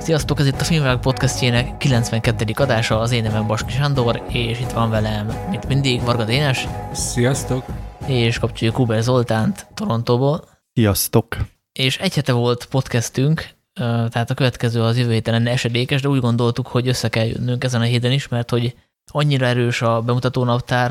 Sziasztok, ez itt a Filmvilág podcastjének 92. adása, az én nevem Baski Sándor, és itt van velem, mint mindig, Varga Dénes. Sziasztok! És kapcsoljuk Huber Zoltánt Torontóból. Sziasztok! És egy hete volt podcastünk, tehát a következő az jövő héten lenne esedékes, de úgy gondoltuk, hogy össze kell jönnünk ezen a héten is, mert hogy annyira erős a bemutató naptár,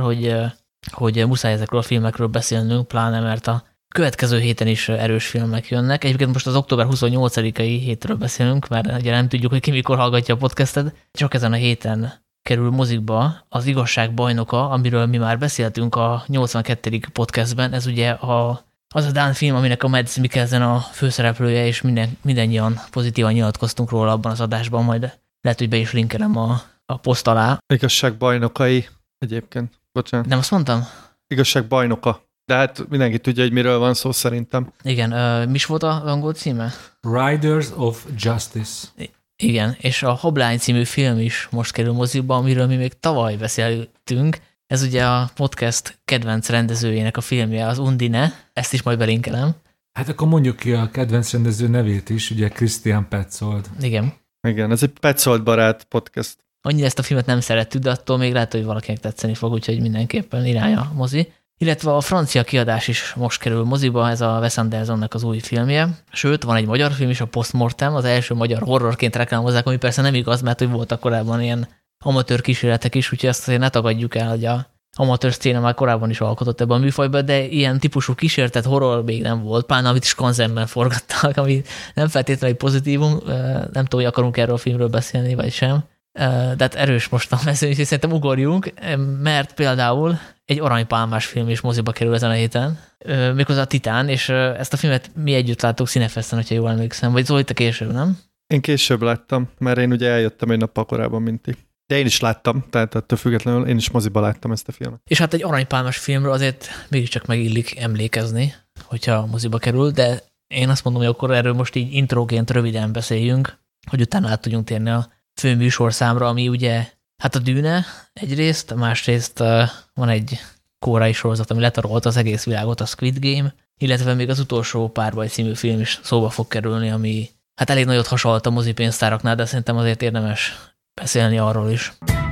hogy muszáj ezekről a filmekről beszélnünk, pláne mert a következő héten is erős filmek jönnek. Egyébként most az október 28-ai hétről beszélünk, mert ugye nem tudjuk, hogy ki mikor hallgatja a podcastet. Csak ezen a héten kerül mozikba az Igazság bajnoka, amiről mi már beszéltünk a 82. podcastben. Ez ugye az a dán film, aminek a Mads Mikkelsen a főszereplője, és mindannyian pozitívan nyilatkoztunk róla abban az adásban, majd lehet, hogy be is linkelem a poszt alá. Igazság bajnokai egyébként. Bocsánat. Nem azt mondtam? Igazság bajnoka. De hát mindenki tudja, hogy miről van szó szerintem. Igen, mi is volt az angol címe? Riders of Justice. Igen, és a Hoblány című film is most kerül mozikba, amiről mi még tavaly beszéltünk. Ez ugye a podcast kedvenc rendezőjének a filmje, az Undine. Ezt is majd belinkelem. Hát akkor mondjuk ki a kedvenc rendező nevét is, ugye Christian Petzold. Igen. Igen, ez egy Petzold barát podcast. Annyira ezt a filmet nem szerettük, de attól még lehet, hogy valakinek tetszeni fog, úgyhogy mindenképpen irány a mozi. Illetve a francia kiadás is most kerül moziba, ez a Wes Andersonnak az új filmje. Sőt, van egy magyar film is, a Postmortem, az első magyar horrorként reklámozzák, ami persze nem igaz, mert hogy voltak korábban ilyen amatőr kísérletek is, úgyhogy ezt azért ne tagadjuk el, hogy a amatőr szcéna már korábban is alkotott ebben a műfajban, de ilyen típusú kísérletet horror még nem volt, pláne amit is Skansenben forgattak, ami nem feltétlenül pozitívum, nem tudom, hogy akarunk erről a filmről beszélni, vagy sem. De hát erős most a mezőny, és szerintem ugorjunk, mert például egy aranypálmás film is moziba kerül ezen a héten, méghozzá a Titán, és ezt a filmet mi együtt láttuk Cinefesten, hogyha jól emlékszem, vagy Zoli, te később, nem? Én később láttam, mert én ugye eljöttem egy nappal korábban, mint ti. De én is láttam, tehát ettől függetlenül én is moziba láttam ezt a filmet. És hát egy aranypálmás filmről azért mégiscsak megillik emlékezni, hogyha moziba kerül, de én azt mondom, hogy akkor erről most így intróként röviden beszéljünk, hogy utána át tudjunk térni a főműsorszámra, ami ugye, hát a Dűne egyrészt, másrészt van egy koreai sorozat, ami letarolta az egész világot, a Squid Game, illetve még az utolsó Párbaj című film is szóba fog kerülni, ami hát elég nagyot hasonlott a mozipénztáraknál, de szerintem azért érdemes beszélni arról is.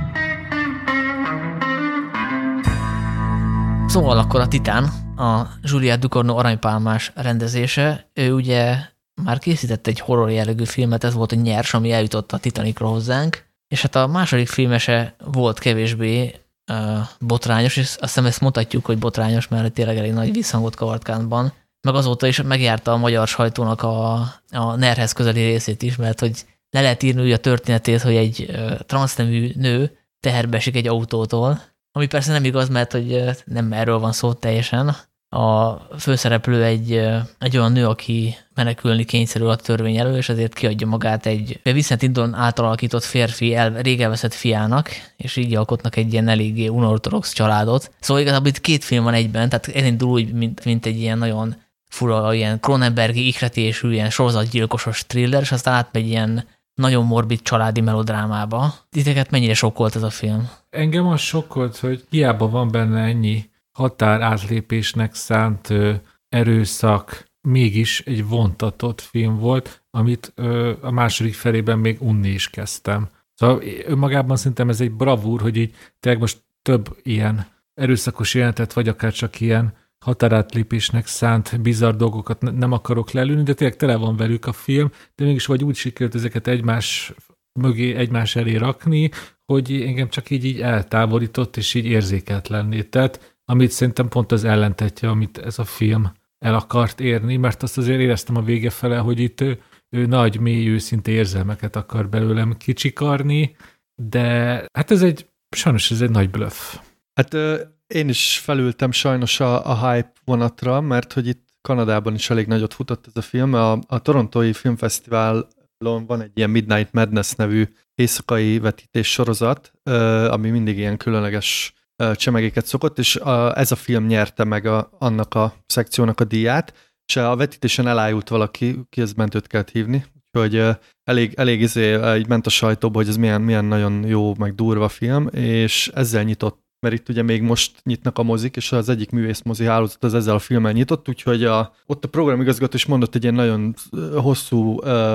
Szóval akkor a Titán, a Juliette Ducournau aranypálmás rendezése, ő ugye már készített egy horror jellegű filmet, ez volt a Nyers, ami eljutott a Titanicra hozzánk, és hát a második filmese volt kevésbé botrányos, és azt hiszem ezt mondhatjuk, hogy botrányos, mert tényleg elég nagy visszhangot kavart Cannes-ban, meg azóta is megjárta a magyar sajtónak a nerhez közeli részét is, mert hogy le lehet írni a történetét, hogy egy transznemű nő teherbe esik egy autótól, ami persze nem igaz, mert hogy nem erről van szó teljesen. A főszereplő egy olyan nő, aki menekülni kényszerül a törvény elől, és ezért kiadja magát egy Vincent Hindon által alakított férfi rég elveszett fiának, és így alkotnak egy ilyen eléggé unorthodox családot. Szóval igazából itt két film van egyben, tehát elindul úgy, mint egy ilyen nagyon fura, ilyen Cronenbergi ihletésű, ilyen sorozatgyilkosos thriller, és aztán átmegy ilyen nagyon morbid családi melodrámába. Titeket mennyire sokkolt ez a film? Engem az sokkolt, hogy hiába van benne ennyi határátlépésnek szánt erőszak, mégis egy vontatott film volt, amit a második felében még unni is kezdtem. Szóval önmagában szerintem ez egy bravúr, hogy így tényleg most több ilyen erőszakos jelenetet, vagy akár csak ilyen határátlépésnek szánt bizarr dolgokat nem akarok lelőni, de tényleg tele van velük a film, de mégis vagy úgy sikerült ezeket egymás mögé, egymás elé rakni, hogy engem csak így eltávolított, és így érzéketlenné tett, amit szerintem pont az ellentetje, amit ez a film el akart érni, mert azt azért éreztem a vége fele, hogy itt ő nagy, mély, őszinte érzelmeket akar belőlem kicsikarni, de hát sajnos ez egy nagy bluff. Hát én is felültem sajnos a hype vonatra, mert hogy itt Kanadában is elég nagyot futott ez a film. A Torontói Filmfesztiválon van egy ilyen Midnight Madness nevű éjszakai vetítés sorozat, ami mindig ilyen különleges csemegéket szokott, és ez a film nyerte meg annak a szekciónak a díját, és a vetítésen elájult valaki, ki ezt mentőt kellett hívni, úgyhogy elég így ment a sajtóba, hogy ez milyen nagyon jó, meg durva film, és ezzel nyitott, mert itt ugye még most nyitnak a mozik, és az egyik művészmozi hálózat az ezzel a filmmel nyitott, úgyhogy ott a programigazgató is mondott egy ilyen nagyon hosszú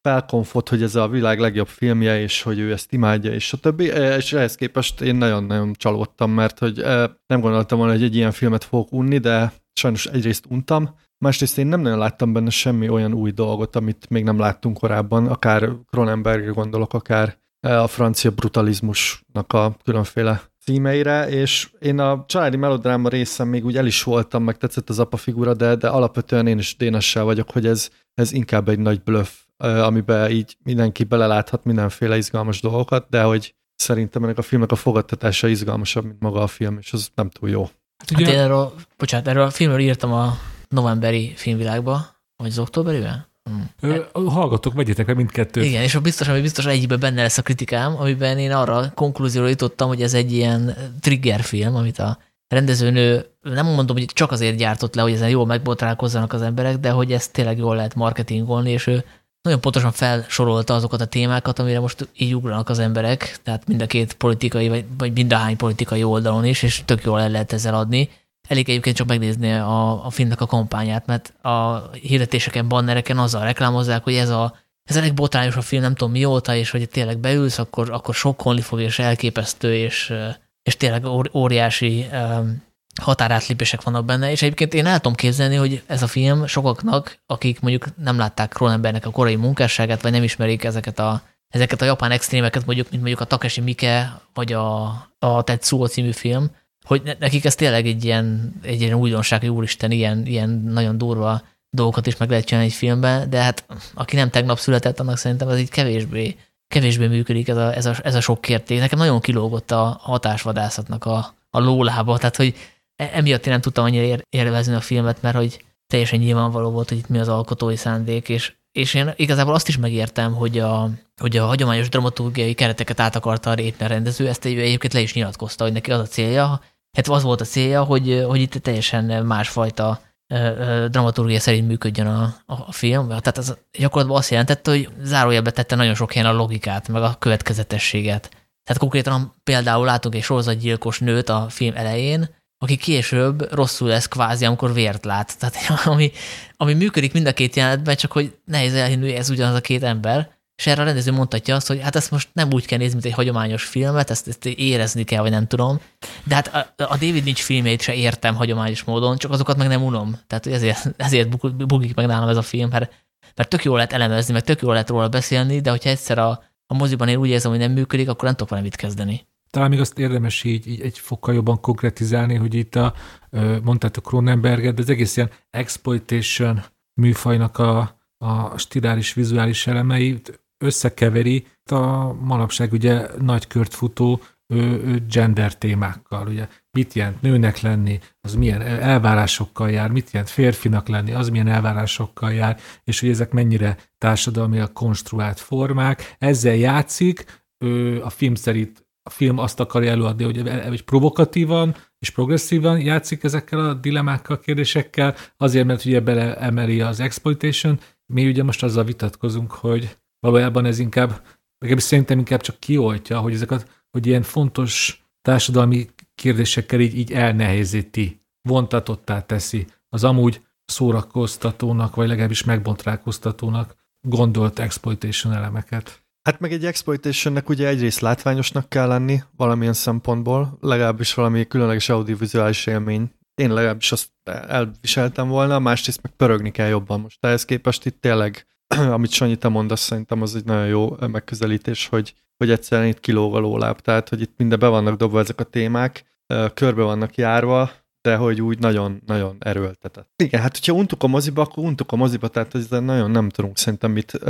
felkonfot, hogy ez a világ legjobb filmje, és hogy ő ezt imádja, és a többi, és ehhez képest én nagyon-nagyon csalódtam, mert hogy nem gondoltam volna, hogy egy ilyen filmet fogok unni, de sajnos egyrészt untam, másrészt én nem nagyon láttam benne semmi olyan új dolgot, amit még nem láttunk korábban, akár Cronenbergre gondolok, akár a francia brutalizmusnak a különféle címeire, és én a családi melodráma részen még úgy el is voltam, meg tetszett az apa figura, de alapvetően én is dénessel vagyok, hogy ez inkább egy nagy bluff, amiben így mindenki beleláthat mindenféle izgalmas dolgokat, de hogy szerintem ennek a filmnek a fogadtatása izgalmasabb, mint maga a film, és az nem túl jó. Hát én erről a filmről írtam a novemberi filmvilágba, vagy az októberiben? Hallgatok, vegyétek le mindkettőt. Igen, és biztos egyikben benne lesz a kritikám, amiben én arra konklúzióra jutottam, hogy ez egy ilyen triggerfilm, amit a rendezőnő, nem mondom, hogy csak azért gyártott le, hogy ezen jól megbotrálkozzanak az emberek, de hogy ezt tényleg jól lehet marketingolni, és ő nagyon pontosan felsorolta azokat a témákat, amire most így ugranak az emberek, tehát mind a két politikai, vagy mindahány politikai oldalon is, és tök jól el lehet ezzel adni. Elég egyébként csak megnézni a filmnek a kampányát, mert a hirdetéseken, bannereken azzal reklámozzák, hogy ez a legbotrányos a film, nem tudom mióta, és hogy tényleg beülsz, akkor sokkolni fog, és elképesztő, és tényleg óriási határátlépések vannak benne, és egyébként én el tudom képzelni, hogy ez a film sokaknak, akik mondjuk nem látták Cronenbergnek a korai munkásságát, vagy nem ismerik ezeket a japán extrémeket, mint mondjuk a Takeshi Miike, vagy a Tetsuo című film, hogy nekik ez tényleg egy ilyen újdonság, hogy úristen, ilyen nagyon durva dolgokat is meg lehet csinálni egy filmben, de hát aki nem tegnap született, annak szerintem ez így kevésbé működik ez a sok kérték. Nekem nagyon kilógott a hatásvadászatnak a lólába, tehát hogy emiatt én nem tudtam annyira élvezni a filmet, mert hogy teljesen nyilvánvaló volt, hogy itt mi az alkotói szándék, és én igazából azt is megértem, hogy a hagyományos dramaturgiai kereteket át akarta lépni a rendező, ezt egyébként le is nyilatkozta, hogy neki az a célja, hát az volt a célja, hogy itt teljesen másfajta dramaturgia szerint működjön a film. Tehát az gyakorlatban azt jelentette, hogy zárójelbe tette nagyon sok helyen a logikát, meg a következetességet. Tehát konkrétan például látunk egy sorozatgyilkos nőt a film elején, aki később rosszul lesz kvázi, amikor vért lát. Tehát ami működik mind a két jelenetben, csak hogy nehéz elhinni, hogy ez ugyanaz a két ember, és erre a rendező mondhatja azt, hogy hát ezt most nem úgy kell nézni, mint egy hagyományos filmet, ezt érezni kell, vagy nem tudom. De hát a David Lynch filmjeit se értem hagyományos módon, csak azokat meg nem unom. Tehát ezért bugik meg nálam ez a film, mert tök jól lehet elemezni, meg tök jól lehet róla beszélni, de hogyha egyszer a moziban én úgy érzem, hogy nem működik, akkor nem tudok vele mit kezdeni. Talán még azt érdemes így egy fokkal jobban konkretizálni, hogy itt mondtátok Cronenberget, de az egész ilyen exploitation műfajnak a stiláris, vizuális elemeit összekeveri a manapság ugye nagy kört futó gender témákkal. Ugye mit jelent nőnek lenni, az milyen elvárásokkal jár, mit jelent férfinak lenni, az milyen elvárásokkal jár, és hogy ezek mennyire társadalmilag konstruált formák. Ezzel játszik, a film szerint a film azt akarja előadni, hogy provokatívan és progresszívan játszik ezekkel a dilemmákkal, kérdésekkel, azért, mert ugye beleemeli az exploitation. Mi ugye most azzal vitatkozunk, hogy valójában ez legalábbis szerintem inkább csak kioltja, hogy ilyen fontos társadalmi kérdésekkel így elnehézíti, vontatottá teszi az amúgy szórakoztatónak, vagy legalábbis megbotrálkoztatónak gondolt exploitation elemeket. Hát meg egy exploitationnek ugye egyrészt látványosnak kell lenni valamilyen szempontból, legalábbis valami különleges audiovizuális élmény. Én legalábbis azt elviseltem volna, másrészt meg pörögni kell jobban. Most ehhez képest itt tényleg, amit Sanyi, te mondasz, szerintem az egy nagyon jó megközelítés, hogy egyszerűen itt kilóg a lóláb. Tehát, hogy itt minden be vannak dobva ezek a témák, körbe vannak járva, de hogy úgy nagyon-nagyon erőltetett. Igen, hát hogyha untuk a moziba, akkor untuk a moziba, tehát ezzel nagyon nem tudunk szerintem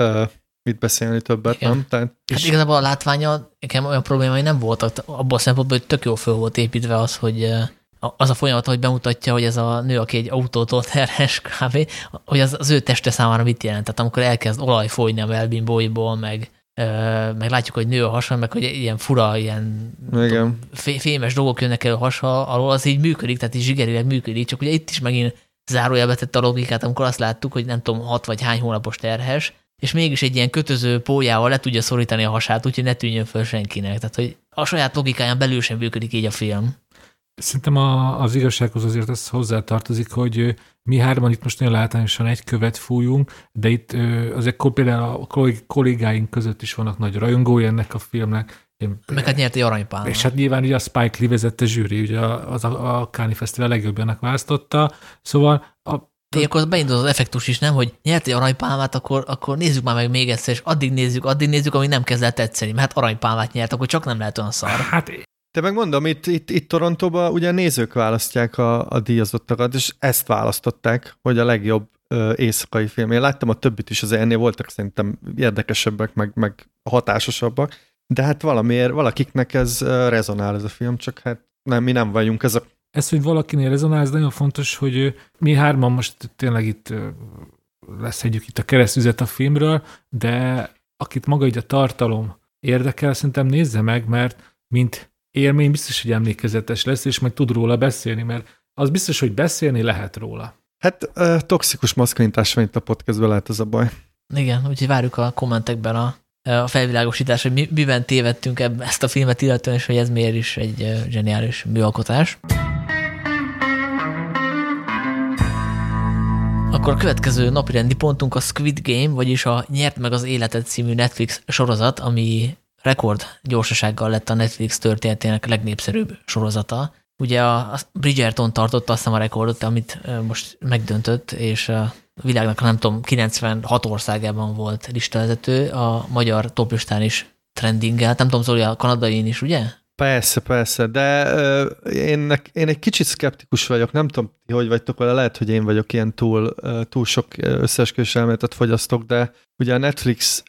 mit beszélni többet, igen. Nem? Tehát, hát igazából a látványa, nekem olyan problémái nem voltak, abban a szempontból, hogy tök jól föl volt építve az, hogy az a folyamat, hogy bemutatja, hogy ez a nő, aki egy autótól terhes kb., hogy az ő teste számára mit jelent. Tehát amikor elkezd olaj folyni a melbimbóiból, meg látjuk, hogy nő a hasa, meg hogy ilyen fura, ilyen tudom, fémes dolgok jönnek el a hasa alól, az így működik, tehát így zsigerileg működik, csak ugye itt is megint zárójelbe tette a logikát, amikor azt láttuk, hogy nem tudom, 6 vagy hány hónapos terhes, és mégis egy ilyen kötöző pólyával le tudja szorítani a hasát, úgyhogy ne tűnjön föl senkinek. Tehát, hogy a saját logikáján belül sem működik így a film. Szerintem az igazsághoz azért ez hozzátartozik, hogy mi hárman itt most nagyon látványosan egy követ fújunk, de itt azért például a kollégáink között is vannak nagy rajongói ennek a filmnek. Meg hát nyert egy aranypálmát. És hát nyilván ugye a Spike Lee vezette zsűri, ugye a Cannes Fesztivál legjobbjának választotta, szóval akkor beindul az effektus is, nem, hogy nyert egy aranypálmát, akkor nézzük már meg még egyszer, és addig nézzük, amíg nem kezd el tetszeni, mert hát aranypálmát nyert, akkor csak nem lehet olyan szar. Hát te meg mondom, itt Torontóban ugye nézők választják a díjazottakat, és ezt választották, hogy a legjobb éjszakai film. Én láttam a többit is, azért ennél voltak szerintem érdekesebbek, meg hatásosabbak, de hát valamiért, valakiknek ez rezonál ez a film, csak hát mi nem vagyunk ez a... Ez, hogy valakinél rezonál, ez nagyon fontos, hogy mi hárman most tényleg itt leszedjük itt a keresztüzet a filmről, de akit maga így a tartalom érdekel, szerintem nézze meg, mert mint élmény biztos, hogy emlékezetes lesz, és meg tud róla beszélni, mert az biztos, hogy beszélni lehet róla. Hát toxikus maszkulinitás van itt a podcastben, lehet ez a baj. Igen, úgyhogy várjuk a kommentekben a felvilágosítás, hogy miben tévedtünk ezt a filmet illetően, és hogy ez miért is egy zseniális műalkotás. Akkor a következő napirendi pontunk a Squid Game, vagyis a Nyert meg az életed című Netflix sorozat, ami rekord gyorsasággal lett a Netflix történetének legnépszerűbb sorozata. Ugye a Bridgerton tartotta azt a rekordot, amit most megdöntött, és a világnak, nem tudom, 96 országában volt listavezető, a magyar toplistán is trendingelt. Nem tudom, Zoli, a kanadain is, ugye? Persze, de én egy kicsit szkeptikus vagyok, nem tudom, ti hogy vagytok vele, lehet, hogy én vagyok ilyen túl sok összeesküvés elméletet fogyasztok, de ugye a Netflix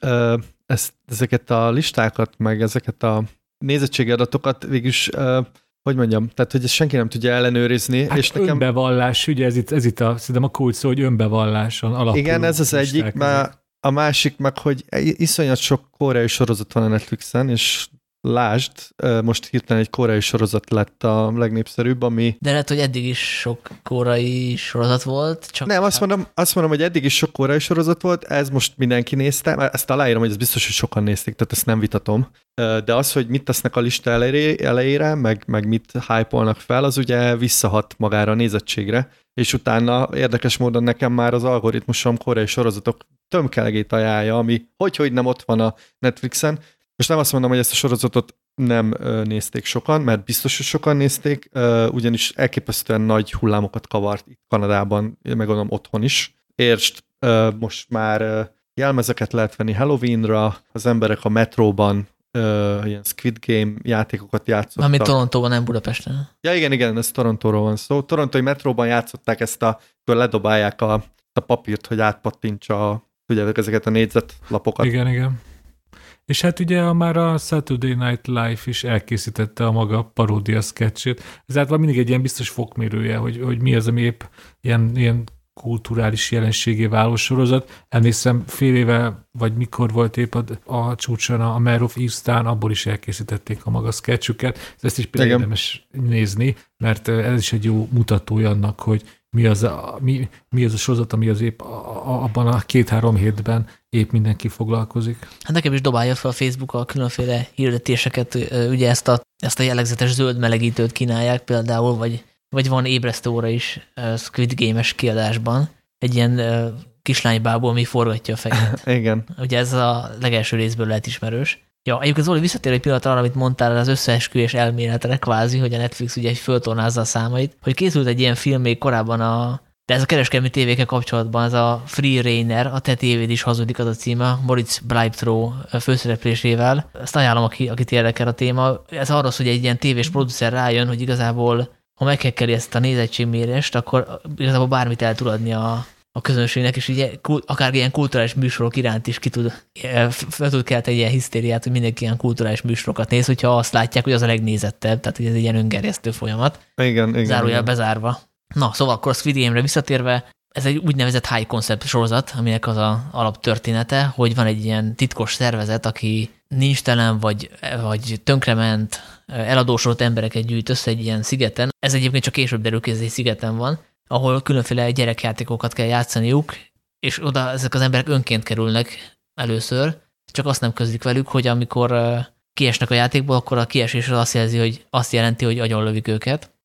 ezeket a listákat, meg ezeket a nézettségi adatokat végülis, hogy mondjam, tehát hogy ezt senki nem tudja ellenőrizni. Hát és nekem... önbevallás, ugye ez itt szerintem a kulcs szó, hogy önbevalláson alapuló. Igen, ez az egyik, a másik meg, hogy iszonyat sok koreai sorozat van a Netflixen, és lásd, most hirtelen egy koreai sorozat lett a legnépszerűbb, ami... De lehet, hogy eddig is sok koreai sorozat volt. Csak nem, azt mondom, hogy eddig is sok koreai sorozat volt, ez most mindenki nézte, ezt aláírom, hogy ez biztos, hogy sokan nézték, tehát ezt nem vitatom. De az, hogy mit tesznek a lista elejére, meg mit hype-olnak fel, az ugye visszahat magára a nézettségre, és utána érdekes módon nekem már az algoritmusom koreai sorozatok tömkelegét ajánlja, ami hogy nem ott van a Netflixen. Most nem azt mondom, hogy ezt a sorozatot nem nézték sokan, mert biztos, hogy sokan nézték, ugyanis elképesztően nagy hullámokat kavart itt Kanadában, megmondom otthon is. Értsd, most már jelmezeket lehet venni Halloweenra, az emberek a metróban ilyen Squid Game játékokat játszottak. Ami Torontóban, nem Budapesten. Ja, igen, ez Torontóról van szó. Torontói metróban játszották akkor ledobálják a papírt, hogy átpattintsa ezeket a négyzetlapokat. Igen. És hát ugye már a Saturday Night Live is elkészítette a maga paródia sketchét. Ez általában mindig egy ilyen biztos fokmérője, hogy mi az, ami épp ilyen kulturális jelenségé váló sorozat. Emlékszem, fél éve, vagy mikor volt épp a csúcson a Mare of Easttown, abból is elkészítették a maga sketchüket. Ezt is például érdemes nézni, mert ez is egy jó mutatója annak, hogy mi az a sorozat, ami az épp abban a 2-3 hétben épp mindenki foglalkozik. Hát nekem is dobálja fel a Facebook a különféle hirdetéseket, ugye ezt a jellegzetes zöld melegítőt kínálják például, vagy van ébresztő óra is Squid Game-es kiadásban, egy ilyen kislánybából, ami forgatja a fejét. Igen. Ugye ez a legelső részből lehet ismerős. Ja, egyébként Zoli, visszatér egy pillanatra arra, amit mondtál az összeesküvés elméletre kvázi, hogy a Netflix ugye föltornázza a számait, hogy készült egy ilyen film még korábban de ez a kereskedelmi tévékkel kapcsolatban, ez a Free Rainer, a Te tévéd is hazudik, az a címe, Moritz Bleibtreu főszereplésével. Ezt ajánlom, akit érdekel a téma. Ez arról, hogy egy ilyen tévés producer rájön, hogy igazából, ha meghekkeli ezt a nézettségmérést, akkor igazából bármit el tud adni a közönségnek, és ugye akár ilyen kulturális műsorok iránt is fel tud kelteni ilyen hisztériát, hogy mindenki ilyen kulturális műsorokat néz, hogyha azt látják, hogy az a legnézettebb, tehát hogy ez egy ilyen öngerjesztő folyamat. Igen. Zárójel bezárva. Na, szóval akkor a Squid Game-re visszatérve, ez egy úgynevezett high concept sorozat, aminek az a alaptörténete, hogy van egy ilyen titkos szervezet, aki nincstelen vagy tönkrement, eladósodott embereket gyűjt össze egy ilyen szigeten. Ez egyébként csak később derül ki, ez egy szigeten van, ahol különféle gyerekjátékokat kell játszaniuk, és oda ezek az emberek önként kerülnek először, csak azt nem közlik velük, hogy amikor kiesnek a játékból, akkor a kiesés az azt jelenti, hogy agyonlövik őket.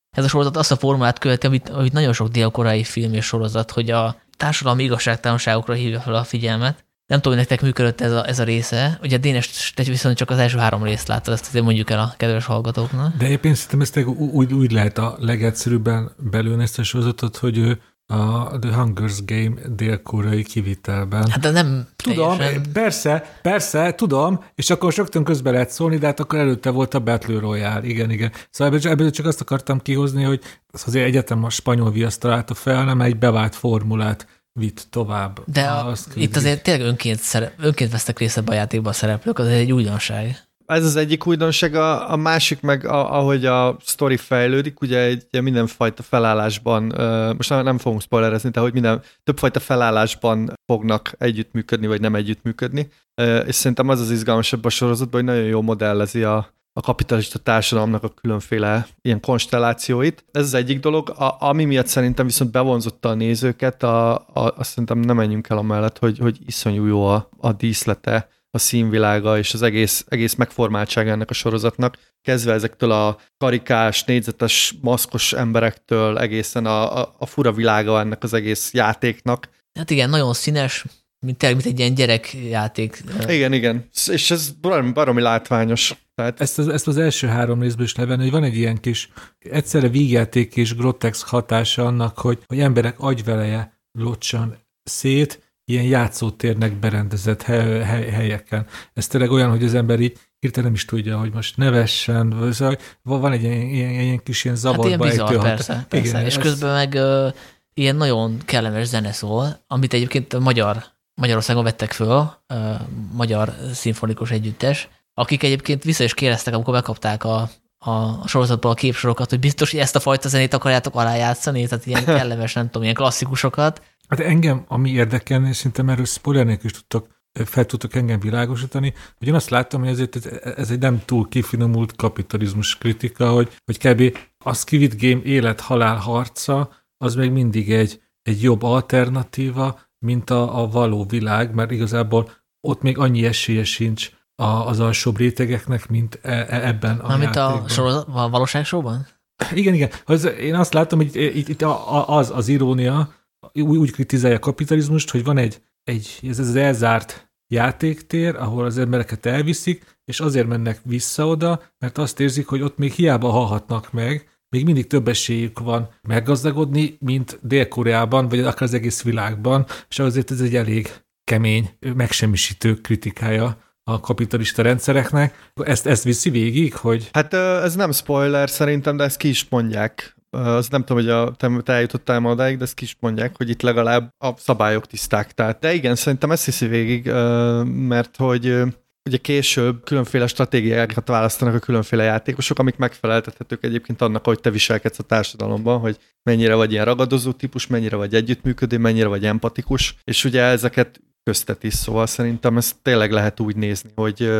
Ez a sorozat azt a formát követi, amit nagyon sok dél-koreai film és sorozat, hogy a társadalmi igazságtalanságokra hívja fel a figyelmet. Nem tudom, hogy nektek működött ez a része. Ugye Dénes, te viszont csak az első 3 részt láttad, ezt azért mondjuk el a kedves hallgatóknak. De éppen szerintem ezt úgy lehet a legegyszerűbben belőni ezt a sorozatot, hogy ő a The Hunger Games dél-koreai kivitelben. Hát de nem tudom, teljesen... persze, tudom, és akkor rögtön közben lehet szólni, de hát akkor előtte volt a Battle Royale, igen. Szóval ebből csak azt akartam kihozni, hogy azért egyetem a spanyol viaszt találta fel, hanem egy bevált formulát vitt tovább. De itt azért tényleg önként vesztek részt a játékban a szereplők, az egy újdonság. Ez az egyik újdonság, a másik meg, ahogy a sztori fejlődik, ugye egy mindenfajta felállásban, most nem fogunk spoilerezni, de hogy többfajta felállásban fognak együttműködni, vagy nem együttműködni, és szerintem az izgalmasabb a sorozatban, hogy nagyon jól modellezi a kapitalista társadalomnak a különféle ilyen konstellációit. Ez az egyik dolog, ami miatt szerintem viszont bevonzotta a nézőket, azt szerintem nem menjünk el amellett, hogy iszonyú jó a díszlete, a színvilága és az egész megformáltsága ennek a sorozatnak, kezdve ezektől a karikás, négyzetes, maszkos emberektől egészen a fura világa ennek az egész játéknak. Hát igen, nagyon színes, mint egy ilyen gyerekjáték. Igen, és ez baromi látványos. Tehát... Ezt az első 3 részből is levenni, hogy van egy ilyen kis egyszerre vígjáték és grotexk hatása annak, hogy emberek agyveleje locsan szét, ilyen játszótérnek berendezett helyeken. Ez tényleg olyan, hogy az ember így hirtelen nem is tudja, hogy most nevessen, szóval van egy ilyen kis ilyen zavarba ejtő hat. Persze. Igen, és közben meg ilyen nagyon kellemes zene szól, amit egyébként Magyarországon vettek föl, magyar szimfonikus együttes, akik egyébként vissza is kérdeztek, amikor bekapták a sorozatból a képsorokat, hogy biztos, hogy ezt a fajta zenét akarjátok alájátszani, tehát ilyen kellemes, nem tudom, ilyen klasszikusokat. Hát engem, ami érdekelne, és szerintem erről spoiler nélkül is fel tudtok engem világosítani, hogy én azt láttam, hogy ez egy nem túl kifinomult kapitalizmus kritika, hogy kb. A Squid Game élet-halál harca, az még mindig egy jobb alternatíva, mint a való világ, mert igazából ott még annyi esélye sincs az alsóbb rétegeknek, mint ebben a játékban. Mint a valóságsóban? Igen. Én azt látom, hogy itt az irónia, úgy kritizálja a kapitalizmust, hogy van ez az elzárt játéktér, ahol az embereket elviszik, és azért mennek vissza oda, mert azt érzik, hogy ott még hiába halhatnak meg, még mindig több esélyük van meggazdagodni, mint Dél-Koreában, vagy akár az egész világban, és azért ez egy elég kemény, megsemmisítő kritikája a kapitalista rendszereknek. Ezt viszi végig, hogy... Hát ez nem spoiler szerintem, de ezt ki is mondják. Az nem tudom, hogy te eljutottál ma odáig, de ezt ki is mondják, hogy itt legalább a szabályok tiszták. Tehát, de igen, szerintem ezt hiszi végig, mert hogy ugye később különféle stratégiákat választanak a különféle játékosok, amik megfeleltethetők egyébként annak, hogy te viselkedsz a társadalomban, hogy mennyire vagy ilyen ragadozó típus, mennyire vagy együttműködő, mennyire vagy empatikus, és ugye ezeket köztet is, szóval szerintem ezt tényleg lehet úgy nézni,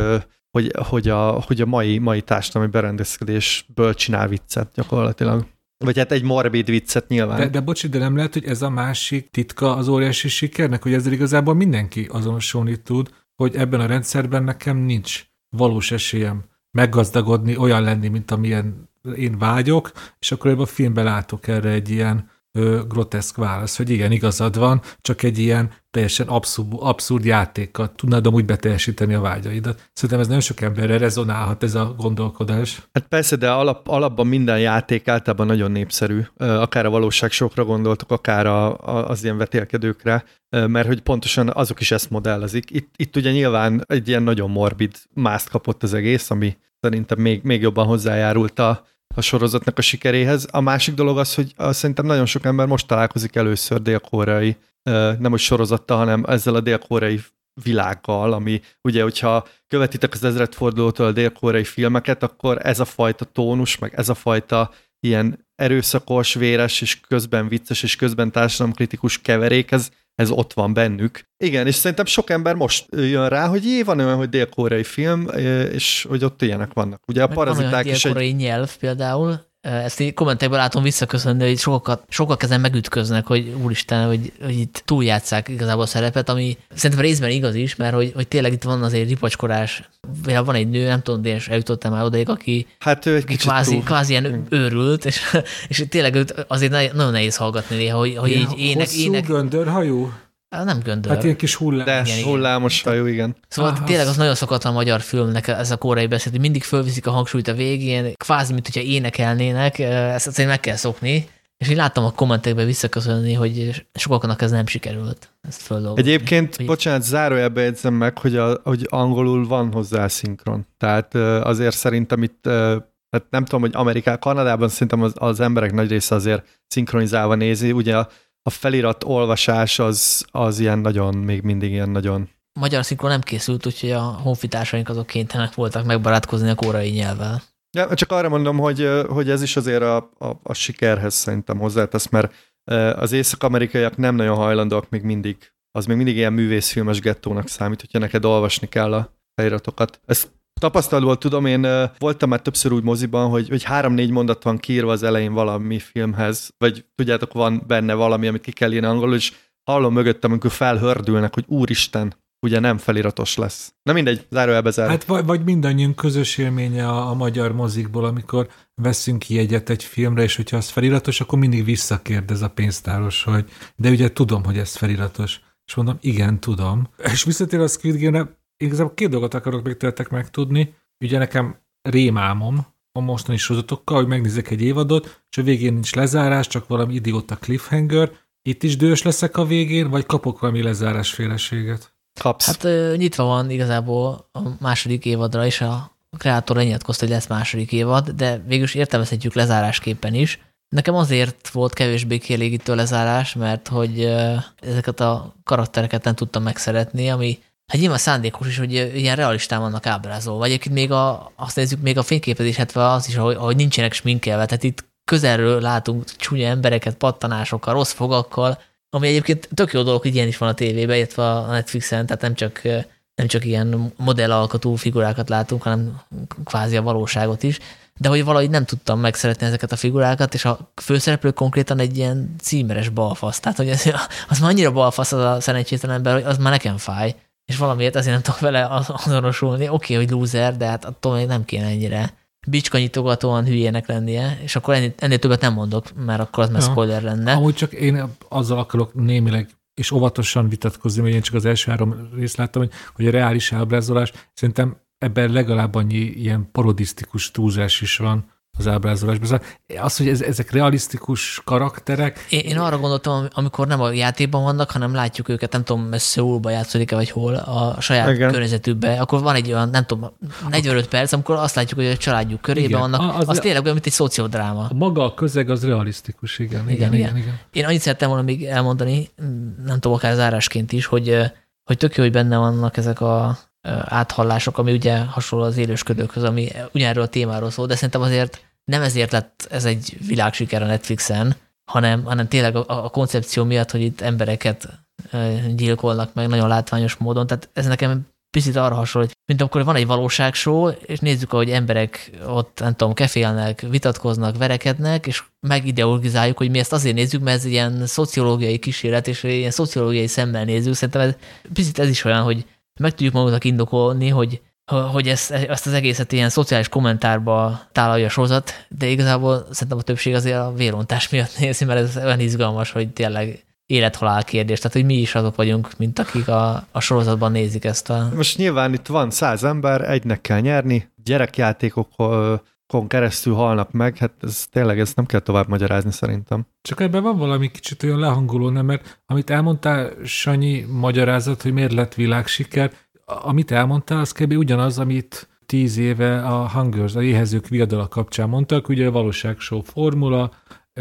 hogy a mai társadalmi berendezkedésből csinál viccet gyakorlatilag. Vagy hát egy morbid viccet nyilván. De bocsi, de nem lehet, hogy ez a másik titka az óriási sikernek, hogy ezzel igazából mindenki azonosulni tud, hogy ebben a rendszerben nekem nincs valós esélyem meggazdagodni, olyan lenni, mint amilyen én vágyok, és akkor ebben a filmben látok erre egy ilyen groteszk válasz, hogy igen, igazad van, csak egy ilyen teljesen abszurd játékkal tudnád amúgy beteljesíteni a vágyaidat. Szerintem ez nagyon sok emberre rezonálhat ez a gondolkodás. Hát persze, de alapban minden játék általában nagyon népszerű. Akár a valóságsokra gondoltok, akár az ilyen vetélkedőkre, mert hogy pontosan azok is ezt modellezik. Itt ugye nyilván egy ilyen nagyon morbid mászt kapott az egész, ami szerintem még jobban hozzájárult a sorozatnak a sikeréhez. A másik dolog az, hogy szerintem nagyon sok ember most találkozik először dél-koreai, nem hogy sorozattal, hanem ezzel a dél-koreai világgal, ami ugye, hogyha követitek az ezredfordulótól a dél-koreai filmeket, akkor ez a fajta tónus, meg ez a fajta ilyen erőszakos, véres, és közben vicces, és közben társadalomkritikus keverék, ez ott van bennük. Igen, és szerintem sok ember most jön rá, hogy van olyan, hogy dél-koreai film, és hogy ott ilyenek vannak. Ugye a Paraziták is egy... dél-koreai nyelv például, ezt így kommentekben látom visszaköszönni, hogy sokkal kezden megütköznek, hogy úristen, hogy itt túljátsszák igazából a szerepet, ami szerintem részben igaz is, mert hogy tényleg itt van azért ripacskorás, vagy van egy nő, nem tudom, de én eljutottam már odaig, aki, hát ő egy kicsit kvázi ilyen őrült, és tényleg őt azért nagyon nehéz hallgatni néha, hogy így ének. Göndörhajú? Nem göndör. Hát ilyen kis hullámos hajú, igen. Szóval tényleg az nagyon szokatlan magyar filmnek ez a korai beszéd, hogy mindig fölviszik a hangsúlyt a végén, kvázi, mint hogyha énekelnének, ezt azért meg kell szokni. És én láttam a kommentekben visszaköszönni, hogy sokaknak ez nem sikerült. Ezt földolgozni. Egyébként, bocsánat, zárójelbe jegyzem meg, hogy angolul van hozzá szinkron. Tehát azért szerintem itt, hát nem tudom, hogy Kanadában szerintem az emberek nagy része azért szinkronizálva nézi. Ugye a felirat olvasás az ilyen nagyon, még mindig ilyen nagyon... Magyar szinkron nem készült, úgyhogy a honfitársaink azok kénytelenek voltak megbarátkozni a koreai nyelvvel. Ja, csak arra mondom, hogy ez is azért a sikerhez szerintem hozzátesz, mert az észak-amerikaiak nem nagyon hajlandóak még mindig, az még mindig ilyen művészfilmes gettónak számít, hogyha neked olvasni kell a feliratokat. Ezt tapasztalatból tudom, én voltam már többször úgy moziban, hogy 3-4 mondat van kiírva az elején valami filmhez, vagy tudjátok, van benne valami, amit ki kell írni angolul, és hallom mögöttem, amikor felhördülnek, hogy úristen, ugye nem feliratos lesz. Na mindegy, zárójelbe zár. Hát vagy mindannyiunk közös élménye a magyar mozikból, amikor veszünk ki jegyet egy filmre, és hogyha az feliratos, akkor mindig visszakérdez a pénztáros, hogy de ugye tudom, hogy ez feliratos. És mondom, igen, tudom. És visszatér a Squid Game-re, igazából 2 dolgot akarok még tőletek megtudni. Ugye nekem rémálmom a mostani sorozatokkal, hogy megnézek egy évadot, és a végén nincs lezárás, csak valami idióta cliffhanger. Itt is dühös leszek a végén, vagy kapok valami lezárásféleséget? Kapsz. Hát nyitva van igazából a második évadra, és a kreátor lenyilatkozta, hogy lesz második évad, de végülis értelmezhetjük lezárásképpen is. Nekem azért volt kevésbé kielégítő lezárás, mert hogy ezeket a karaktereket nem tudtam megszeretni, ami hát nyilván szándékos is, hogy ilyen realistán vannak ábrázolva. Egyébként még azt nézzük, még a fényképezés, hát az is, ahogy nincsenek sminkelve, tehát itt közelről látunk csúnya embereket, pattanásokkal, rossz fogakkal, ami egyébként tök jó dolog, hogy ilyen is van a tévében, illetve a Netflixen, tehát nem csak ilyen modellalkatú figurákat látunk, hanem kvázi a valóságot is, de hogy valahogy nem tudtam megszeretni ezeket a figurákat, és a főszereplő konkrétan egy ilyen címeres balfasz, tehát hogy az már annyira balfasz az a szerencsétlen ember, hogy az már nekem fáj, és valamiért azért nem tudok vele azonosulni. Oké, hogy loser, de hát attól még nem kéne ennyire bicskanyitogatóan hülyének lennie, és akkor ennél többet nem mondok, mert akkor az már spoiler lenne. Amúgy csak én azzal akarok némileg és óvatosan vitatkozni, mert én csak az első 3 részt láttam, hogy a reális ábrázolás, szerintem ebben legalább annyi ilyen parodisztikus túlzás is van az ábrázolásban. Az, hogy ezek realisztikus karakterek. Én arra gondoltam, amikor nem a játékban vannak, hanem látjuk őket, nem tudom, Szöulba játszódik-e, vagy hol, a saját környezetükben, akkor van egy olyan, nem tudom, 45 perc, amikor azt látjuk, hogy a családjuk körében vannak, az tényleg olyan, mint egy szociodráma. Maga a közeg az realisztikus, igen. Én annyit szerettem volna még elmondani, nem tudom, akár zárásként is, hogy tök jó, hogy benne vannak ezek a áthallások, ami ugye hasonló az élősködőkhöz, ami ugyanerről a témáról szól, de szerintem azért nem ezért lett ez egy világsiker a Netflixen, hanem tényleg a koncepció miatt, hogy itt embereket gyilkolnak meg nagyon látványos módon. Tehát ez nekem picit arra hasonló, hogy mint amikor van egy valóságshow, és nézzük, ahogy emberek ott, nem tudom, kefélnek, vitatkoznak, verekednek, és megideologizáljuk, hogy mi ezt azért nézzük, mert ez ilyen szociológiai kísérlet, és ilyen szociológiai szemmel nézzük. Szerintem picit ez is olyan, hogy meg tudjuk magunknak indokolni, hogy ezt az egészet ilyen szociális kommentárba tálalja a sorozat, de igazából szerintem a többség azért a vérontás miatt nézi, mert ez olyan izgalmas, hogy tényleg élethalál kérdés. Tehát, hogy mi is azok vagyunk, mint akik a sorozatban nézik ezt a... Most nyilván itt van 100 ember, egynek kell nyerni, gyerekjátékokon keresztül halnak meg, hát ez tényleg ezt nem kell tovább magyarázni szerintem. Csak ebben van valami kicsit olyan lehangoló, nem? Mert amit elmondtál, Sanyi, magyarázat, hogy miért lett világsiker, amit elmondtál, az kb. Ugyanaz, amit 10 éve a Hungers, a éhezők viadala kapcsán mondtak, ugye a valóságshow formula,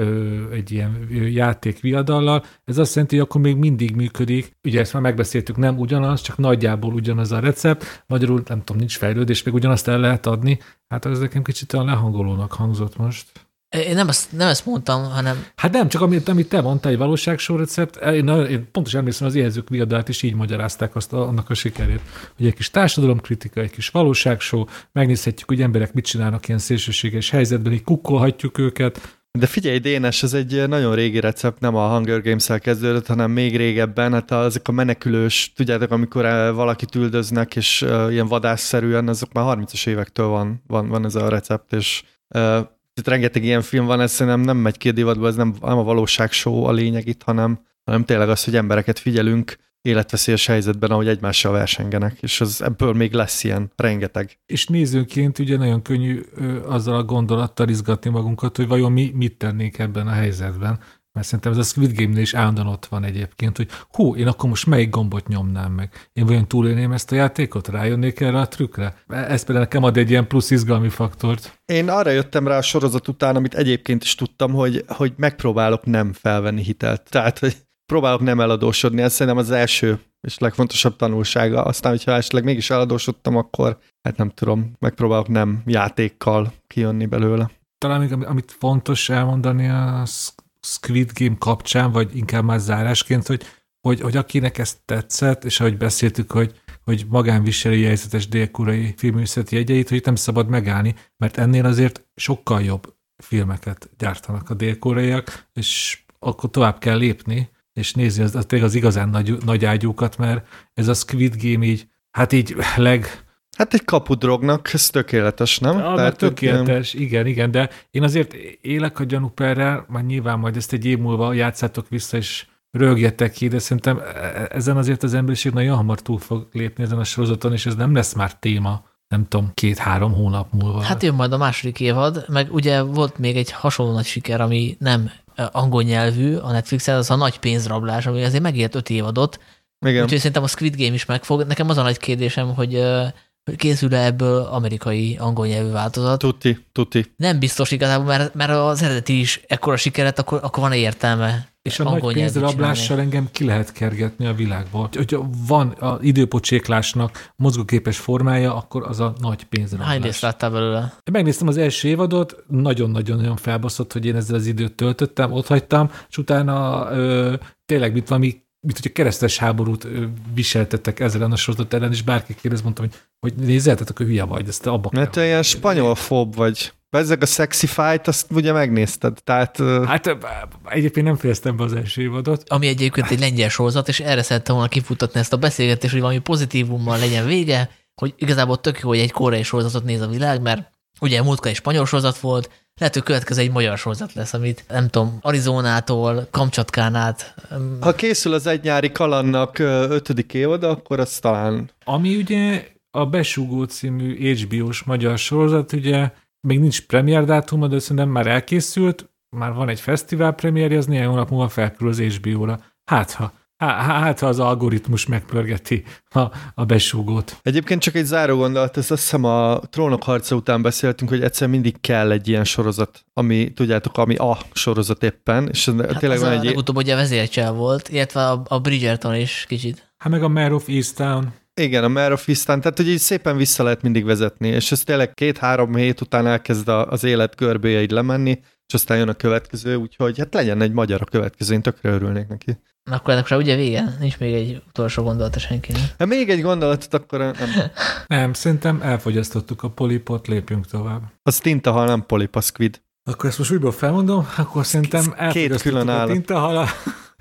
egy ilyen játék viadallal. Ez azt jelenti, hogy akkor még mindig működik. Ugye ezt már megbeszéltük, nem ugyanaz, csak nagyjából ugyanaz a recept. Magyarul, nem tudom, nincs fejlődés, még ugyanazt el lehet adni. Hát ez nekem kicsit olyan lehangolónak hangzott most. Én nem ezt mondtam, hanem... Hát nem, csak amit te mondtál, egy valóságshow recept, én pontosan emlékszem, az Éhezzük viadalt is így magyarázták annak a sikerét, hogy egy kis társadalomkritika, egy kis valóságshow, megnézhetjük, hogy emberek mit csinálnak ilyen szélsőséges helyzetben, így kukkolhatjuk őket. De figyelj, Dénes, ez egy nagyon régi recept, nem a Hunger Games-el kezdődött, hanem még régebben, hát azok a menekülős, tudjátok, amikor valakit üldöznek, és ilyen vadászszerűen, azok már 30-as évektől van ez a recept, és itt rengeteg ilyen film van, ez szerintem nem megy ki a divatba, ez nem a valóságshow a lényeg itt, hanem tényleg az, hogy embereket figyelünk életveszélyes helyzetben, ahogy egymással versengenek, és ebből még lesz ilyen rengeteg. És nézőként ugye nagyon könnyű azzal a gondolattal izgatni magunkat, hogy vajon mi mit tennénk ebben a helyzetben. Mert szerintem ez a Squid Game-nél is állandóan ott van egyébként, hogy én akkor most melyik gombot nyomnám meg? Én vajon túlélném ezt a játékot? Rájönnék erre a trükkre? Ez például nekem ad egy ilyen plusz izgalmi faktort. Én arra jöttem rá a sorozat után, amit egyébként is tudtam, hogy megpróbálok nem felvenni hitelt. Tehát, hogy próbálok nem eladósodni, ez szerintem az első és legfontosabb tanulsága. Aztán, hogyha esetleg mégis eladósodtam, akkor hát nem tudom, megpróbálok nem játékkal kijönni belőle. Talán még amit fontos elmondani a Squid Game kapcsán, vagy inkább már zárásként, hogy akinek ezt tetszett, és ahogy beszéltük, hogy magánviselői helyzetes dél-koreai filmművészeti jegyeit, hogy itt nem szabad megállni, mert ennél azért sokkal jobb filmeket gyártanak a dél-koreaiak, és akkor tovább kell lépni, és nézni az tényleg az igazán nagy ágyúkat, mert ez a Squid Game így Hát egy kapudrognak, ez tökéletes, nem? Tehát, tökéletes, igen, de én azért élek a gyanúperrel, nyilván ezt egy év múlva játszátok vissza, és rögjetek ki, de szerintem ezen azért az emberiség nagyon hamar túl fog lépni ezen a sorozaton, és ez nem lesz már téma, nem tudom, 2-3 hónap múlva. Hát jön majd a második évad, meg ugye volt még egy hasonló nagy siker, ami nem angol nyelvű a Netflixen, az a Nagy pénzrablás, ami azért megért 5 évadot. Igen. Úgyhogy szerintem a Squid Game is megfog. Nekem az a nagy kérdésem, hogy készül-e ebből amerikai angol nyelvű változat. Tuti. Nem biztos igazából, mert az eredeti is ekkora sikeret, akkor van értelme. És a Nagy pénzrablással engem ki lehet kergetni a világból. Hogyha van az időpocséklásnak mozgóképes formája, akkor az a Nagy pénzrablás. Hány részt láttál belőle? Megnéztem az első évadot, nagyon-nagyon felbaszott, hogy én ezzel az időt töltöttem, ott hagytam, és utána tényleg mint hogyha keresztes háborút viseltetek ezzel a sorozat ellen, és bárki kérdez, mondtam, hogy nézzetek, hogy hülye vagy, ezt abba kell. Mert te ilyen spanyolfób vagy. Ezek a Sexy Fight, azt ugye megnézted, tehát... Hát egyébként nem fejeztem be az első évadot. Ami egyébként egy lengyel sorozat, és erre szerettem volna kifutatni ezt a beszélgetést, hogy valami pozitívummal legyen vége, hogy igazából tök jó, hogy egy koreai sorozatot néz a világ, mert ugye múltkor egy spanyol sorozat volt, lehet, hogy következő egy magyar sorozat lesz, amit nem tudom, Arizonától, Kamcsatkán át. Ha készül az Egy nyári kalandnak 5. évada, akkor az talán... Ami ugye a Besúgó című HBO-s magyar sorozat, ugye még nincs premiérdátuma, de szerintem már elkészült, már van egy fesztivál premiérje, az néhány hónap múlva felkerül az HBO-ra. Hát, ha az algoritmus megpörgeti a Besúgót. Egyébként csak egy záró gondolat, ezt azt hiszem a Trónok harca után beszéltünk, hogy egyszer mindig kell egy ilyen sorozat, ami, tudjátok, ami a sorozat éppen. És hát tényleg van egy... legutóbb ugye a Vezércsel volt, illetve a Bridgerton is kicsit. Hát meg a Mare of Easttown. Igen, a Mare of Easttown, tehát hogy így szépen vissza lehet mindig vezetni, és ez tényleg 2-3 hét után elkezd az élet görbéje így lemenni, és aztán jön a következő, úgyhogy hát legyen egy magyar a következő, én tökre örülnék neki. Akkor ennek ugye vége? Nincs még egy utolsó gondolata senkinek. Ha még egy gondolatot, akkor nem. Nem, szerintem elfogyasztottuk a polipot, lépjünk tovább. Az tintahal, nem polip, a squid. Akkor ezt most újból felmondom, akkor szerintem elfogyasztottuk a tintahalat.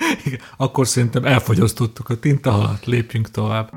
Akkor szerintem elfogyasztottuk a tintahalat, lépjünk tovább.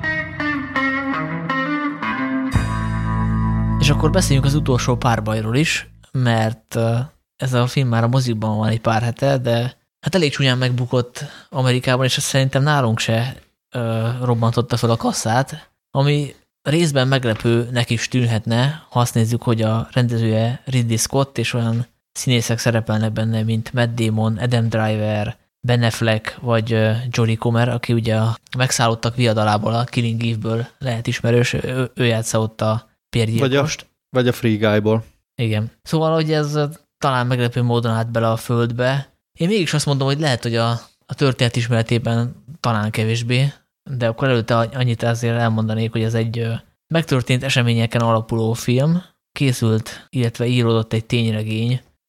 És akkor beszéljünk az utolsó párbajról is, mert ez a film már a mozikban van egy pár hete, de hát elég csúnyán megbukott Amerikában, és azt szerintem nálunk se robbantotta fel a kasszát, ami részben meglepőnek is tűnhetne, ha azt nézzük, hogy a rendezője Ridley Scott, és olyan színészek szerepelnek benne, mint Matt Damon, Adam Driver, Ben Affleck, vagy Jodie Comer, aki ugye a Megszállottak viadalából, a Killing Eve-ből lehet ismerős, ő játsza ott a pérgyilkost. Vagy a Free Guy-ból. Igen. Szóval, hogy ez talán meglepő módon állt bele a földbe. Én mégis azt mondom, hogy lehet, hogy a történet ismeretében talán kevésbé, de akkor előtte annyit azért elmondanék, hogy ez egy megtörtént eseményeken alapuló film, készült, illetve íródott egy tényregény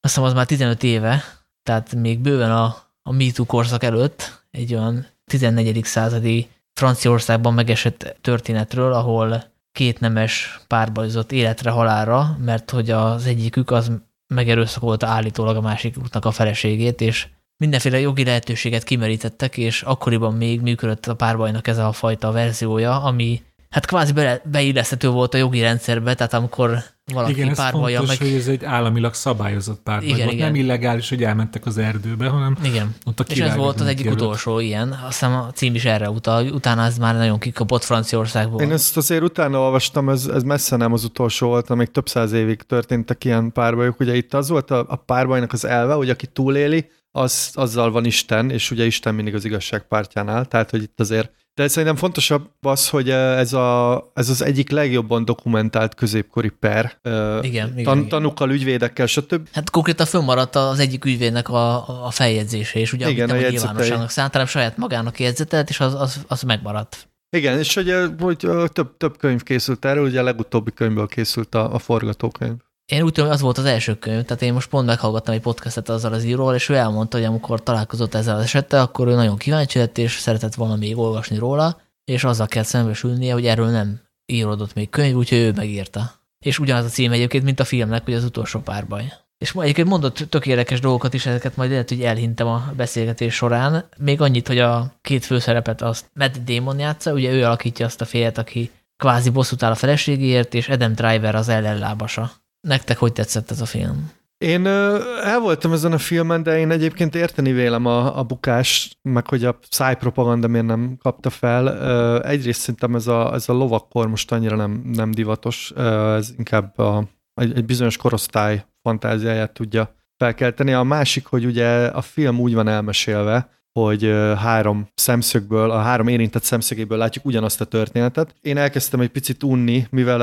hiszem az már 15 éve, tehát még bőven a MeToo korszak előtt egy olyan 14. századi Franciaországban megesett történetről, ahol két nemes párbajozott életre halálra, mert hogy az egyikük az megerőszakolta állítólag a másiknak a feleségét, és mindenféle jogi lehetőséget kimerítettek, és akkoriban még működött a párbajnak ez a fajta verziója, ami hát kvázi beilleszthető volt a jogi rendszerbe, tehát amikor valaki igen, párbajja fontos, hogy ez egy államilag szabályozott párbaj volt. Igen. Nem illegális, hogy elmentek az erdőbe, hanem igen. ott a és ez volt az egyik utolsó ilyen. Azt hiszem a cím is erre utal, utána ez már nagyon kikapott Franciaországból. Én ezt azért utána olvastam, ez messze nem az utolsó volt, amíg több száz évig történtek ilyen párbajok. Ugye itt az volt a párbajnak az elve, hogy aki túléli, azzal van Isten, és ugye Isten mindig az igazság pártjánál, tehát hogy itt azért. De szerintem fontosabb az, hogy ez az egyik legjobban dokumentált középkori per. Igen. Tanúkkal, ügyvédekkel, stb. Hát konkrétan fönnmaradt az egyik ügyvédnek a feljegyzése, és ugye igen, amit nem a nyilvánosságnak szánt, saját magának jegyzetelt, és az megmaradt. Igen, és hogy több könyv készült erről, ugye a legutóbbi könyvből készült a forgatókönyv. Én úgy tudom, hogy az volt az első könyv, tehát én most pont meghallgattam egy podcastet azzal az íróval, és ő elmondta, hogy amikor találkozott ezzel az esettel, akkor ő nagyon kíváncsi lett, és szeretett volna még olvasni róla, és azzal kell szembesülnie, hogy erről nem íródott még könyv, úgyhogy ő megírta. És ugyanaz a cím egyébként, mint a filmnek, hogy az utolsó párbaj. És egyébként mondott tök érdekes dolgokat is, ezeket majd lehet, hogy elhintem a beszélgetés során. Még annyit, hogy a két főszerepet azt Matt Damon játsza, ugye ő alakítja azt a félet, aki kvázi bosszút áll a feleségéért, és Adam Driver az ellenlábasa. Nektek hogy tetszett ez a film? Én el voltam ezen a filmen, de én egyébként érteni vélem a bukást, meg hogy a szájpropaganda miért nem kapta fel. Egyrészt szerintem ez a lovakkor most annyira nem divatos, ez inkább egy bizonyos korosztály fantáziáját tudja felkelteni. A másik, hogy ugye a film úgy van elmesélve, hogy három szemszögből, a három érintett szemszögéből látjuk ugyanazt a történetet. Én elkezdtem egy picit unni, mivel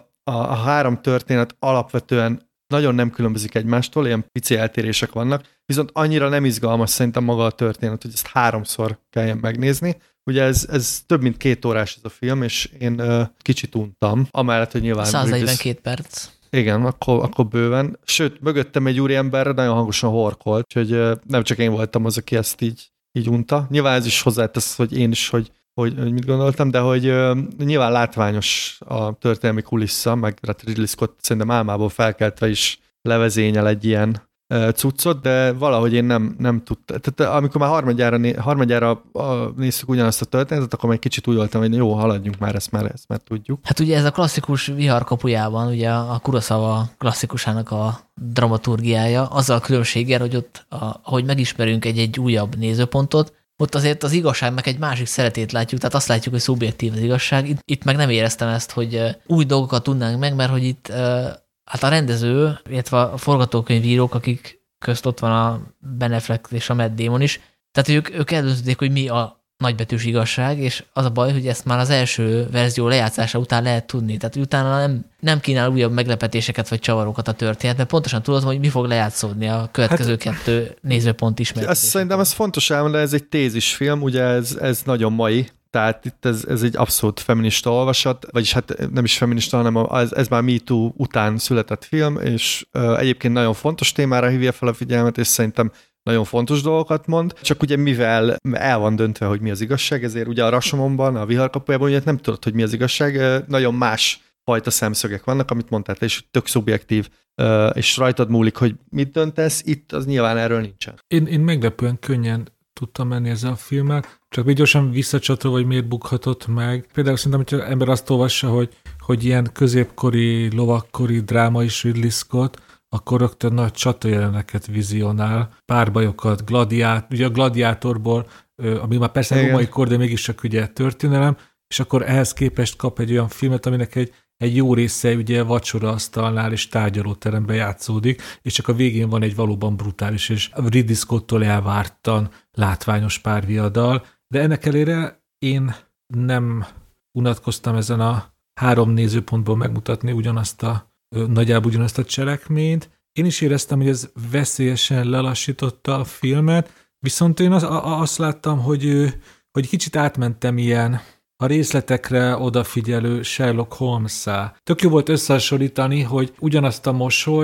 a három történet alapvetően nagyon nem különbözik egymástól, ilyen pici eltérések vannak, viszont annyira nem izgalmas szerintem maga a történet, hogy ezt háromszor kelljen megnézni. Ugye ez több mint 2 órás ez a film, és én kicsit untam, amellett, hogy nyilván... 142 perc. Igen, akkor bőven. Sőt, mögöttem egy úriember nagyon hangosan horkolt, úgyhogy nem csak én voltam az, aki ezt így unta. Nyilván ez is hozzátesz, hogy én is, hogy mit gondoltam, de hogy nyilván látványos a történelmi kulissza, meg Ridley Scott szerintem álmából felkeltve is levezényel egy ilyen cuccot, de valahogy én nem tudtam. Tehát amikor már harmadjára néztük ugyanazt a történetet, akkor egy kicsit úgy voltam, hogy jó, haladjunk már, ezt már tudjuk. Hát ugye ez a klasszikus Viharkapujában, ugye a Kurosawa klasszikusának a dramaturgiája, azzal a különbséggel, hogy ott, ahogy megismerünk egy újabb nézőpontot, ott azért az igazságnak egy másik szeretét látjuk, tehát azt látjuk, hogy szubjektív az igazság. Itt meg nem éreztem ezt, hogy új dolgokat tudnánk meg, mert hogy itt hát a rendező, illetve a forgatókönyvírók, akik közt ott van a Ben Affleck és a Matt Damon is, tehát ők eldöntötték, hogy mi a nagybetűs igazság, és az a baj, hogy ezt már az első verzió lejátszása után lehet tudni. Tehát utána nem kínál újabb meglepetéseket vagy csavarokat a történet, mert pontosan tudod, hogy mi fog lejátszódni a következő 2 nézőpont ismertetése. Szerintem ez fontos elmondani, ez egy tézisfilm, ugye ez nagyon mai, tehát itt ez egy abszolút feminista olvasat, vagyis hát nem is feminista, hanem ez már MeToo után született film, és egyébként nagyon fontos témára hívja fel a figyelmet, és szerintem nagyon fontos dolgokat mond, csak ugye mivel el van döntve, hogy mi az igazság, ezért ugye a Rasomomban, a Viharkapujában ugye nem tudod, hogy mi az igazság, nagyon más fajta szemszögek vannak, amit mondtál, és tök szubjektív, és rajtad múlik, hogy mit döntesz, itt az nyilván erről nincsen. Én meglepően könnyen tudtam menni ezzel a filmmel, csak még gyorsan visszacsatolva, hogy miért bukhatott meg. Például szerintem, hogyha ember azt olvassa, hogy ilyen középkori, lovakkori dráma is Ridley Scott, akkor rögtön nagy csatajeleneket vizionál, párbajokat, ugye a gladiátorból, ami már persze római kor, de mégis csak ugye történelem, és akkor ehhez képest kap egy olyan filmet, aminek egy jó része ugye vacsoraasztalnál és tárgyalóteremben játszódik, és csak a végén van egy valóban brutális és Ridley Scott-tól elvártan látványos párviadal, de ennek ellenére én nem unatkoztam ezen a 3 nézőpontból megmutatni nagyjából ugyanazt a cselekményt. Én is éreztem, hogy ez veszélyesen lelassította a filmet, viszont én azt láttam, hogy kicsit átmentem ilyen a részletekre odafigyelő Sherlock Holmes-szá. Tök jó volt összehasonlítani, hogy ugyanazt a mosolyt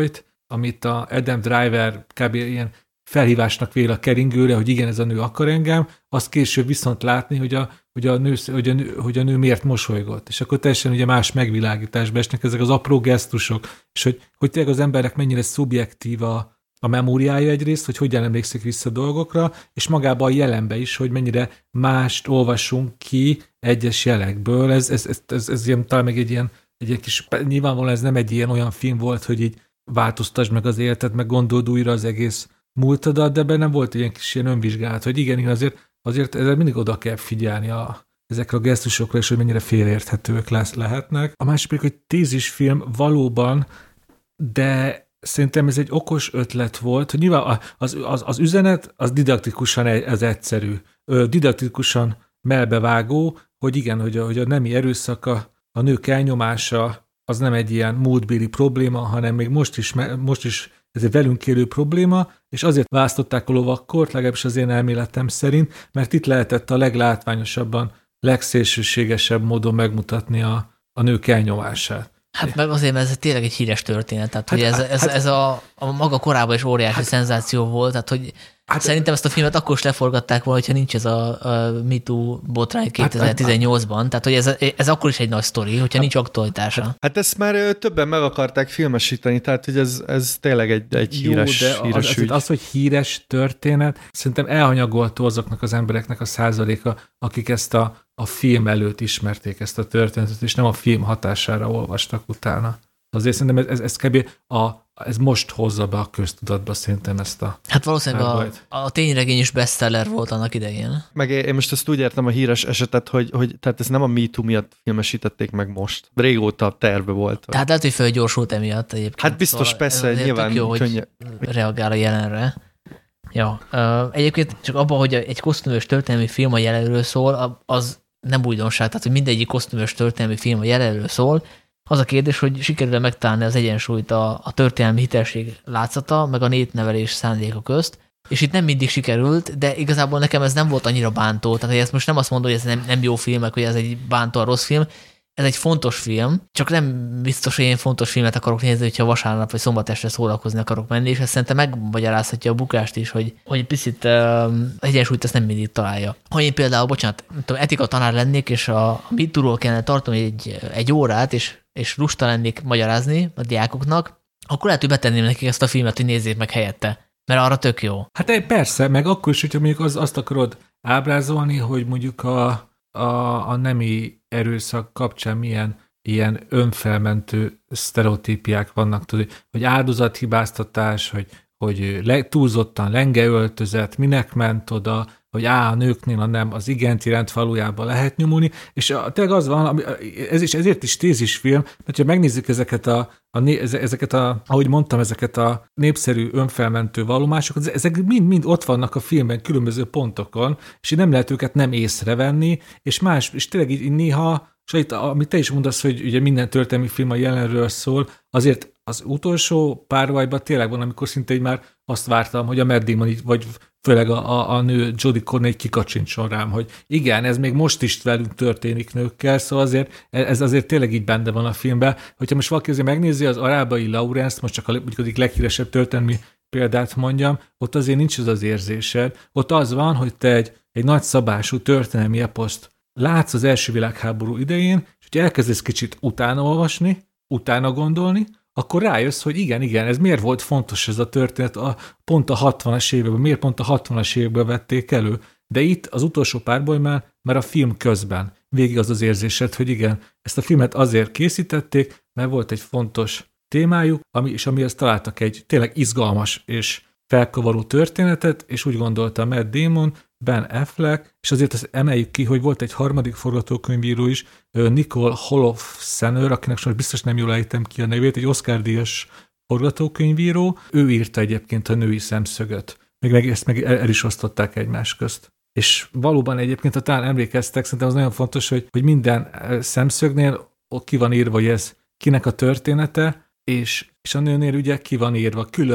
amit a Adam Driver kb. Ilyen felhívásnak vél a keringőre, hogy igen, ez a nő akar engem, azt később viszont látni, hogy a nő miért mosolygott. És akkor teljesen ugye más megvilágításba esnek ezek az apró gesztusok, és hogy tényleg az embernek mennyire szubjektív a memóriája egyrészt, hogy hogyan emlékszik vissza dolgokra, és magában a jelenbe is, hogy mennyire mást olvasunk ki egyes jelekből. Ez ilyen, talán meg egy ilyen kis, nyilvánvalóan ez nem egy ilyen olyan film volt, hogy így változtasd meg az életet, meg gondold újra az egész múltadat, de bennem volt egy ilyen kis ilyen önvizsgálat, hogy igen, azért ezzel mindig oda kell figyelni ezekre a gesztusokra, és hogy mennyire félreérthetők lehetnek. A másik pedig, hogy tézisfilm valóban, de szerintem ez egy okos ötlet volt, hogy nyilván az üzenet az didaktikusan az egyszerű, didaktikusan melbevágó, hogy igen, hogy a nemi erőszak, a nők elnyomása az nem egy ilyen múltbéli probléma, hanem még most is ez egy velünk élő probléma, és azért választották a lovakkort, legalábbis az én elméletem szerint, mert itt lehetett a leglátványosabban, legszélsőségesebb módon megmutatni a nők elnyomását. Hát meg azért, mert ez tényleg egy híres történet, tehát hogy ez a maga korában is óriási szenzáció volt, tehát hogy szerintem ezt a filmet akkor is leforgatták volna, hogyha nincs ez a MeToo botrány 2018-ban, tehát hogy ez akkor is egy nagy sztori, hogyha nincs aktualitása. Hát ezt már többen meg akarták filmesíteni, tehát hogy ez tényleg egy híres ügy. Az, hogy híres történet, szerintem elhanyagolta azoknak az embereknek a százaléka, akik ezt a film előtt ismerték ezt a történetet, és nem a film hatására olvastak utána. Azért szerintem ez kb. Ez most hozza be a köztudatba szerintem ezt a... Hát valószínűleg a tényregény is bestseller volt annak idején. Meg én most ezt úgy értem a híres esetet, hogy tehát ez nem a MeToo miatt filmesítették meg most. Régóta terve volt. Tehát lehet, hogy felgyorsult emiatt egyébként. Hát biztos, szóval persze, nyilván jó, hogy reagál a jelenre. Ja, egyébként csak abban, hogy egy kosztümös történelmi film a jelenről szól, az nem újdonság, tehát hogy mindegyik kosztümös történelmi film a jelenről szól. Az a kérdés, hogy sikerül-e megtalálni az egyensúlyt a történelmi hitelesség látszata, meg a népnevelés szándéka közt, és itt nem mindig sikerült, de igazából nekem ez nem volt annyira bántó, tehát ezt most nem azt mondom, hogy ez nem jó film, meg hogy ez egy bántó, rossz film, ez egy fontos film, csak nem biztos, hogy én fontos filmet akarok nézni, hogyha vasárnap vagy szombat este szórakozni akarok menni, és ezt szerintem megmagyarázhatja a bukást is, hogy picit egyensúlyt ezt nem mindig találja. Ha én például, etika tanár lennék, és a MeToo-ról kellene tartani egy órát, és lusta lennék magyarázni a diákoknak, akkor lehet, hogy betenném nekik ezt a filmet, hogy nézzék meg helyette, mert arra tök jó. Hát persze, meg akkor is, hogyha mondjuk azt akarod ábrázolni, hogy mondjuk a nemi erőszak kapcsán milyen ilyen önfelmentő sztereotípiák vannak, tudod, hogy áldozathibáztatás, hogy túlzottan lengeöltözet, minek ment oda, hogy a nőknél nem, az igent iránt valójában lehet nyomulni, és tényleg az van, ezért is tézisfilm, mert ha megnézzük ezeket ahogy mondtam, ezeket a népszerű önfelmentő vallomásokat, ezek mind ott vannak a filmben különböző pontokon, és így nem lehet őket nem észrevenni, és tényleg így néha, és itt, amit te is mondasz, hogy ugye minden történelmi film a jelenről szól, azért az utolsó párvajban tényleg van, amikor szinte így már azt vártam, hogy a Matt Damon, vagy főleg a nő Jodie Comer kikacsintson rám, hogy igen, ez még most is velünk történik nőkkel, szóval azért, ez azért tényleg így benne van a filmben. Hogyha most valaki azért megnézi az Arábai Laurence, most csak a leghíresebb történelmi példát mondjam, ott azért nincs ez az érzésed. Ott az van, hogy te egy nagyszabású történelmi eposzt látsz az első világháború idején, és hogy elkezdesz kicsit utána olvasni, utána gondolni, akkor rájössz, hogy igen, ez miért volt fontos ez a történet pont a 60-as években, miért pont a 60-as években vették elő. De itt az utolsó párbajnál már a film közben végig az érzésed, hogy igen, ezt a filmet azért készítették, mert volt egy fontos témájuk, amihez találtak egy tényleg izgalmas és felkavaró történetet, és úgy gondolta Matt Damon, Ben Affleck, és azért azt emeljük ki, hogy volt egy harmadik forgatókönyvíró is, Nicole Holofcener, akinek most biztos nem jól ejtem ki a nevét, egy Oscar-díjas forgatókönyvíró, ő írta egyébként a Női szemszögöt. Ezt meg el is osztották egymás közt. És valóban egyébként, ha talán emlékeztek, szerintem az nagyon fontos, hogy minden szemszögnél ott ki van írva, hogy ez kinek a története, és a nőnél ugye ki van írva külön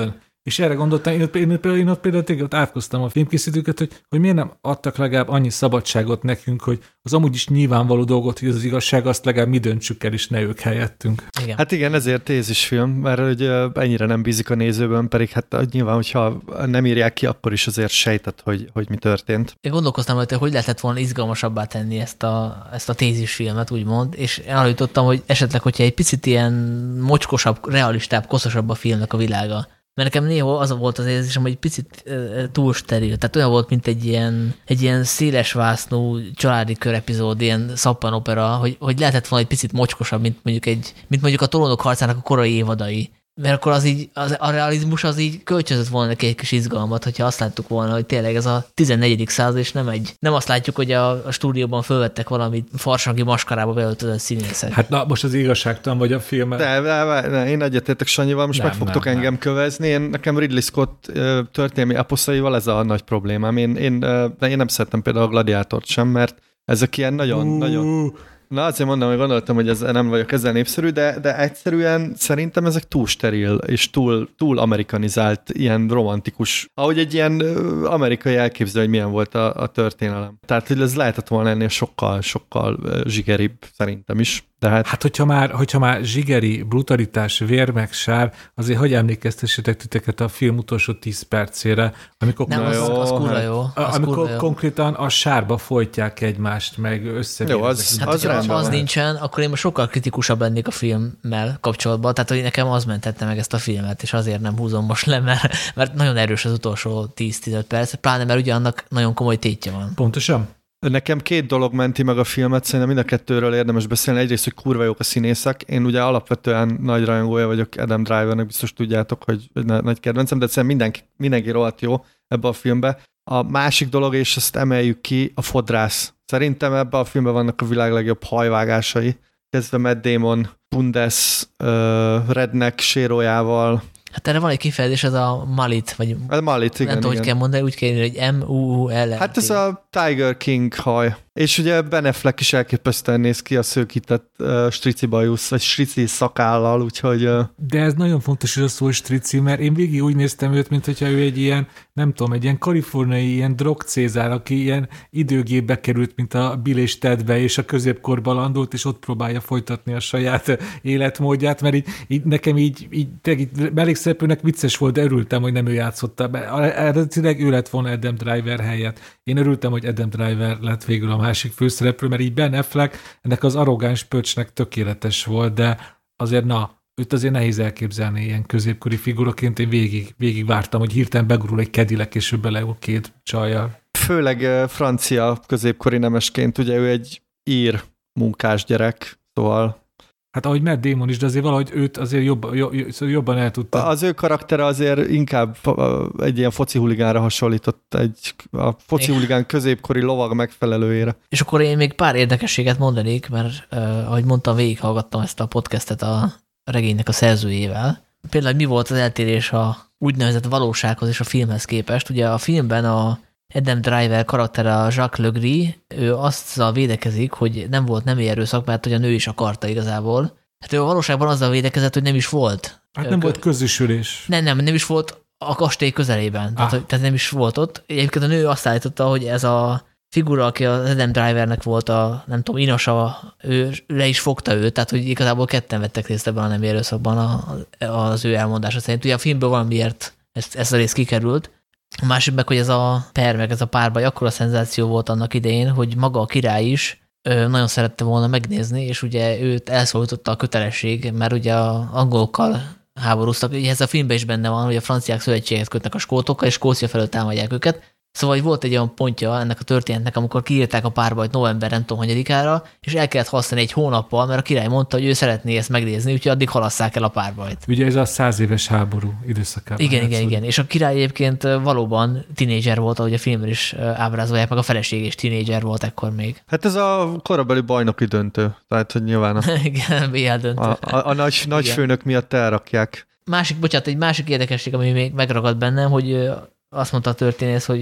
És erre gondoltam, én ott például átkoztam a filmkészítőket, hogy miért nem adtak legalább annyi szabadságot nekünk, hogy az amúgy is nyilvánvaló dolgot, hogy az igazság, azt legalább mi döntsük el, és ne ők helyettünk. Igen. Hát igen, ezért tézisfilm, mert hogy ennyire nem bízik a nézőben, pedig hát nyilván, hogyha nem írják ki, akkor is azért sejtett, hogy mi történt. Én gondolkoztam, hogy lehetett volna izgalmasabbá tenni ezt a tézisfilmet, úgymond, és elhajtottam, hogy esetleg, hogyha egy picit ilyen mocskosabb, realistább, koszosabb a filmnek a világa. Mert nekem néha az volt az érzésem, hogy egy picit túl steril. Tehát olyan volt, mint egy ilyen szélesvásznú családi körepizód, ilyen szappanopera, hogy lehetett volna egy picit mocskosabb, mint mondjuk a Trónok harcának a korai évadai. Mert akkor a realizmus az így kölcsönzött volna neki egy kis izgalmat, hogyha azt láttuk volna, hogy tényleg ez a 14. század, és nem azt látjuk, hogy a stúdióban fölvettek valami farsangi maskarába beöltözött színészek. Hát na, most az igazságtalan vagy a filmet. De én egyetértek Sanyival, most meg fogtok engem kövezni. Nekem Ridley Scott történelmi eposzaival ez a nagy problémám. Én nem szerettem például a Gladiátort sem, mert ezek ilyen nagyon... Na, azért mondom, hogy gondoltam, hogy nem vagyok ezzel népszerű, de egyszerűen szerintem ezek túl steril, és túl amerikanizált, ilyen romantikus, ahogy egy ilyen amerikai elképzelő, hogy milyen volt a történelem. Tehát, hogy ez lehetett volna ennél sokkal zsigeribb szerintem is. De hát hogyha már zsigeri, brutalitás, vér meg sár, azért hogy emlékeztessetek titeket a film utolsó 10 percére, amikor, az kurva jó. Amikor konkrétan a sárba folytják egymást, meg összevérzik. Jó, az nincsen, akkor én most sokkal kritikusabb lennék a filmmel kapcsolatban, tehát hogy nekem az mentette meg ezt a filmet, és azért nem húzom most le, mert nagyon erős az utolsó 10-15 perc, pláne mert ugye annak nagyon komoly tétje van. Pontosan. Nekem 2 dolog menti meg a filmet, szerintem mind a 2-ről érdemes beszélni. Egyrészt, hogy kurva jók a színészek. Én ugye alapvetően nagy rajongója vagyok Adam Drivernek, biztos tudjátok, hogy nagy kedvencem, de egyszerűen mindenki rohadt jó ebbe a filmbe. A másik dolog, és ezt emeljük ki, a fodrász. Szerintem ebben a filmben vannak a világ legjobb hajvágásai. Kezdve Matt Damon, Bundes, Redneck sérójával. Hát erre van egy kifejezés, ez a Mullet, vagy Mullet, igen. Nem tudom, hogy kell mondani, úgy kell írni, hogy M-U-U-L-L-T. Hát ez a Tiger King haj. És ugye Ben Affleck is elképesztően néz ki a szőkített strici bajusz, vagy strici szakállal, úgyhogy... De ez nagyon fontos, hogy a szó strici, mert én végig úgy néztem őt, mint hogyha ő egy ilyen, nem tudom, egy ilyen kaliforniai, ilyen drogcézár, aki ilyen időgépbe került, mint a Bill és Tedbe, és a középkorba landult, és ott próbálja folytatni a saját életmódját, mert így nekem így mellékszereplőnek vicces volt, de örültem, hogy nem ő játszotta. Eredetileg ő lett volna Adam Driver helyett. Én örültem, hogy Adam Driver lett végül a másik főszereplő, mert így Ben Affleck ennek az arrogáns pöcsnek tökéletes volt, de azért őt azért nehéz elképzelni ilyen középkori figuraként. Én végig vártam, hogy hirtelen begurul egy Cadillac, és ő beleül 2 csajjal. Főleg francia középkori nemesként, ugye ő egy ír munkás gyerek, szóval... Hát ahogy Matt Damon is, de azért valahogy őt azért jobban el tudta. Az ő karaktere azért inkább egy ilyen foci huligánra hasonlított, a foci huligán középkori lovag megfelelőjére. És akkor én még pár érdekességet mondanék, mert ahogy mondtam, végighallgattam ezt a podcastet a regénynek a szerzőjével. Például mi volt az eltérés a úgynevezett valósághoz és a filmhez képest. Ugye a filmben a Adam Driver karaktere, a Jacques Legris, ő azzal védekezik, hogy nem volt nemi erőszak, mert hogy a nő is akarta igazából. Hát ő a valóságban azzal védekezett, hogy nem is volt. Hát nem volt közösülés. Nem is volt a kastély közelében. Tehát nem is volt ott. Egyébként a nő azt állította, hogy ez a figura, aki az Adam Drivernek volt a, nem tudom, inasa, ő le is fogta őt, tehát hogy igazából ketten vettek részt ebben a nemi erőszakban az ő elmondása szerint. Ugye a filmből valamiért ez a rész kikerült. A másik meg, hogy ez a per, meg ez a párbaj akkora szenzáció volt annak idején, hogy maga a király is nagyon szerette volna megnézni, és ugye őt elszólította a kötelesség, mert ugye az angolokkal háborúztak. Ugye ez a filmben is benne van, hogy a franciák szövetséget kötnek a skótokkal, és Skócia felől támadják őket. Szóval volt egy olyan pontja ennek a történetnek, amikor kiírták a párbajt november nem tudom hanyadikára, és el kellett használni 1 hónappal, mert a király mondta, hogy ő szeretné ezt megnézni, úgyhogy addig halasszák el a párbajt. Ugye ez a 100 éves háború időszakában. Igen. És a király egyébként valóban tínédzser volt, ahogy a filmben is ábrázolják, meg a feleség is tínédzser volt ekkor még. Hát ez a korabeli bajnoki döntő, tehát hogy nyilván igen, BL döntő. A nagy főnök miatt elrakják. Egy másik érdekesség, ami még megragad bennem, hogy azt mondta a történész, hogy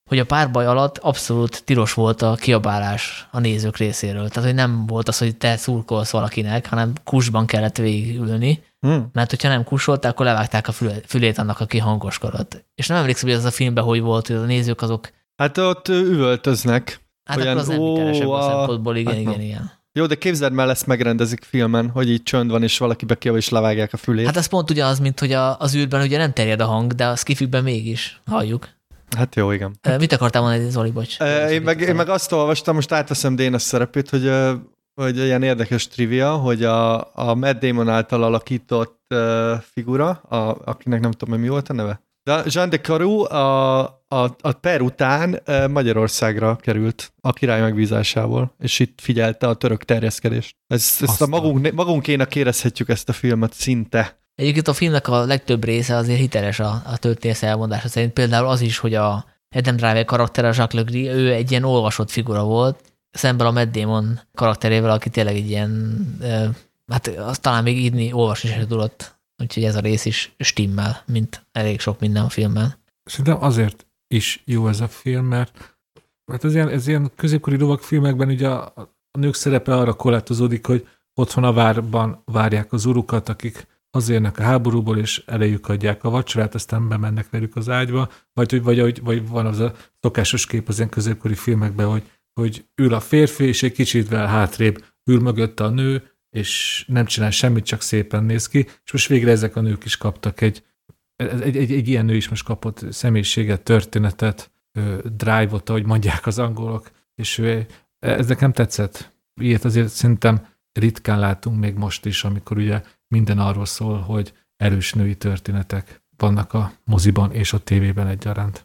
hogy a párbaj alatt abszolút tilos volt a kiabálás a nézők részéről. Tehát, hogy nem volt az, hogy te szurkolsz valakinek, hanem kusban kellett végigülni, mert hogyha nem kusoltál, akkor levágták a fülét annak, aki hangoskodott. És nem emlékszem, hogy ez a filmben hogy volt, hogy a nézők azok... Hát ott üvöltöznek. Hát olyan, akkor az nem hitelesebb a szempontból, igen. Jó, de képzeld már, ezt megrendezik filmen, hogy így csönd van, és valaki bekiabál, és levágják a fülét. Hát ez pont ugyanaz, mint hogy az űrben ugye nem terjed a hang, de a skifikben mégis halljuk. Hát jó, igen. Mit akartál mondani, Zoli, bocs? Én meg azt olvastam, most átveszem Dénes szerepét, hogy ilyen érdekes trivia, hogy a Matt Damon által alakított figura, akinek nem tudom, mi volt a neve, de Jean de Carew a per után Magyarországra került a király megbízásából, és itt figyelte a török terjeszkedést. Ezt a magunkénak érezhetjük ezt a filmet szinte. Egyébként a filmnek a legtöbb része azért hiteles a történet elmondása szerint. Például az is, hogy a Adam Driver karaktere, Jacques Legris, ő egy ilyen olvasott figura volt, szemben a Matt Damon karakterével, aki tényleg egy ilyen, hát azt talán még írni, olvasni sem tudott. Úgyhogy ez a rész is stimmel, mint elég sok minden a filmben. Szerintem azért is jó ez a film, mert ez ilyen középkori lovagfilmekben ugye a nők szerepe arra korlátozódik, hogy otthon a várban várják az urukat, akik hazérnek a háborúból, és elejük adják a vacsorát, aztán bemennek velük az ágyba, vagy van az a szokásos kép az ilyen középkori filmekben, hogy ül a férfi, és egy kicsit hátrébb ül mögötte a nő, és nem csinál semmit, csak szépen néz ki, és most végre ezek a nők is kaptak egy ilyen nő is most kapott személyiséget, történetet, drive-ot, ahogy mondják az angolok, és ez nekem tetszett. Ilyet azért szerintem ritkán látunk még most is, amikor ugye minden arról szól, hogy erős női történetek vannak a moziban és a tévében egyaránt.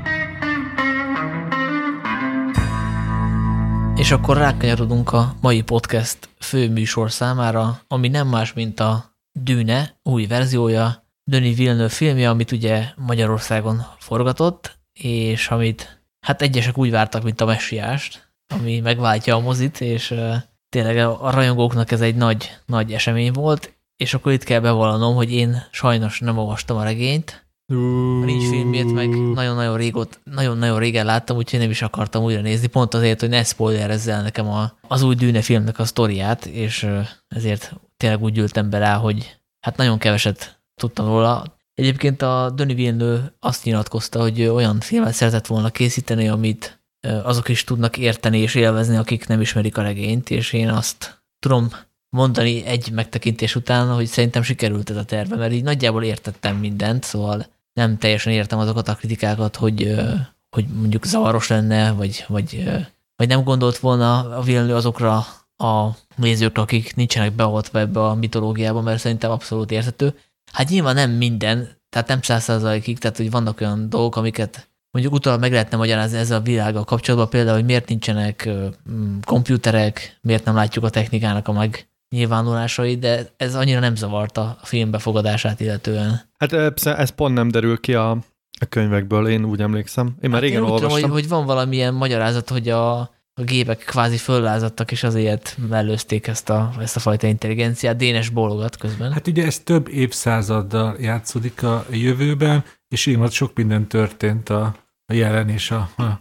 És akkor rákanyarodunk a mai podcast főműsor számára, ami nem más, mint a Dune új verziója, Denis Villeneuve filmje, amit ugye Magyarországon forgatott, és amit hát egyesek úgy vártak, mint a Messiást, ami megváltja a mozit, és tényleg a rajongóknak ez egy nagy esemény volt, és akkor itt kell bevallanom, hogy én sajnos nem olvastam a regényt, nincs filmjét, meg nagyon-nagyon régen láttam, úgyhogy nem is akartam újra nézni, pont azért, hogy ne spoilerezzel nekem az új Dune filmnek a sztoriát, és ezért tényleg úgy ültem be rá, hogy hát nagyon keveset tudtam róla. Egyébként a Denis Villeneuve azt nyilatkozta, hogy olyan filmet szeretett volna készíteni, amit azok is tudnak érteni és élvezni, akik nem ismerik a regényt, és én azt tudom mondani egy megtekintés után, hogy szerintem sikerült ez a terve, mert így nagyjából értettem mindent, szóval nem teljesen értem azokat a kritikákat, hogy mondjuk zavaros lenne, vagy nem gondolt volna a Villeneuve azokra a nézőkre, akik nincsenek beavatva ebbe a mitológiába, mert szerintem abszolút érthető. Hát nyilván nem minden, tehát nem 100%-ig, tehát hogy vannak olyan dolgok, amiket mondjuk utána meg lehetne magyarázni ezzel a világgal kapcsolatban, például, hogy miért nincsenek komputerek, miért nem látjuk a technikának a megnyilvánulásait, de ez annyira nem zavarta a film befogadását illetően. Hát ez pont nem derül ki a könyvekből, én úgy emlékszem. Én már régen olvastam. Tudom, hogy van valamilyen magyarázat, hogy a gépek kvázi föllázadtak, és azért mellőzték ezt a fajta intelligenciát. Dénes bólogat közben. Hát ugye ez több évszázaddal játszódik a jövőben, és így sok minden történt a jelen és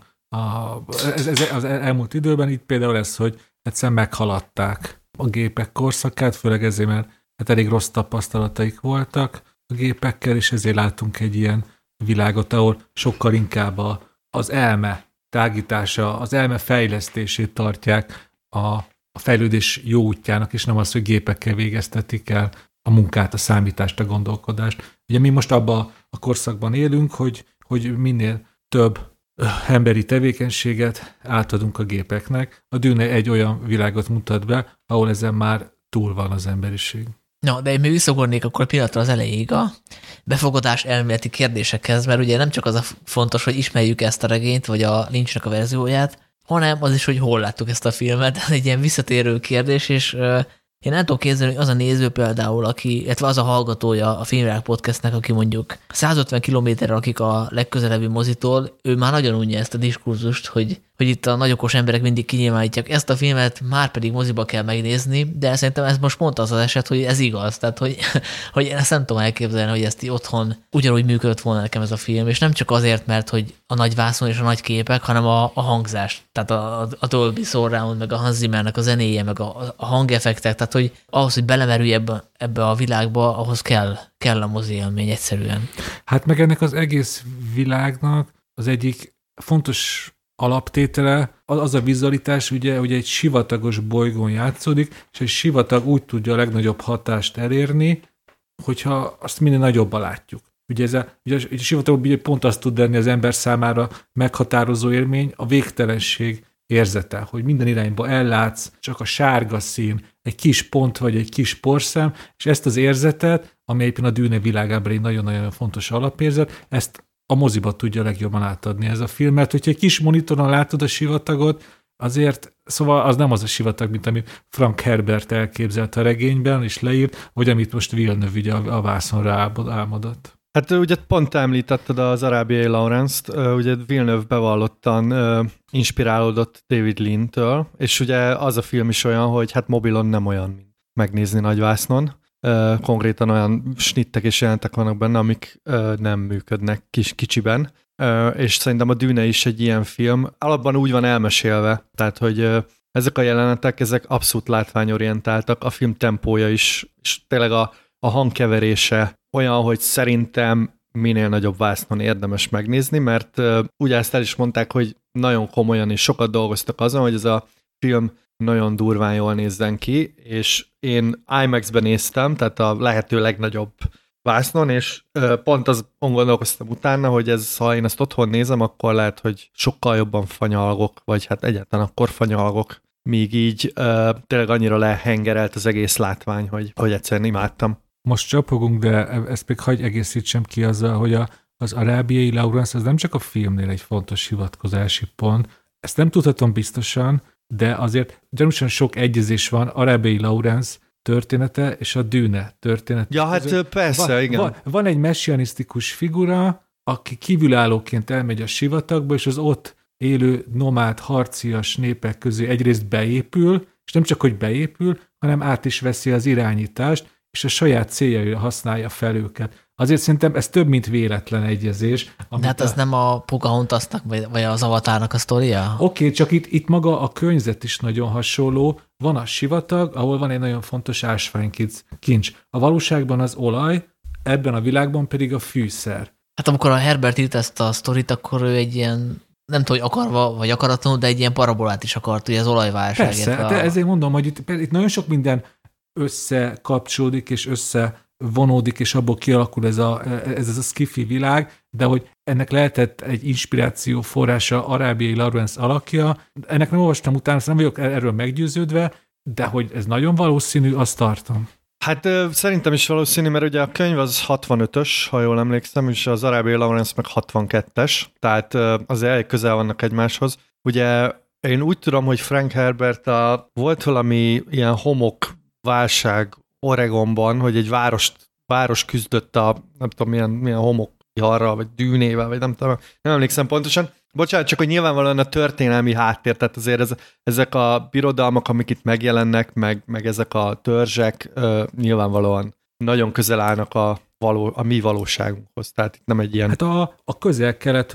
az elmúlt időben. Itt például ez, hogy egyszerűen meghaladták a gépek korszakát, főleg ezért, mert hát elég rossz tapasztalataik voltak a gépekkel, és ezért látunk egy ilyen világot, ahol sokkal inkább az elme tágítása, az elme fejlesztését tartják a fejlődés jó útjának, és nem az, hogy gépekkel végeztetik el a munkát, a számítást, a gondolkodást. Ugye mi most abban a korszakban élünk, hogy minél több emberi tevékenységet átadunk a gépeknek. A Dune egy olyan világot mutat be, ahol ezen már túl van az emberiség. No, de én még visszagornék akkor pillanatra az elejéig a befogadás elméleti kérdésekhez, mert ugye nem csak az a fontos, hogy ismerjük ezt a regényt, vagy a Lynchnek a verzióját, hanem az is, hogy hol láttuk ezt a filmet. Ez egy ilyen visszatérő kérdés, és én nem tudom képzelni, hogy az a néző például, illetve az a hallgatója a Filmvilág podcastnek, aki mondjuk 150 kilométerre lakik a legközelebbi mozitól, ő már nagyon unja ezt a diskurzust, hogy itt a nagyokos emberek mindig kinyilvánítják, ezt a filmet már pedig moziba kell megnézni, de szerintem ez most pont az eset, hogy ez igaz. Tehát, hogy én ezt nem tudom elképzelni, hogy ezt otthon ugyanúgy működött volna nekem ez a film, és nem csak azért, mert hogy a nagy vászon és a nagy képek, hanem a hangzás. Tehát a Dolby Surround, meg a Hans Zimmernek a zenéje, meg a hangeffektek, tehát hogy ahhoz, hogy belemerülj ebbe a világba, ahhoz kell a mozi élmény egyszerűen. Hát meg ennek az egész világnak az egyik fontos alaptétele az a vizualitás, ugye egy sivatagos bolygón játszódik, és egy sivatag úgy tudja a legnagyobb hatást elérni, hogyha azt minél nagyobban látjuk. Ugye a sivatagban pont azt tud lenni az ember számára meghatározó élmény, a végtelenség érzete, hogy minden irányba ellátsz, csak a sárga szín, egy kis pont vagy egy kis porszem, és ezt az érzetet, ami éppen a Dűne világában egy nagyon-nagyon fontos alapérzet, ezt a moziba tudja legjobban átadni ez a film, mert hogyha egy kis monitoron látod a sivatagot, azért, szóval az nem az a sivatag, mint amit Frank Herbert elképzelt a regényben, és leírt, vagy amit most Villeneuve ugye a vászonra álmodott. Hát ugye pont említetted az Arábiai Lawrence-t, ugye Villeneuve bevallottan inspirálódott David Lean-től, és ugye az a film is olyan, hogy hát mobilon nem olyan, mint megnézni nagyvásznon. Konkrétan olyan snittek és jelentek vannak benne, amik nem működnek kicsiben, és szerintem a Dűne is egy ilyen film. Alapban úgy van elmesélve, tehát hogy ezek a jelenetek, ezek abszolút látványorientáltak, a film tempója is, és tényleg a hangkeverése olyan, hogy szerintem minél nagyobb vásznon érdemes megnézni, mert ugye ezt el is mondták, hogy nagyon komolyan és sokat dolgoztak azon, hogy ez a film nagyon durván jól nézzen ki, és én IMAX-ben néztem, tehát a lehető legnagyobb vásznon, és pont az gondolkoztam utána, hogy ha én ezt otthon nézem, akkor lehet, hogy sokkal jobban fanyalgok, vagy hát egyáltalán akkor fanyalgok, míg így tényleg annyira lehengerelt az egész látvány, hogy egyszerűen imádtam. Most csapogunk, de ezt még hagyj egészítsem ki azzal, hogy az Arábiai Lawrence az nem csak a filmnél egy fontos hivatkozási pont. Ezt nem tudhatom biztosan, de azért gyanúsan sok egyezés van Arábiai Lawrence története és a Dűne története. Ja, hát persze, igen. Van egy messianisztikus figura, aki kívülállóként elmegy a sivatagba, és az ott élő nomád harcias népek közé egyrészt beépül, és nem csak, hogy beépül, hanem át is veszi az irányítást, és a saját céljaira használja fel őket. Azért szerintem ez több, mint véletlen egyezés. De hát ez nem a Pocahontasnak, vagy az Avatarnak a sztoria? Oké, csak itt maga a környezet is nagyon hasonló. Van a sivatag, ahol van egy nagyon fontos ásványkincs. A valóságban az olaj, ebben a világban pedig a fűszer. Hát amikor a Herbert írt ezt a sztorit, akkor ő egy ilyen, nem tudom, hogy akarva vagy akaratlanul, de egy ilyen parabolát is akart, ugye az olajválság. Persze, de ezért mondom, hogy itt nagyon sok minden összekapcsolódik és összevonódik, és abból kialakul ez a skifi világ, de hogy ennek lehetett egy inspiráció forrása Arábiai Lawrence alakja. Ennek nem olvastam utána, nem vagyok erről meggyőződve, de hogy ez nagyon valószínű, azt tartom. Hát szerintem is valószínű, mert ugye a könyv az 65-ös, ha jól emlékszem, és az Arábiai Lawrence meg 62-es, tehát azért elég közel vannak egymáshoz. Ugye én úgy tudom, hogy Frank Herbert volt valami ilyen homokválság Oregonban, hogy egy város küzdött nem tudom milyen homokviharral, vagy dűnével, vagy nem tudom, nem emlékszem pontosan. Bocsánat, csak hogy nyilvánvalóan a történelmi háttér, tehát azért ezek a birodalmak, amik itt megjelennek, meg ezek a törzsek nyilvánvalóan nagyon közel állnak a mi valóságunkhoz, tehát itt nem egy ilyen... Hát a közel-kelet,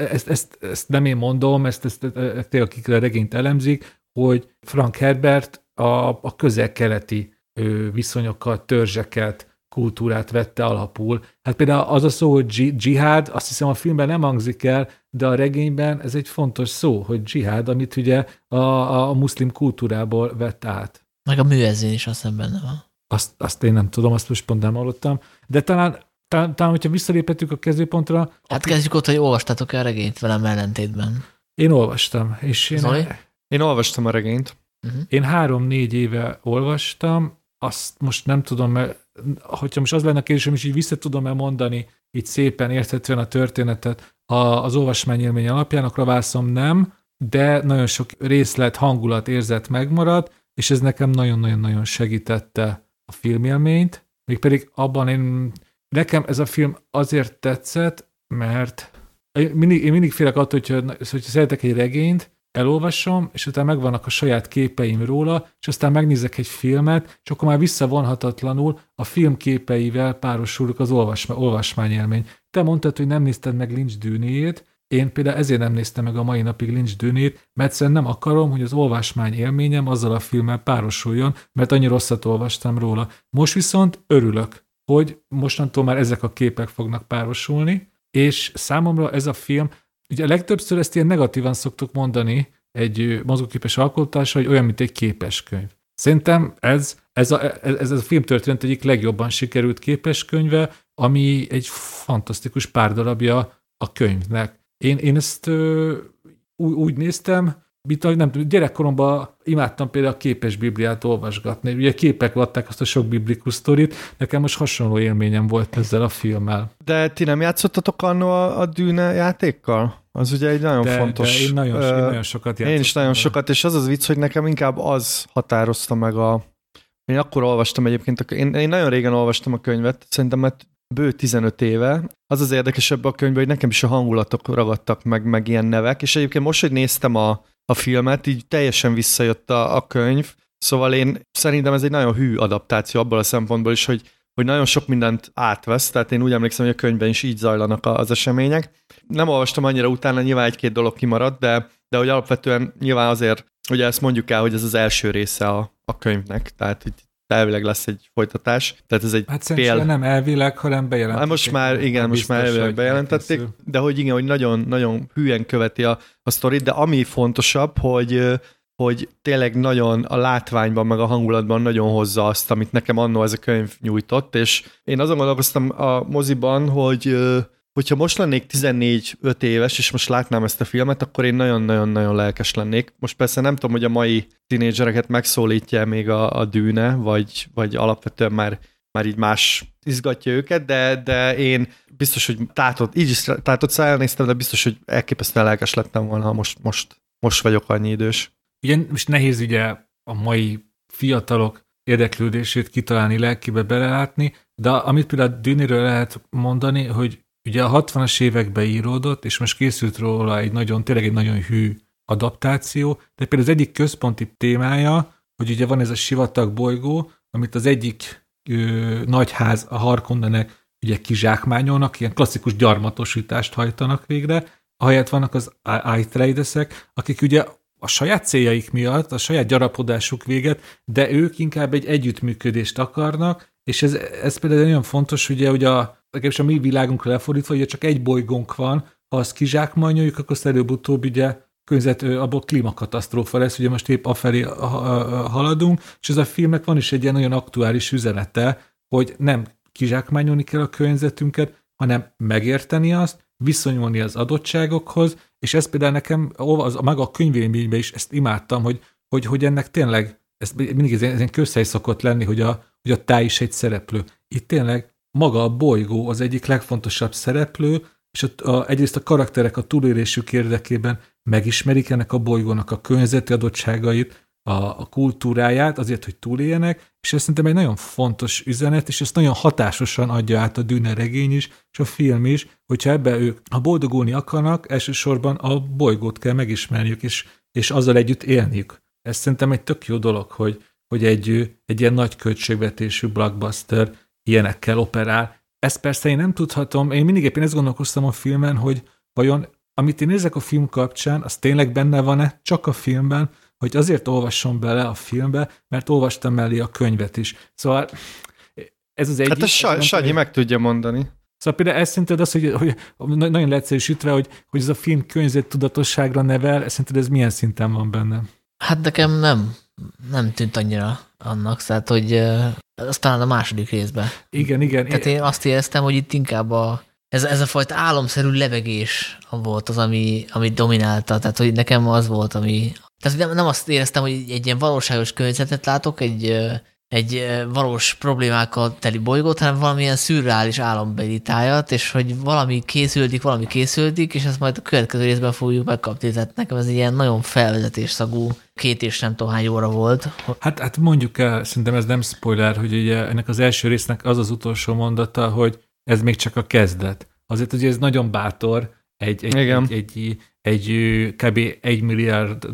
ezt nem én mondom, ezt tényleg akik a regényt elemzik, hogy Frank Herbert a közel-keleti viszonyokat, törzseket, kultúrát vette alapul. Hát például az a szó, hogy dzsihád, azt hiszem a filmben nem hangzik el, de a regényben ez egy fontos szó, hogy dzsihád, amit ugye a muszlim kultúrából vett át. Meg a műezzén is azt hiszem benne van. Azt én nem tudom, azt most pont nem hallottam. De talán hogyha visszaléphetünk a kezdőpontra... Hát kezdjük ott, hogy olvastátok-e a regényt velem ellentétben? Én olvastam. És én olvastam a regényt. Én 3-4 éve olvastam, azt most nem tudom, mert hogyha most az lenne a kérdésem, is így vissza tudom mondani, így szépen érthetően a történetet az olvasmányélmény alapján, akkor a válaszom nem, de nagyon sok részlet, hangulat, érzet megmarad, és ez nekem nagyon-nagyon-nagyon segítette a filmélményt. Mégpedig abban nekem ez a film azért tetszett, mert én mindig félek attól, hogyha szeretek egy regényt, elolvasom, és utána megvannak a saját képeim róla, és aztán megnézek egy filmet, és akkor már visszavonhatatlanul a film képeivel párosulok az olvasmányélmény. Te mondtad, hogy nem nézted meg Lynch Dűnéjét, én például ezért nem néztem meg a mai napig Lynch Dűnét, mert egyszerűen nem akarom, hogy az olvasmány élményem azzal a filmmel párosuljon, mert annyi rosszat olvastam róla. Most viszont örülök, hogy mostantól már ezek a képek fognak párosulni, és számomra ez a film, ugye legtöbbször ezt ilyen negatívan szoktuk mondani egy mozgóképes alkotásra, hogy olyan, mint egy képeskönyv. Szerintem ez a filmtörténet egyik legjobban sikerült képeskönyve, ami egy fantasztikus párdarabja a könyvnek. Én ezt úgy néztem, nem tudom, gyerekkoromban imádtam például a képes Bibliát olvasgatni. Ugye képek adták azt a sok biblikus sztorit, nekem most hasonló élményem volt ezzel a filmmel. De ti nem játszottatok annó a Dűne játékkal? Az ugye egy nagyon fontos... De én nagyon sokat játszottam. Én is nagyon sokat, és az vicc, hogy nekem inkább az határozta meg Én akkor olvastam egyébként, én nagyon régen olvastam a könyvet, szerintem mert bő 15 éve. Az érdekesebb a könyvben, hogy nekem is a hangulatok ragadtak meg ilyen nevek, és egyébként most, hogy néztem a filmet, így teljesen visszajött a könyv, szóval én szerintem ez egy nagyon hű adaptáció abból a szempontból is, hogy nagyon sok mindent átvesz, tehát én úgy emlékszem, hogy a könyvben is így zajlanak az események. Nem olvastam annyira utána, nyilván egy-két dolog kimaradt, de hogy alapvetően nyilván azért, hogy ezt mondjuk el, hogy ez az első része a könyvnek, tehát így elvileg lesz egy folytatás. Tehát ez egy szerintem nem elvileg, hanem bejelentették. Most már elvileg bejelentették, de hogy igen, hogy nagyon, nagyon hülyen követi a sztorit, de ami fontosabb, hogy tényleg nagyon a látványban, meg a hangulatban nagyon hozza azt, amit nekem annó ez a könyv nyújtott, és én azon gondolkoztam a moziban, hogyha most lennék 14-5 éves, és most látnám ezt a filmet, akkor én nagyon-nagyon-nagyon lelkes lennék. Most persze nem tudom, hogy a mai tínédzsereket megszólítja még a Dűne, vagy alapvetően már így más izgatja őket, de én biztos, hogy tátott szájjal néztem, de biztos, hogy elképesztően lelkes lettem volna, ha most vagyok annyi idős. Igen, most nehéz ugye a mai fiatalok érdeklődését kitalálni, lelkibe belelátni, de amit például a Dűnéről lehet mondani, hogy ugye a 60-as években íródott, és most készült róla tényleg egy nagyon hű adaptáció, de például az egyik központi témája, hogy ugye van ez a sivatag bolygó, amit az egyik nagyház, a Harkonnenek ugye kizsákmányolnak, ilyen klasszikus gyarmatosítást hajtanak végre, ahelyett vannak az Atreidesek, akik ugye a saját céljaik miatt, a saját gyarapodásuk véget, de ők inkább egy együttműködést akarnak, és ez például nagyon fontos, ugye, hogy legalábbis a mi világunkra lefordítva, hogy csak egy bolygónk van, ha azt kizsákmányoljuk, akkor azt előbb-utóbb ugye abból klímakatasztrófa lesz, ugye most épp afelé haladunk, és ez a filmnek van is egy ilyen nagyon aktuális üzenete, hogy nem kizsákmányolni kell a környezetünket, hanem megérteni azt, viszonyulni az adottságokhoz, és ez például nekem, maga a könyvélményben is ezt imádtam, hogy ennek tényleg, ez mindig ez ilyen közhely szokott lenni, hogy a táj is egy szereplő. Itt tényleg maga a bolygó az egyik legfontosabb szereplő, és egyrészt a karakterek a túlélésük érdekében megismerik ennek a bolygónak a környezeti adottságait, a kultúráját, azért, hogy túléljenek, és ez szerintem egy nagyon fontos üzenet, és ezt nagyon hatásosan adja át a Dűne regény is, és a film is, hogyha ebbe ők, ha boldogulni akarnak, elsősorban a bolygót kell megismerniük, és azzal együtt élniük. Ez szerintem egy tök jó dolog, hogy egy ilyen nagy költségvetésű blockbuster ilyenekkel operál. Ezt persze én nem tudhatom, én mindig éppen ezt gondolkoztam a filmen, hogy vajon amit én nézek a film kapcsán, az tényleg benne van-e csak a filmben, hogy azért olvasson bele a filmbe, mert olvastam mellé a könyvet is. Szóval ez az egyik... Hát ezt Sanyi meg tudja mondani. Szóval például ez szerinted az, hogy nagyon leegyszerűsítve, hogy ez a film környezettudatosságra nevel, szerinted ez milyen szinten van benne? Hát nekem nem tűnt annyira annak, tehát hogy aztán a második részben. Igen. Tehát én azt éreztem, hogy itt inkább ez a fajta álomszerű levegés volt az, ami dominálta, tehát hogy nekem az volt, ami... Tehát nem azt éreztem, hogy egy ilyen valóságos környezetet látok, egy valós problémákkal teli bolygót, hanem valamilyen szürreális álombeli tájat, és hogy valami készüldik, és ezt majd a következő részben fogjuk megkapni. Tehát nekem ez egy ilyen nagyon felvezetésszagú 2 és nem tudom hány óra volt. Hát mondjuk el, szerintem ez nem spoiler, hogy ugye ennek az első résznek az utolsó mondata, hogy ez még csak a kezdet. Azért, hogy ez nagyon bátor egy kb. $1 milliárd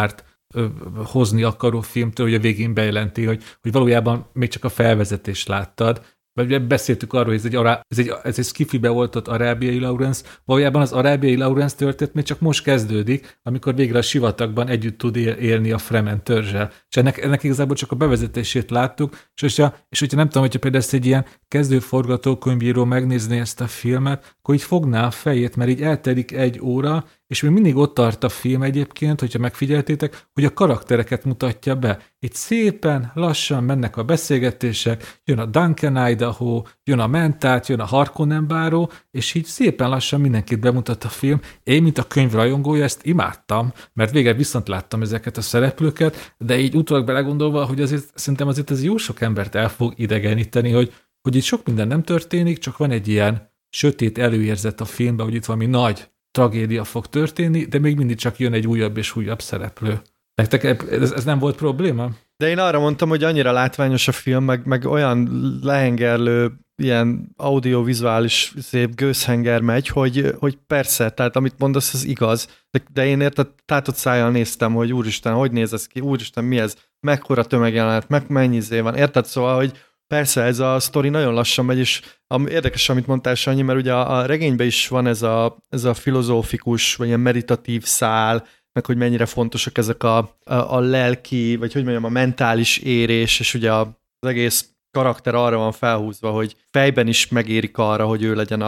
hozni akaró filmtől, hogy a végén bejelenti, hogy valójában még csak a felvezetést láttad. Beszéltük arról, hogy ez egy skifibe oltott arábiai Lawrence, valójában az arábiai Lawrence történet még csak most kezdődik, amikor végre a sivatagban együtt tud élni a Fremen törzsel. És ennek igazából csak a bevezetését láttuk, és hogyha nem tudom, hogyha például ezt egy ilyen kezdő forgatókönyvíró megnézni ezt a filmet, akkor így fogná a fejét, mert így eltelik 1 óra, és még mindig ott tart a film egyébként, hogyha megfigyeltétek, hogy a karaktereket mutatja be. Itt szépen, lassan mennek a beszélgetések, jön a Duncan Idaho, jön a Mentát, jön a Harkonnen báró, és így szépen lassan mindenkit bemutat a film. Én, mint a könyv rajongója, ezt imádtam, mert végre viszont láttam ezeket a szereplőket, de így utólag belegondolva, hogy szerintem ez jó sok embert el fog idegeníteni, hogy itt sok minden nem történik, csak van egy ilyen sötét előérzet a filmben, hogy itt valami nagy tragédia fog történni, de még mindig csak jön egy újabb és újabb szereplő. Nektek ez nem volt probléma? De én arra mondtam, hogy annyira látványos a film, meg olyan lehengerlő, ilyen audiovizuális szép gőzhenger megy, hogy persze, tehát amit mondasz, az igaz, de én érted, tátott szájjal néztem, hogy úristen, hogy néz ez ki, úristen, mi ez, mekkora tömegjelenet, mennyi van, érted? Szóval, hogy persze, ez a sztori nagyon lassan megy, és érdekes, amit mondtál, Sanyi, mert ugye a regényben is van ez a filozófikus, vagy ilyen meditatív szál, meg hogy mennyire fontosak ezek a lelki, vagy hogy mondjam, a mentális érés, és ugye az egész karakter arra van felhúzva, hogy fejben is megérik arra, hogy ő legyen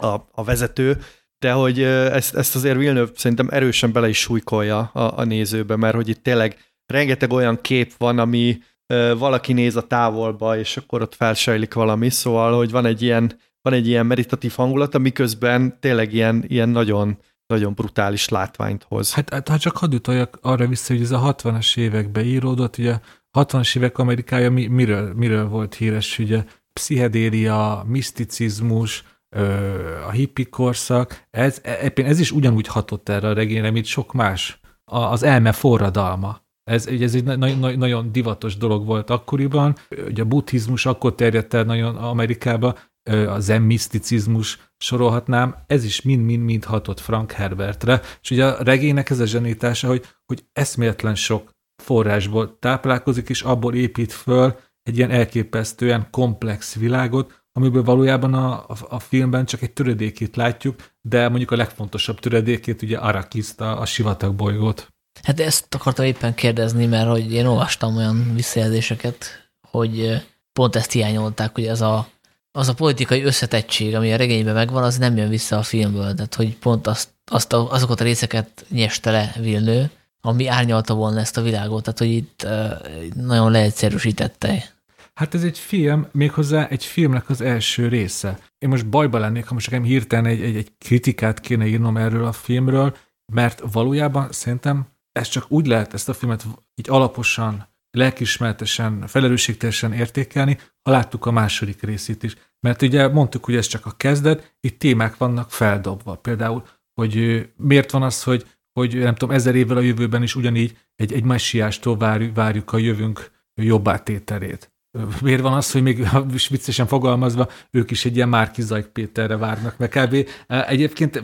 a vezető, de hogy ezt azért Villeneuve szerintem erősen bele is súlykolja a nézőbe, mert hogy itt tényleg rengeteg olyan kép van, ami valaki néz a távolba, és akkor ott felsejlik valami, szóval, hogy van egy ilyen meditatív hangulat, miközben tényleg ilyen nagyon, nagyon brutális látványt hoz. Hát csak hadd utaljak arra vissza, hogy ez a 60-as években íródott, ugye a 60-as évek Amerikája miről volt híres, ugye pszichedélia, miszticizmus, a hippi korszak, ez is ugyanúgy hatott erre a regényre, mint sok más. Az elme forradalma. Ez egy nagyon divatos dolog volt akkoriban. Ugye a buddhizmus akkor terjedt el nagyon Amerikába, a zen miszticizmus sorolhatnám, ez is mind hatott Frank Herbertre, és ugye a regénynek ez a zsenítása, hogy eszméletlen sok forrásból táplálkozik, és abból épít föl egy ilyen elképesztően komplex világot, amiből valójában a filmben csak egy töredékét látjuk, de mondjuk a legfontosabb töredékét, ugye Arrakiszt, a sivatag bolygót. Hát ezt akartam éppen kérdezni, mert hogy én olvastam olyan visszajelzéseket, hogy pont ezt hiányolták, hogy az a politikai összetettség, ami a regényben megvan, az nem jön vissza a filmből, tehát hogy pont azokat a részeket nyeste le Villeneuve, ami árnyalta volna ezt a világot, tehát hogy itt nagyon leegyszerűsítette. Hát ez egy film, méghozzá egy filmnek az első része. Én most bajba lennék, ha most nekem hirtelen egy kritikát kéne írnom erről a filmről, mert valójában szerintem ez csak úgy lehet ezt a filmet így alaposan, lelkiismeretesen, felelősségteljesen értékelni, ha láttuk a második részét is. Mert ugye mondtuk, hogy ez csak a kezdet, itt témák vannak feldobva. Például, hogy miért van az, hogy nem tudom, 1000 évvel a jövőben is ugyanígy egy messiástól várjuk a jövőnk jobbátételét. Miért van az, hogy még viccesen fogalmazva, ők is egy ilyen Márki-Zajk Péterre várnak, meg kb. Egyébként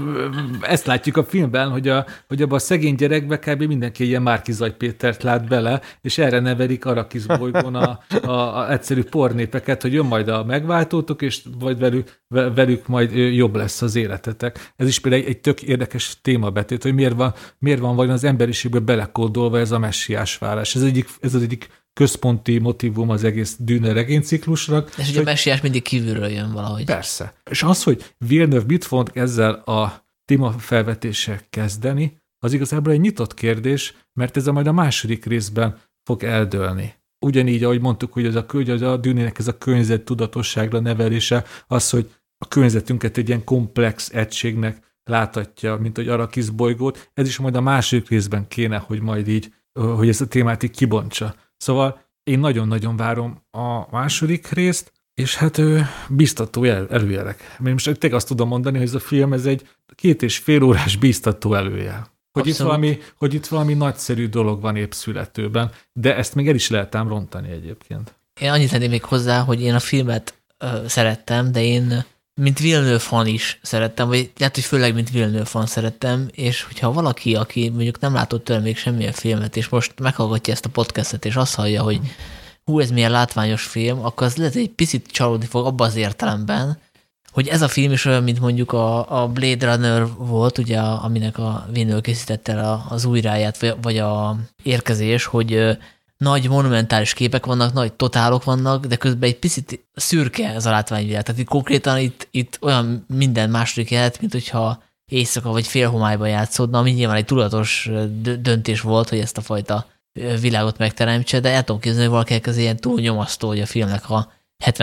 ezt látjuk a filmben, hogy abban a szegény gyerekbe kb. Mindenki ilyen Márki-Zajk Pétert lát bele, és erre nevelik Arrakis bolygón a egyszerű pornépeket, hogy jön majd a megváltótok, és majd velük majd jobb lesz az életetek. Ez is például egy tök érdekes témabetét, hogy miért van vajon az emberiségbe belekódolva ez a messiás várás. Ez az egyik központi motívum az egész Dune regényciklusnak. És ugye a messiás mindig kívülről jön valahogy. Persze. És az, hogy Villeneuve mit fog ezzel a témafelvetéssel kezdeni, az igazából egy nyitott kérdés, mert ez majd a második részben fog eldőlni. Ugyanígy, ahogy mondtuk, hogy a Dune-nek ez a környezettudatosságra nevelése, az, hogy a környezetünket egy ilyen komplex egységnek láthatja, mint hogy Arrakis bolygót, ez is majd a második részben kéne, hogy majd így, hogy ezt a témát így kibontsa. Szóval én nagyon-nagyon várom a második részt, és hát biztató előjelek. Én most tényleg azt tudom mondani, hogy ez a film, ez egy 2,5 órás biztató előjel. Hogy itt valami nagyszerű dolog van épp születőben, de ezt még el is lehet ám rontani egyébként. Én annyit tenném még hozzá, hogy én a filmet szerettem, de én mint Villeneuve fan is szerettem, vagy lehet, hogy főleg mint Villeneuve fan szerettem, és hogyha valaki, aki mondjuk nem látott tőle még semmilyen filmet, és most meghallgatja ezt a podcastet, és azt hallja, hogy ez milyen látványos film, akkor az lehet, hogy egy picit csalódni fog abban az értelemben, hogy ez a film is olyan, mint mondjuk a Blade Runner volt, ugye, aminek a Villeneuve készítette el az újráját, vagy a Érkezés, hogy nagy monumentális képek vannak, nagy totálok vannak, de közben egy picit szürke ez a látványvilág. Tehát itt konkrétan itt olyan minden második jelenet, mint hogyha éjszaka vagy félhomályban játszódna, ami nyilván egy tudatos döntés volt, hogy ezt a fajta világot megteremtse, de el tudom képzelni, hogy valakinek az ilyen túl nyomasztó, hogy a filmnek a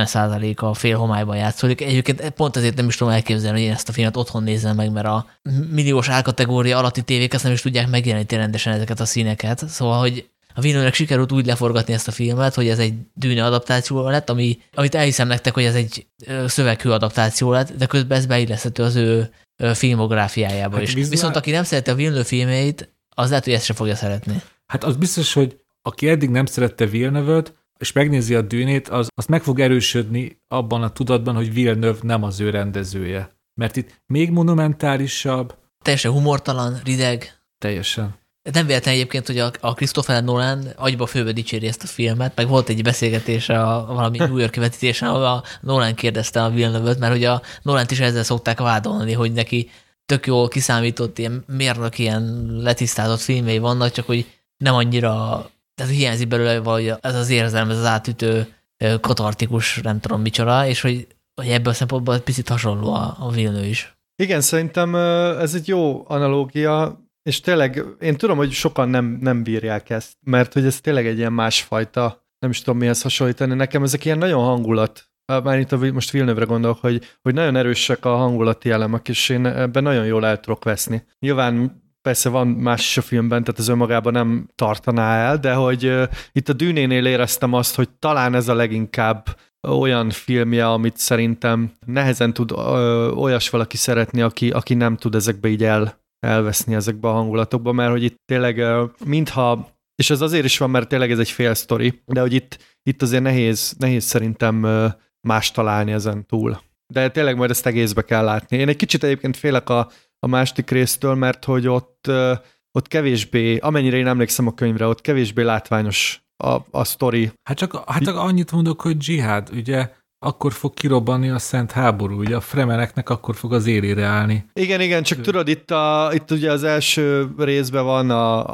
70%-a félhomályban játszódik. Egyébként pont ezért nem is tudom elképzelni, hogy én ezt a filmet otthon nézzem meg, mert a milliós árkategória alatti tévék ezt nem is tudják megjeleníteni rendesen ezeket a színeket. Szóval, hogy a Villeneuve-nek sikerült úgy leforgatni ezt a filmet, hogy ez egy Dune adaptáció lett, amit elhiszem nektek, hogy ez egy szöveghű adaptáció lett, de közben ez beilleszthető az ő filmográfiájába is. Viszont aki nem szereti a Villeneuve filmjeit, az lehet, hogy ezt sem fogja szeretni. Hát az biztos, hogy aki eddig nem szerette Villeneuve-t, és megnézi a Dune-ét, azt meg fog erősödni abban a tudatban, hogy Villeneuve nem az ő rendezője. Mert itt még monumentálisabb. Teljesen humortalan, rideg. Teljesen. Nem véletlen egyébként, hogy a Christopher Nolan agyba főbe dicséri ezt a filmet, meg volt egy beszélgetése valami New York-i vetítésen, ahol a Nolan kérdezte a Villeneuve-t, mert hogy a Nolant is ezzel szokták vádolni, hogy neki tök jól kiszámított ilyen mérnök, ilyen letisztázott filmjei vannak, csak hogy nem annyira, tehát hiányzik belőle valahogy ez az érzelem, ez az átütő, katartikus, nem tudom micsoda, és hogy ebből a szempontból picit hasonló a Villeneuve is. Igen, szerintem ez egy jó analógia, és tényleg én tudom, hogy sokan nem bírják ezt, mert hogy ez tényleg egy ilyen másfajta, nem is tudom mihez hasonlítani. Nekem ezek ilyen nagyon hangulat, már itt most Villeneuve-re gondolok, hogy nagyon erősek a hangulati elemek, és én ebben nagyon jól el tudok veszni. Nyilván persze van más is a filmben, tehát ez önmagában nem tartaná el, de hogy itt a Dűnénél éreztem azt, hogy talán ez a leginkább olyan filmje, amit szerintem nehezen tud olyas valaki szeretni, aki nem tud ezekbe így elveszni ezekbe a hangulatokba, mert hogy itt tényleg mintha, és ez azért is van, mert tényleg ez egy fél sztori, de hogy itt azért nehéz szerintem más találni ezen túl. De tényleg majd ezt egészbe kell látni. Én egy kicsit egyébként félek a második résztől, mert hogy ott kevésbé, amennyire én emlékszem a könyvre, ott kevésbé látványos a sztori. Hát csak annyit mondok, hogy dzsihád, ugye akkor fog kirobbanni a szent háború, ugye a fremeneknek akkor fog az élére állni. Igen, csak tudod, itt ugye az első részben van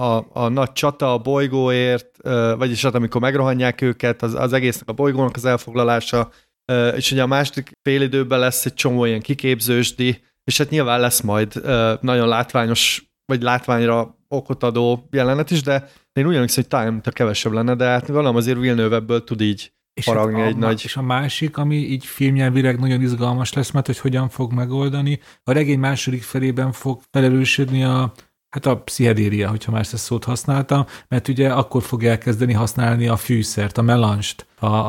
a nagy csata a bolygóért, vagyis hát amikor megrohanják őket, az egésznek a bolygónak az elfoglalása, és ugye a második félidőben lesz egy csomó ilyen kiképzősdi, és hát nyilván lesz majd nagyon látványos, vagy látványra okot adó jelenet is, de én úgy emlékszem, hogy talán kevesebb lenne, de hát valami azért Villeneuve ebből tud így faragni egy nagy... És a másik, ami így filmnyelvileg nagyon izgalmas lesz, mert hogy hogyan fog megoldani, a regény második felében fog felerősödni a pszichedélia, hogyha már ezt a szót használtam, mert ugye akkor fog elkezdeni használni a fűszert, a melanst.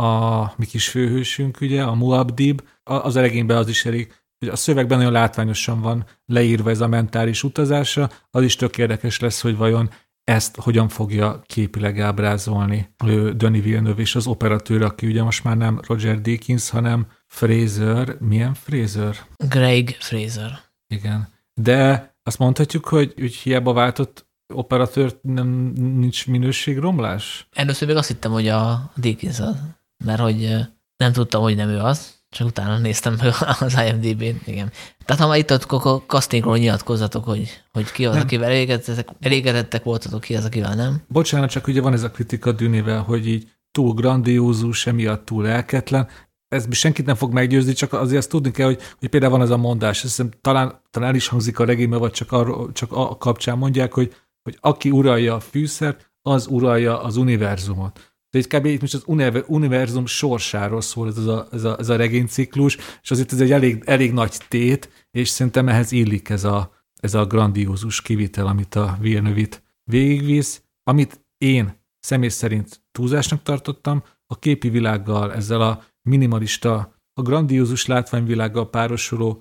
A mi kis főhősünk, ugye, a Muad'Dib, az a regényben az is elég, hogy a szövegben nagyon látványosan van leírva ez a mentális utazása, az is tök érdekes lesz, hogy vajon ezt hogyan fogja képileg ábrázolni Denis Villeneuve és az operatőr, aki ugye most már nem Roger Deakins, hanem Fraser. Milyen Fraser? Craig Fraser. Igen. De azt mondhatjuk, hogy hiába váltott operatőr, nincs minőségromlás? Először még azt hittem, hogy a Deakins az, mert hogy nem tudtam, hogy nem ő az, csak utána néztem meg az IMDb-n, igen. Tehát ha már itt a castingról nyilatkozzatok, hogy ki az, akivel elégedettek voltatok, ki az, akivel nem. Bocsánat, csak ugye van ez a kritika Dűnével, hogy így túl grandiózus, emiatt túl elketlen. Ez senkit nem fog meggyőzni, csak azért azt tudni kell, hogy például van ez a mondás, azt hiszem, talán el is hangzik a regényben, vagy csak a kapcsán mondják, hogy aki uralja a fűszert, az uralja az univerzumot. De itt kb. Most az univerzum sorsáról szól ez a regényciklus, és azért ez egy elég nagy tét, és szerintem ehhez illik ez a grandiózus kivitel, amit a Villeneuve-t végigvisz, amit én személy szerint túlzásnak tartottam, a képi világgal, ezzel a minimalista, a grandiózus látványvilággal párosuló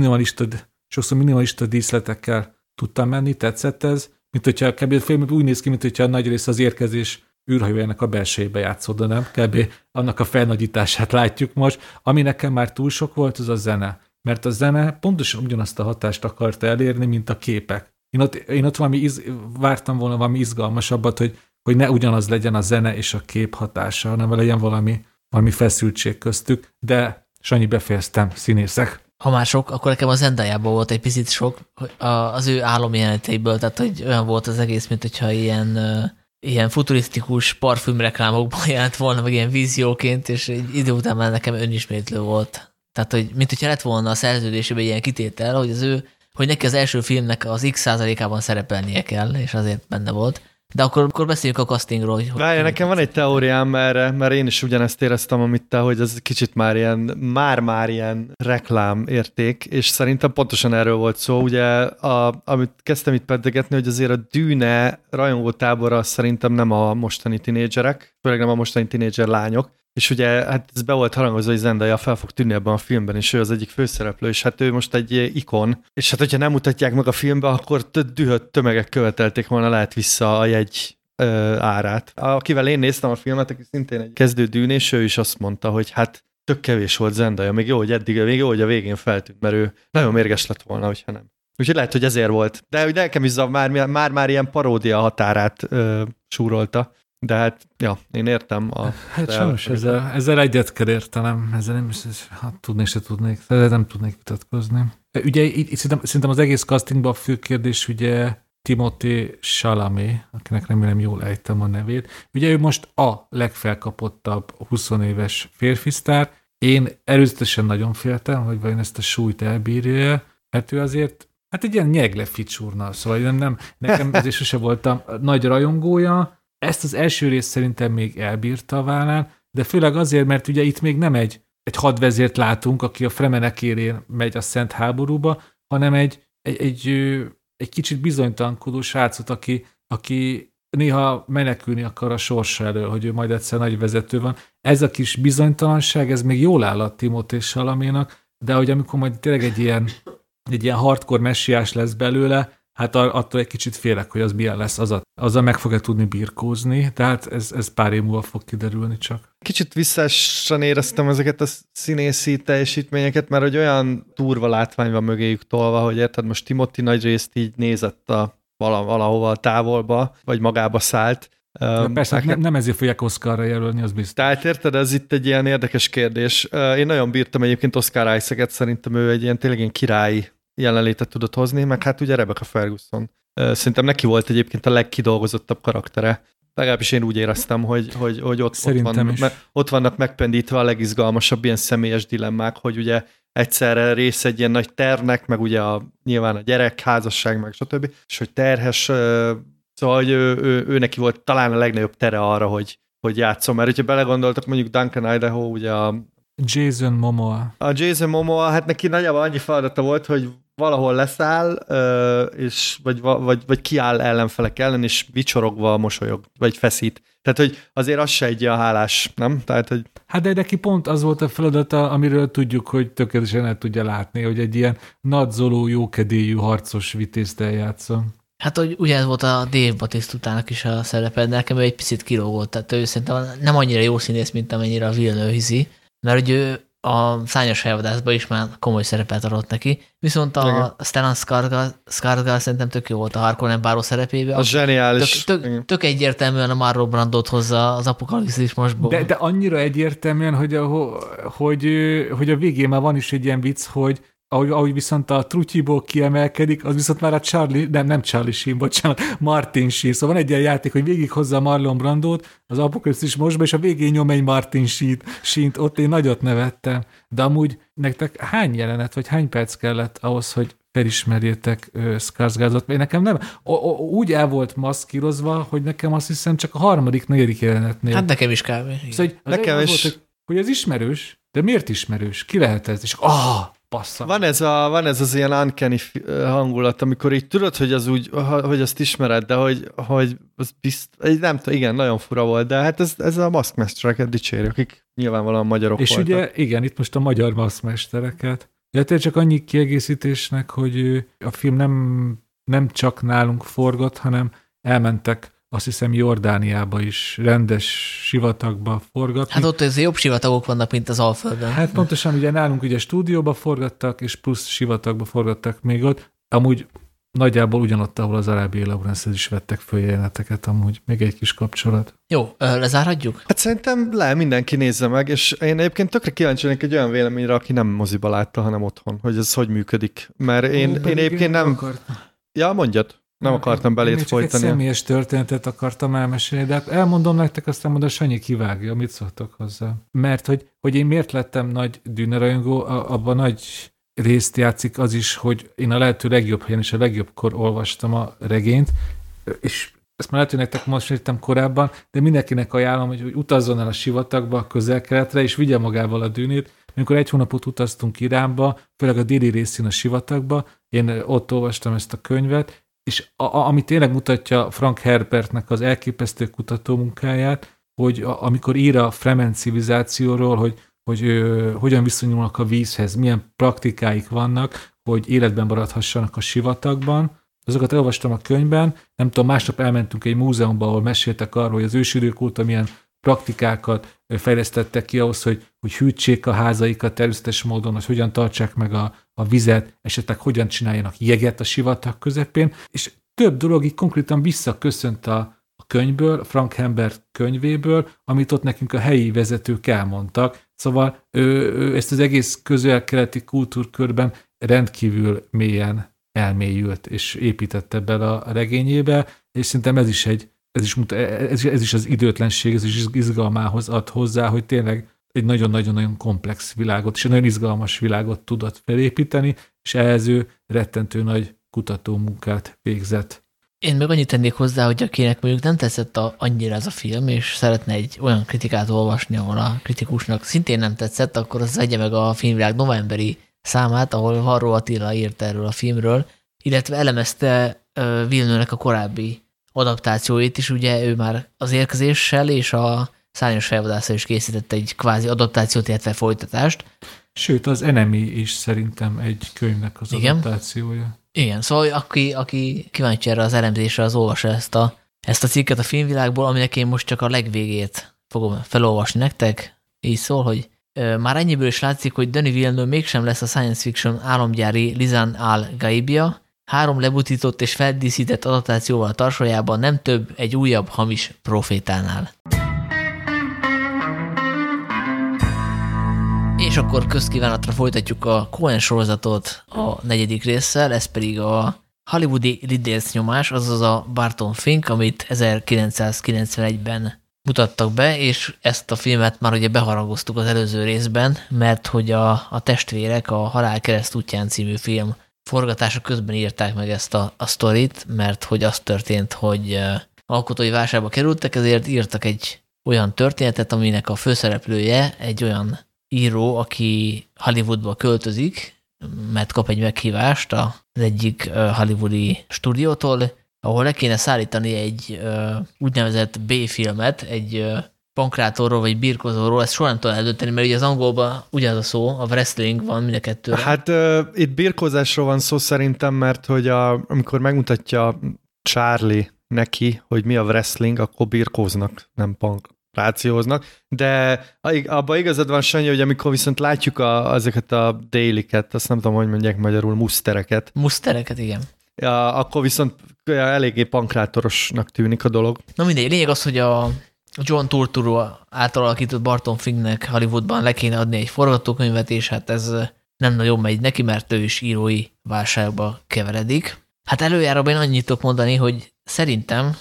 sokszor minimalista díszletekkel tudtam menni, tetszett ez, mint hogyha kb. A film úgy néz ki, mint hogyha a nagy rész az Érkezés űrhajójának a belsejébe játszódna, nem? Kb. Annak a felnagyítását látjuk most. Ami nekem már túl sok volt, az a zene. mert a zene pontosan ugyanazt a hatást akarta elérni, mint a képek. Én ott vártam volna valami izgalmasabbat, hogy ne ugyanaz legyen a zene és a kép hatása, hanem legyen valami feszültség köztük, de Sanyi, befejeztem, színészek. Ha már sok, akkor nekem a Zendayából volt egy picit sok az ő álomjeleneteiből, tehát hogy olyan volt az egész, mint hogyha ilyen futurisztikus parfümreklámokban jelent volna, meg ilyen vízióként, és egy idő után már nekem önismétlő volt. Tehát, hogy mint hogyha lett volna a szerződésében ilyen kitétel, hogy neki az első filmnek az X%-ában szerepelnie kell, és azért benne volt. De akkor beszéljünk a castingról. Várja, nekem van egy teóriám erre, mert én is ugyanezt éreztem, amit te, hogy ez kicsit már ilyen reklám érték, és szerintem pontosan erről volt szó. Ugye, amit kezdtem itt pedzegetni, hogy azért a Dűne rajongótábora szerintem nem a mostani tinédzserek, főleg nem a mostani tinédzser lányok, és ugye hát ez be volt harangozva, hogy Zendaya fel fog tűnni ebben a filmben, és ő az egyik főszereplő, és hát ő most egy ikon, és hát hogyha nem mutatják meg a filmbe, akkor dühött tömegek követelték volna lehet vissza a jegy árát. Akivel én néztem a filmet, aki szintén egy kezdő dűnés, ő is azt mondta, hogy hát tök kevés volt Zendaya, még jó, hogy a végén feltűnt, mert ő nagyon mérges lett volna, hogyha nem. Úgyhogy lehet, hogy ezért volt. De hogy nekem is már ilyen paródia határát súrolta. De hát, ja, én értem. Hát sajnos ezzel egyet kell értenem, ezzel nem tudnék se tudnék, de nem tudnék vitatkozni. Ugye itt szerintem az egész castingban a fő kérdés ugye Timothée Chalamet, akinek remélem jól ejtem a nevét. Ugye ő most a legfelkapottabb 20 éves férfisztár. Én előzetesen nagyon féltem, hogy vajon ezt a súlyt elbírja, mert ő azért hát egy ilyen nyegle ficsúrna, szóval nekem ezért sose voltam nagy rajongója. Ezt az első részt szerintem még elbírta a vállán, de főleg azért, mert ugye itt még nem egy hadvezért látunk, aki a Fremenek élén megy a Szent Háborúba, hanem egy kicsit bizonytalankodó srácot, aki néha menekülni akar a sorsa elől, hogy ő majd egyszer nagy vezető van. Ez a kis bizonytalanság, ez még jól áll a Timothée Chalaménak, de hogy amikor majd tényleg egy ilyen hardcore messiás lesz belőle, hát attól egy kicsit félek, hogy az milyen lesz, azzal meg fog-e tudni birkózni, tehát ez pár év múlva fog kiderülni csak. Kicsit visszasan éreztem ezeket a színészi teljesítményeket, mert hogy olyan durva látvány van mögéjük tolva, hogy érted, most Timothy nagyrészt így nézett valahova a távolba, vagy magába szállt. Persze, nem ezért fogják Oscarra jelölni, az biztos. Tehát érted, ez itt egy ilyen érdekes kérdés. Én nagyon bírtam egyébként Oscar Isaac-et, szerintem ő egy ilyen tényleg ilyen királyi jelenlétet tudott hozni, meg hát ugye Rebecca Ferguson. Szerintem neki volt egyébként a legkidolgozottabb karaktere. Legalábbis én úgy éreztem, hogy ott vannak megpendítve a legizgalmasabb ilyen személyes dilemmák, hogy ugye egyszerre rész egy ilyen nagy tervnek, meg ugye nyilván a gyerek, házasság, meg stb. És hogy terhes, szóval hogy ő neki volt talán a legnagyobb tere arra, hogy játszom. Mert hogyha belegondoltak, mondjuk Duncan Idaho, ugye Jason Momoa. A Jason Momoa, hát neki nagyjából annyi feladata volt, hogy valahol leszáll, és vagy kiáll ellenfelek ellen, és vicsorogva mosolyog, vagy feszít. Tehát, hogy azért az se egy ilyen hálás, nem? Tehát, hogy... Hát de neki pont az volt a feladata, amiről tudjuk, hogy tökéletesen el tudja látni, hogy egy ilyen nadzoló, jókedélyű harcos vitézt eljátszon. Hát, hogy ugye ez volt a Dave Batistutának is a szerepe, de nekem ő egy picit kilógott, tehát ő szerintem nem annyira jó színész, mint amennyire a Villeneuve hiszi, mert hogy ő a Szárnyas helyvadászban is már komoly szerepet adott neki, viszont a Stellan Skarsgård szerintem tök jó volt a Harkonnen báró szerepében. Az zseniális. Tök egyértelműen a Marlon Brandot hozza az Apokalipszis mostból. De annyira egyértelműen, hogy a végén már van is egy ilyen vicc, hogy ahogy viszont a trutyiból kiemelkedik, az viszont már a nem Charlie Sheen, bocsánat, Martin Sheen. Szóval van egy ilyen játék, hogy végighozza a Marlon Brandót az Apokalipszis mostba, és a végén nyom egy Martin Sheen-t, ott én nagyot nevettem. De amúgy nektek hány jelenet, vagy hány perc kellett ahhoz, hogy felismerjétek Skarsgårdot? Nekem nem. Úgy el volt maszkírozva, hogy nekem azt hiszem csak a 3.-4. jelenetnél. Hát nekem is kb. Szóval nekem is. Volt, hogy ez ismerős, de miért ismerős? Ki lehet ez? És bassza. Van ez az ilyen uncanny hangulat, amikor így tudod, hogy az úgy, hogy azt ismered, de hogy az nem tudom, igen, nagyon fura volt, de hát ez a maszkmestereket dicsérjük, akik nyilvánvalóan magyarok és voltak. És ugye, igen, itt most a magyar maszkmestereket. De csak annyi kiegészítésnek, hogy a film nem csak nálunk forgott, hanem elmentek azt hiszem Jordániába is rendes sivatagba forgatni. Hát ott azért jobb sivatagok vannak, mint az Alföldön. Hát pontosan, ugye nálunk ugye stúdióba forgattak, és plusz sivatagba forgattak még ott. Amúgy nagyjából ugyanott, ahol az Arábiai Laurence-hez is vettek föl jeleneteket, amúgy még egy kis kapcsolat. Jó, lezárhatjuk? Hát szerintem mindenki nézze meg, és én egyébként tökre kíváncsi lennék egy olyan véleményre, aki nem moziba látta, hanem otthon, hogy ez hogy működik. Mert én egyébként nem... Ja, mondjad. Nem akartam belét folytani. Egy személyes történetet akartam elmesélni, de hát elmondom nektek, aztán majd a Sanyi kivágja, mit szoktok hozzá. Mert hogy én miért lettem nagy Dune rajongó, abban nagy részt játszik az is, hogy én a lehető legjobb helyen és a legjobbkor olvastam a regényt, és ezt már lehet, hogy nektek most írtam korábban, de mindenkinek ajánlom, hogy utazzon el a sivatagba, a Közel-Keletre, és vigye magával a Dune-t. Amikor egy hónapot utaztunk Iránba, főleg a déli részén a sivatagba, én ott olvastam ezt a könyvet, és ami tényleg mutatja Frank Herbertnek az elképesztő kutatómunkáját, hogy amikor ír a Fremen civilizációról, hogy hogyan viszonyulnak a vízhez, milyen praktikáik vannak, hogy életben maradhassanak a sivatagban. Azokat elolvastam a könyvben, nem tudom, másnap elmentünk egy múzeumba, ahol meséltek arról, hogy az ősidők óta milyen praktikákat fejlesztettek ki ahhoz, hogy hűtsék a házaikat természetes módon, hogy hogyan tartsák meg a vizet, esetleg hogyan csináljanak jeget a sivatag közepén, és több dolog így konkrétan visszaköszönt a könyvből, Frank Herbert könyvéből, amit ott nekünk a helyi vezetők elmondtak. Szóval ő ezt az egész közel-keleti kultúrkörben rendkívül mélyen elmélyült, és építette bele a regényébe, és szerintem ez is az időtlenség, ez is izgalmához ad hozzá, hogy tényleg egy nagyon-nagyon-nagyon komplex világot, és egy nagyon izgalmas világot tudott felépíteni, és ehhez ő rettentő nagy kutatómunkát végzett. Én meg annyit tennék hozzá, hogy akinek mondjuk nem tetszett annyira ez a film, és szeretne egy olyan kritikát olvasni, ahol a kritikusnak szintén nem tetszett, akkor az vegye meg a Filmvilág novemberi számát, ahol Varró Attila írt erről a filmről, illetve elemezte Villeneuve-nek a korábbi adaptációit is, ugye ő már az Érkezéssel és a Szárnyas fejvadásszal is készített egy kvázi adaptációt, illetve folytatást. Sőt, az Enemy is szerintem egy könyvnek az adaptációja. Igen, szóval aki kíváncsi erre az elemzésre, az olvassa ezt a cikket a Filmvilágból, aminek én most csak a legvégét fogom felolvasni nektek. Így szól, hogy már ennyiből is látszik, hogy Denis Villeneuve mégsem lesz a science fiction álomgyári Lisan al-Gaibia. 3 lebutított és feldíszített adaptációval a tarsolyában, nem több egy újabb hamis profétánál. És akkor közkívánatra folytatjuk a Coen sorozatot a 4. résszel, ez pedig a hollywoodi lidércnyomás, azaz a Barton Fink, amit 1991-ben mutattak be, és ezt a filmet már ugye beharangoztuk az előző részben, mert hogy a testvérek a Halál keresztútján című film forgatása közben írták meg ezt a sztorit, mert hogy az történt, hogy alkotói válságba kerültek, ezért írtak egy olyan történetet, aminek a főszereplője egy olyan író, aki Hollywoodba költözik, mert kap egy meghívást az egyik hollywoodi stúdiótól, ahol le kéne szállítani egy úgynevezett B-filmet, egy pankrátorról vagy birkozóról, ezt soha nem tudom eldönteni, mert ugye az angolban ugyanaz a szó, a wrestling van mind a kettőre. Hát itt birkózásról van szó szerintem, mert hogy amikor megmutatja Charlie neki, hogy mi a wrestling, akkor birkóznak, nem pankrációznak, de abban igazad van, Sanyi, hogy amikor viszont látjuk ezeket a dailiket, azt nem tudom, hogy mondják magyarul, musztereket. Musztereket, igen. Ja, akkor viszont eléggé pankrátorosnak tűnik a dolog. Na mindegy, lényeg az, hogy a John Turturro által alakított Barton Finknek Hollywoodban le kéne adni egy forgatókönyvet, és hát ez nem nagyon megy neki, mert ő is írói válságba keveredik. Hát előjáróban én annyit tudok mondani, hogy szerintem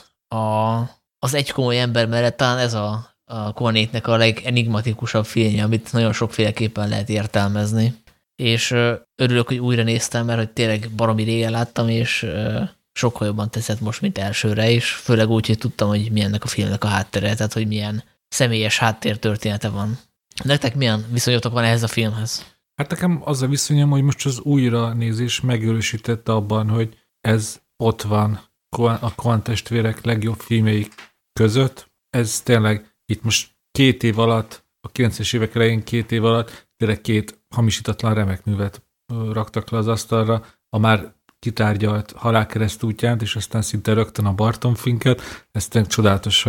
az Egy komoly ember mellett talán ez a Coenéknek a legenigmatikusabb filmje, amit nagyon sokféleképpen lehet értelmezni. És örülök, hogy újra néztem, mert hogy tényleg baromi régen láttam, és sokkal jobban tetszett most, mint elsőre, és főleg úgy, hogy tudtam, hogy mi ennek a filmnek a háttere, tehát hogy milyen személyes háttértörténete van. Nektek milyen viszonyotok van ehhez a filmhez? Hát nekem az a viszonyom, hogy most az újranézés megerősítette abban, hogy ez ott van a Coen testvérek legjobb filmjei között. Ez tényleg itt most 2 év alatt, a 90-es évek elején 2 év alatt tényleg 2 hamisítatlan remek művet raktak le az asztalra, a már kitárgyalt halálkereszt útján, és aztán szinte rögtön a Barton Finket. Ez tényleg csodálatos,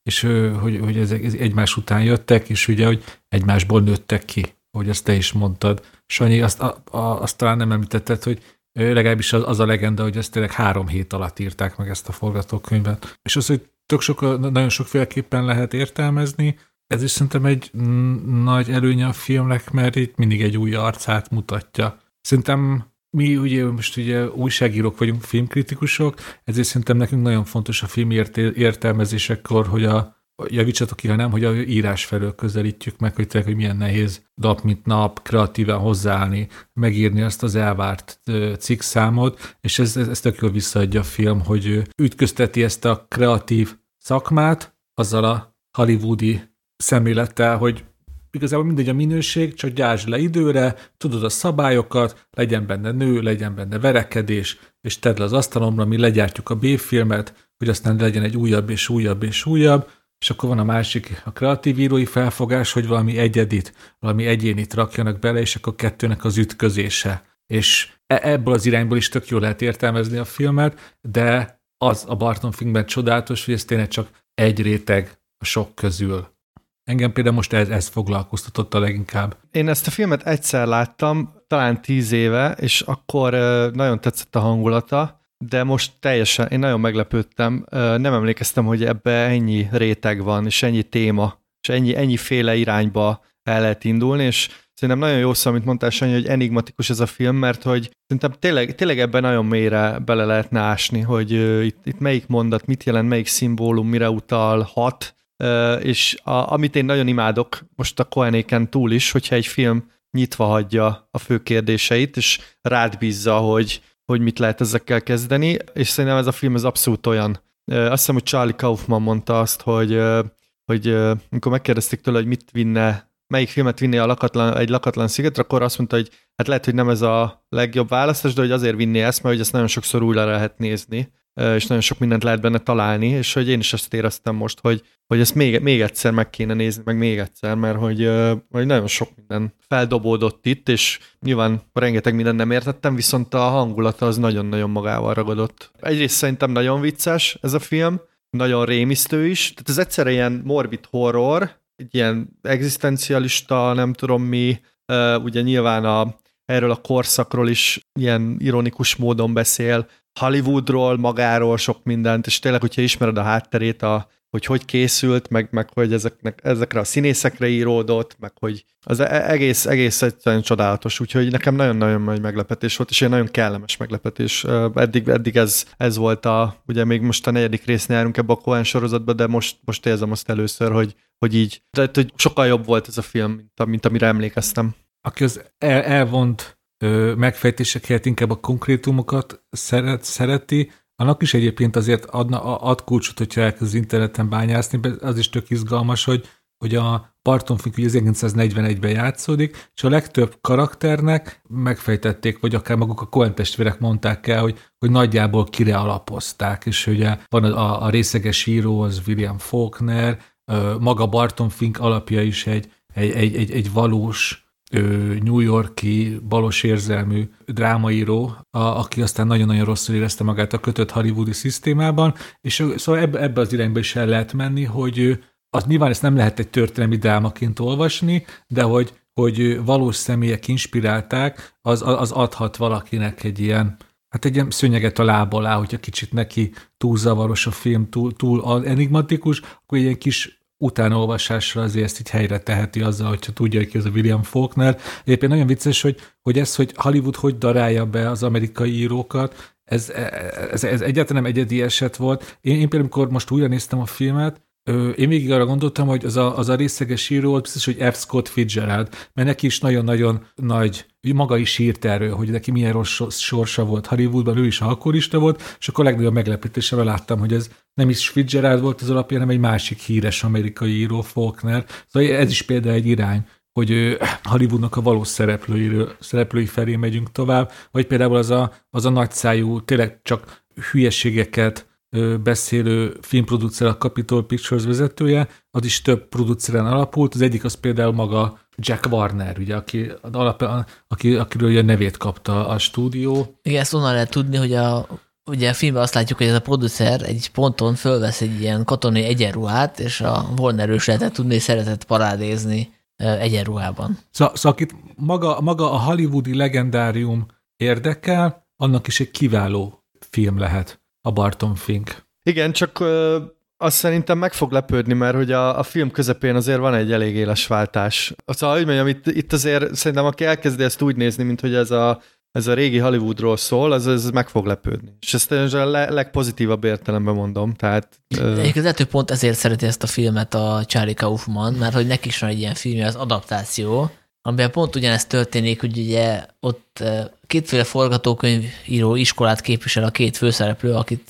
hogy ezek egymás után jöttek, és ugye, hogy egymásból nőttek ki, ahogy azt te is mondtad. Sanyi, azt talán nem említetted, hogy legalábbis az a legenda, hogy ezt tényleg 3 hét alatt írták meg ezt a forgatókönyvet. És az, hogy nagyon sokféleképpen lehet értelmezni, ez is szerintem egy nagy előnye a filmnek, mert itt mindig egy új arcát mutatja. Szerintem mi most újságírók vagyunk, filmkritikusok, ezért szerintem nekünk nagyon fontos a film értelmezésekor, hogy javítsatok ki, ha nem, hogy a írás felől közelítjük meg, hogy tényleg, hogy milyen nehéz nap mint nap kreatíven hozzáállni, megírni azt az elvárt cikkszámot, és ez tök jól visszaadja a film, hogy ütközteti ezt a kreatív szakmát azzal a hollywoodi szemlélettel, hogy igazából mindegy a minőség, csak gyártsd le időre, tudod a szabályokat, legyen benne nő, legyen benne verekedés, és tedd le az asztalomra, mi legyártjuk a B-filmet, hogy aztán legyen egy újabb és újabb és újabb, és akkor van a másik, a kreatív írói felfogás, hogy valami egyedit, valami egyénit rakjanak bele, és akkor kettőnek az ütközése. És ebből az irányból is tök jól lehet értelmezni a filmet, de az a Barton filmben csodálatos, hogy ez tényleg csak egy réteg a sok közül. Engem például most ez foglalkoztatott a leginkább. Én ezt a filmet egyszer láttam, talán 10 éve, és akkor nagyon tetszett a hangulata, de most teljesen, én nagyon meglepődtem, nem emlékeztem, hogy ebbe ennyi réteg van, és ennyi téma, és ennyiféle irányba el lehet indulni, és szerintem nagyon jó szó, amit mondtál, Sanyi, hogy enigmatikus ez a film, mert hogy szerintem tényleg ebben nagyon mélyre bele lehetne ásni, hogy itt melyik mondat, mit jelent, melyik szimbólum, mire utalhat, és amit én nagyon imádok, most a Coenéken túl is, hogyha egy film nyitva hagyja a fő kérdéseit, és rád bízza, hogy mit lehet ezekkel kezdeni, és szerintem ez a film ez abszolút olyan. Azt hiszem, hogy Charlie Kaufman mondta azt, hogy amikor megkérdezték tőle, hogy mit vinne, melyik filmet vinné egy lakatlan szigetre, akkor azt mondta, hogy hát lehet, hogy nem ez a legjobb választás, de hogy azért vinné ezt, mert hogy ezt nagyon sokszor újra lehet nézni, és nagyon sok mindent lehet benne találni, és hogy én is ezt éreztem most, hogy ezt még egyszer meg kéne nézni, meg még egyszer, mert hogy nagyon sok minden feldobódott itt, és nyilván rengeteg mindent nem értettem, viszont a hangulata az nagyon-nagyon magával ragadott. Egyrészt szerintem nagyon vicces ez a film, nagyon rémisztő is, tehát ez egyszerre ilyen morbid horror, egy ilyen egzisztencialista, nem tudom mi, ugye nyilván erről a korszakról is ilyen ironikus módon beszél, Hollywoodról, magáról sok mindent, és tényleg, hogyha ismered a hátterét, hogy készült, meg hogy ezekre a színészekre íródott, meg hogy az egész egyszerűen csodálatos, úgyhogy nekem nagyon-nagyon nagy meglepetés volt, és egy nagyon kellemes meglepetés. Eddig ez volt ugye még most a 4. résznél járunk ebbe a Coen sorozatba, de most érzem azt először, hogy így, tehát, hogy sokkal jobb volt ez a film, mint amire emlékeztem. Aki az elvont megfejtések helyett inkább a konkrétumokat szereti, annak is egyébként azért ad kulcsot, hogyha elkezd az interneten bányászni, az is tök izgalmas, hogy a Barton Fink ugye 1941-ben játszódik, és a legtöbb karakternek megfejtették, vagy akár maguk a Coen testvérek mondták el, hogy nagyjából kire alapozták, és ugye van a részeges író, az William Faulkner, maga Barton Fink alapja is egy valós New York-i balos érzelmű drámaíró, aki aztán nagyon-nagyon rosszul érezte magát a kötött hollywoodi szisztémában, és szóval ebbe az irányba is el lehet menni, hogy nyilván ezt nem lehet egy történelmi drámaként olvasni, de hogy valós személyek inspirálták, az adhat valakinek egy ilyen szőnyeget a lába alá, hogyha kicsit neki túl zavaros a film, túl enigmatikus, akkor egy ilyen kis utánolvasásra azért ezt így helyre teheti azzal, hogyha tudja, hogy ez a William Faulkner. Egyébként nagyon vicces, hogy Hollywood hogy darálja be az amerikai írókat. Ez egyáltalán nem egyedi eset volt. Én például, amikor most újra néztem a filmet, én végig arra gondoltam, hogy az a részeges író volt biztos, hogy F. Scott Fitzgerald, mert neki is nagyon-nagyon nagy, maga is írt erről, hogy neki milyen rossz sorsa volt Hollywoodban, ő is alkoholista volt, és akkor a legnagyobb meglepetésre láttam, hogy ez nem is Fitzgerald volt az alapja, hanem egy másik híres amerikai író, Faulkner. Szóval ez is például egy irány, hogy Hollywoodnak a valós szereplői felé megyünk tovább, vagy például az a nagyszájú, tényleg csak hülyeségeket beszélő filmproducer, a Capitol Pictures vezetője, az is több produceren alapult. Az egyik az például maga Jack Warner, ugye, akiről ugye nevét kapta a stúdió. Igen, ezt onnan lehet tudni, hogy ugye a filmben azt látjuk, hogy ez a producer egy ponton fölvesz egy ilyen katonai egyenruhát, és a Warner-ről lehetett tudni, hogy szeretett parádézni egyenruhában. Szóval akit maga a hollywoodi legendárium érdekel, annak is egy kiváló film lehet a Barton Fink. Igen, csak azt szerintem meg fog lepődni, mert hogy a film közepén azért van egy elég éles váltás. Szóval, hogy mondjam, itt azért szerintem, aki elkezdi ezt úgy nézni, mint hogy ez a régi Hollywoodról szól, ez meg fog lepődni. És ezt a legpozitívabb értelemben mondom. Tehát, Egyébként az lehet, hogy pont ezért szereti ezt a filmet a Charlie Kaufman, mert hogy neki is van egy ilyen filmje, az Adaptáció, amiben pont ugyanezt történik, hogy ugye ott kétféle forgatókönyvíró iskolát képvisel a két főszereplő, akit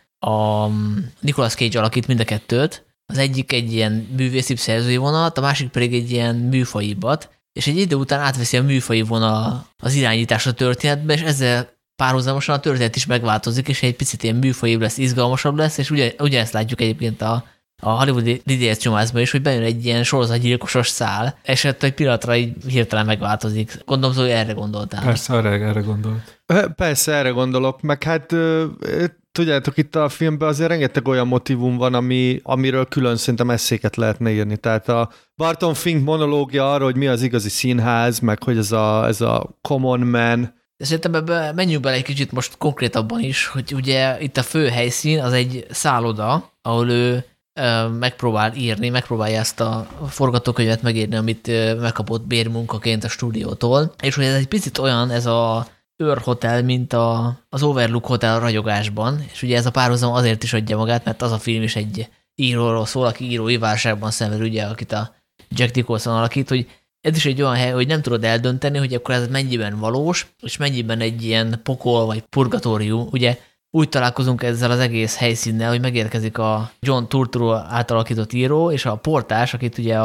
a Nicolas Cage alakít mind a kettőt. Az egyik egy ilyen művészi szerzői vonalat, a másik pedig egy ilyen műfajibbat, és egy idő után átveszi a műfaji vonal az irányítás a történetbe, és ezzel párhuzamosan a történet is megváltozik, és egy picit ilyen műfajibb lesz, izgalmasabb lesz, és ugyanezt látjuk egyébként a hollywoodi Lidélyes csomázban is, hogy bejön egy ilyen sorozatgyilkosos szál, és egy pillanatra így hirtelen megváltozik. Gondolom, hogy erre gondoltál. Persze, erre gondolt. Persze, erre gondolok, meg hát tudjátok, itt a filmben azért rengeteg olyan motivum van, amiről külön szerintem eszéket lehetne írni. Tehát a Barton Fink monológia arról, hogy mi az igazi színház, meg hogy ez a common man. De szerintem ebbe menjünk bele egy kicsit most konkrétabban is, hogy ugye itt a fő helyszín az egy szálloda, ahol ő megpróbál írni, megpróbálja ezt a forgatókönyvet megírni, amit megkapott bérmunkaként a stúdiótól. És hogy ez egy picit olyan, ez a őrhotel, mint az Overlook Hotel a ragyogásban, és ugye ez a párhuzam azért is adja magát, mert az a film is egy íróról szól, aki írói válságban szenved, ugye, akit a Jack Nicholson alakít, hogy ez is egy olyan hely, hogy nem tudod eldönteni, hogy akkor ez mennyiben valós, és mennyiben egy ilyen pokol vagy purgatórium. Ugye úgy találkozunk ezzel az egész helyszínnel, hogy megérkezik a John Turturro által alakított író, és a portás, akit ugye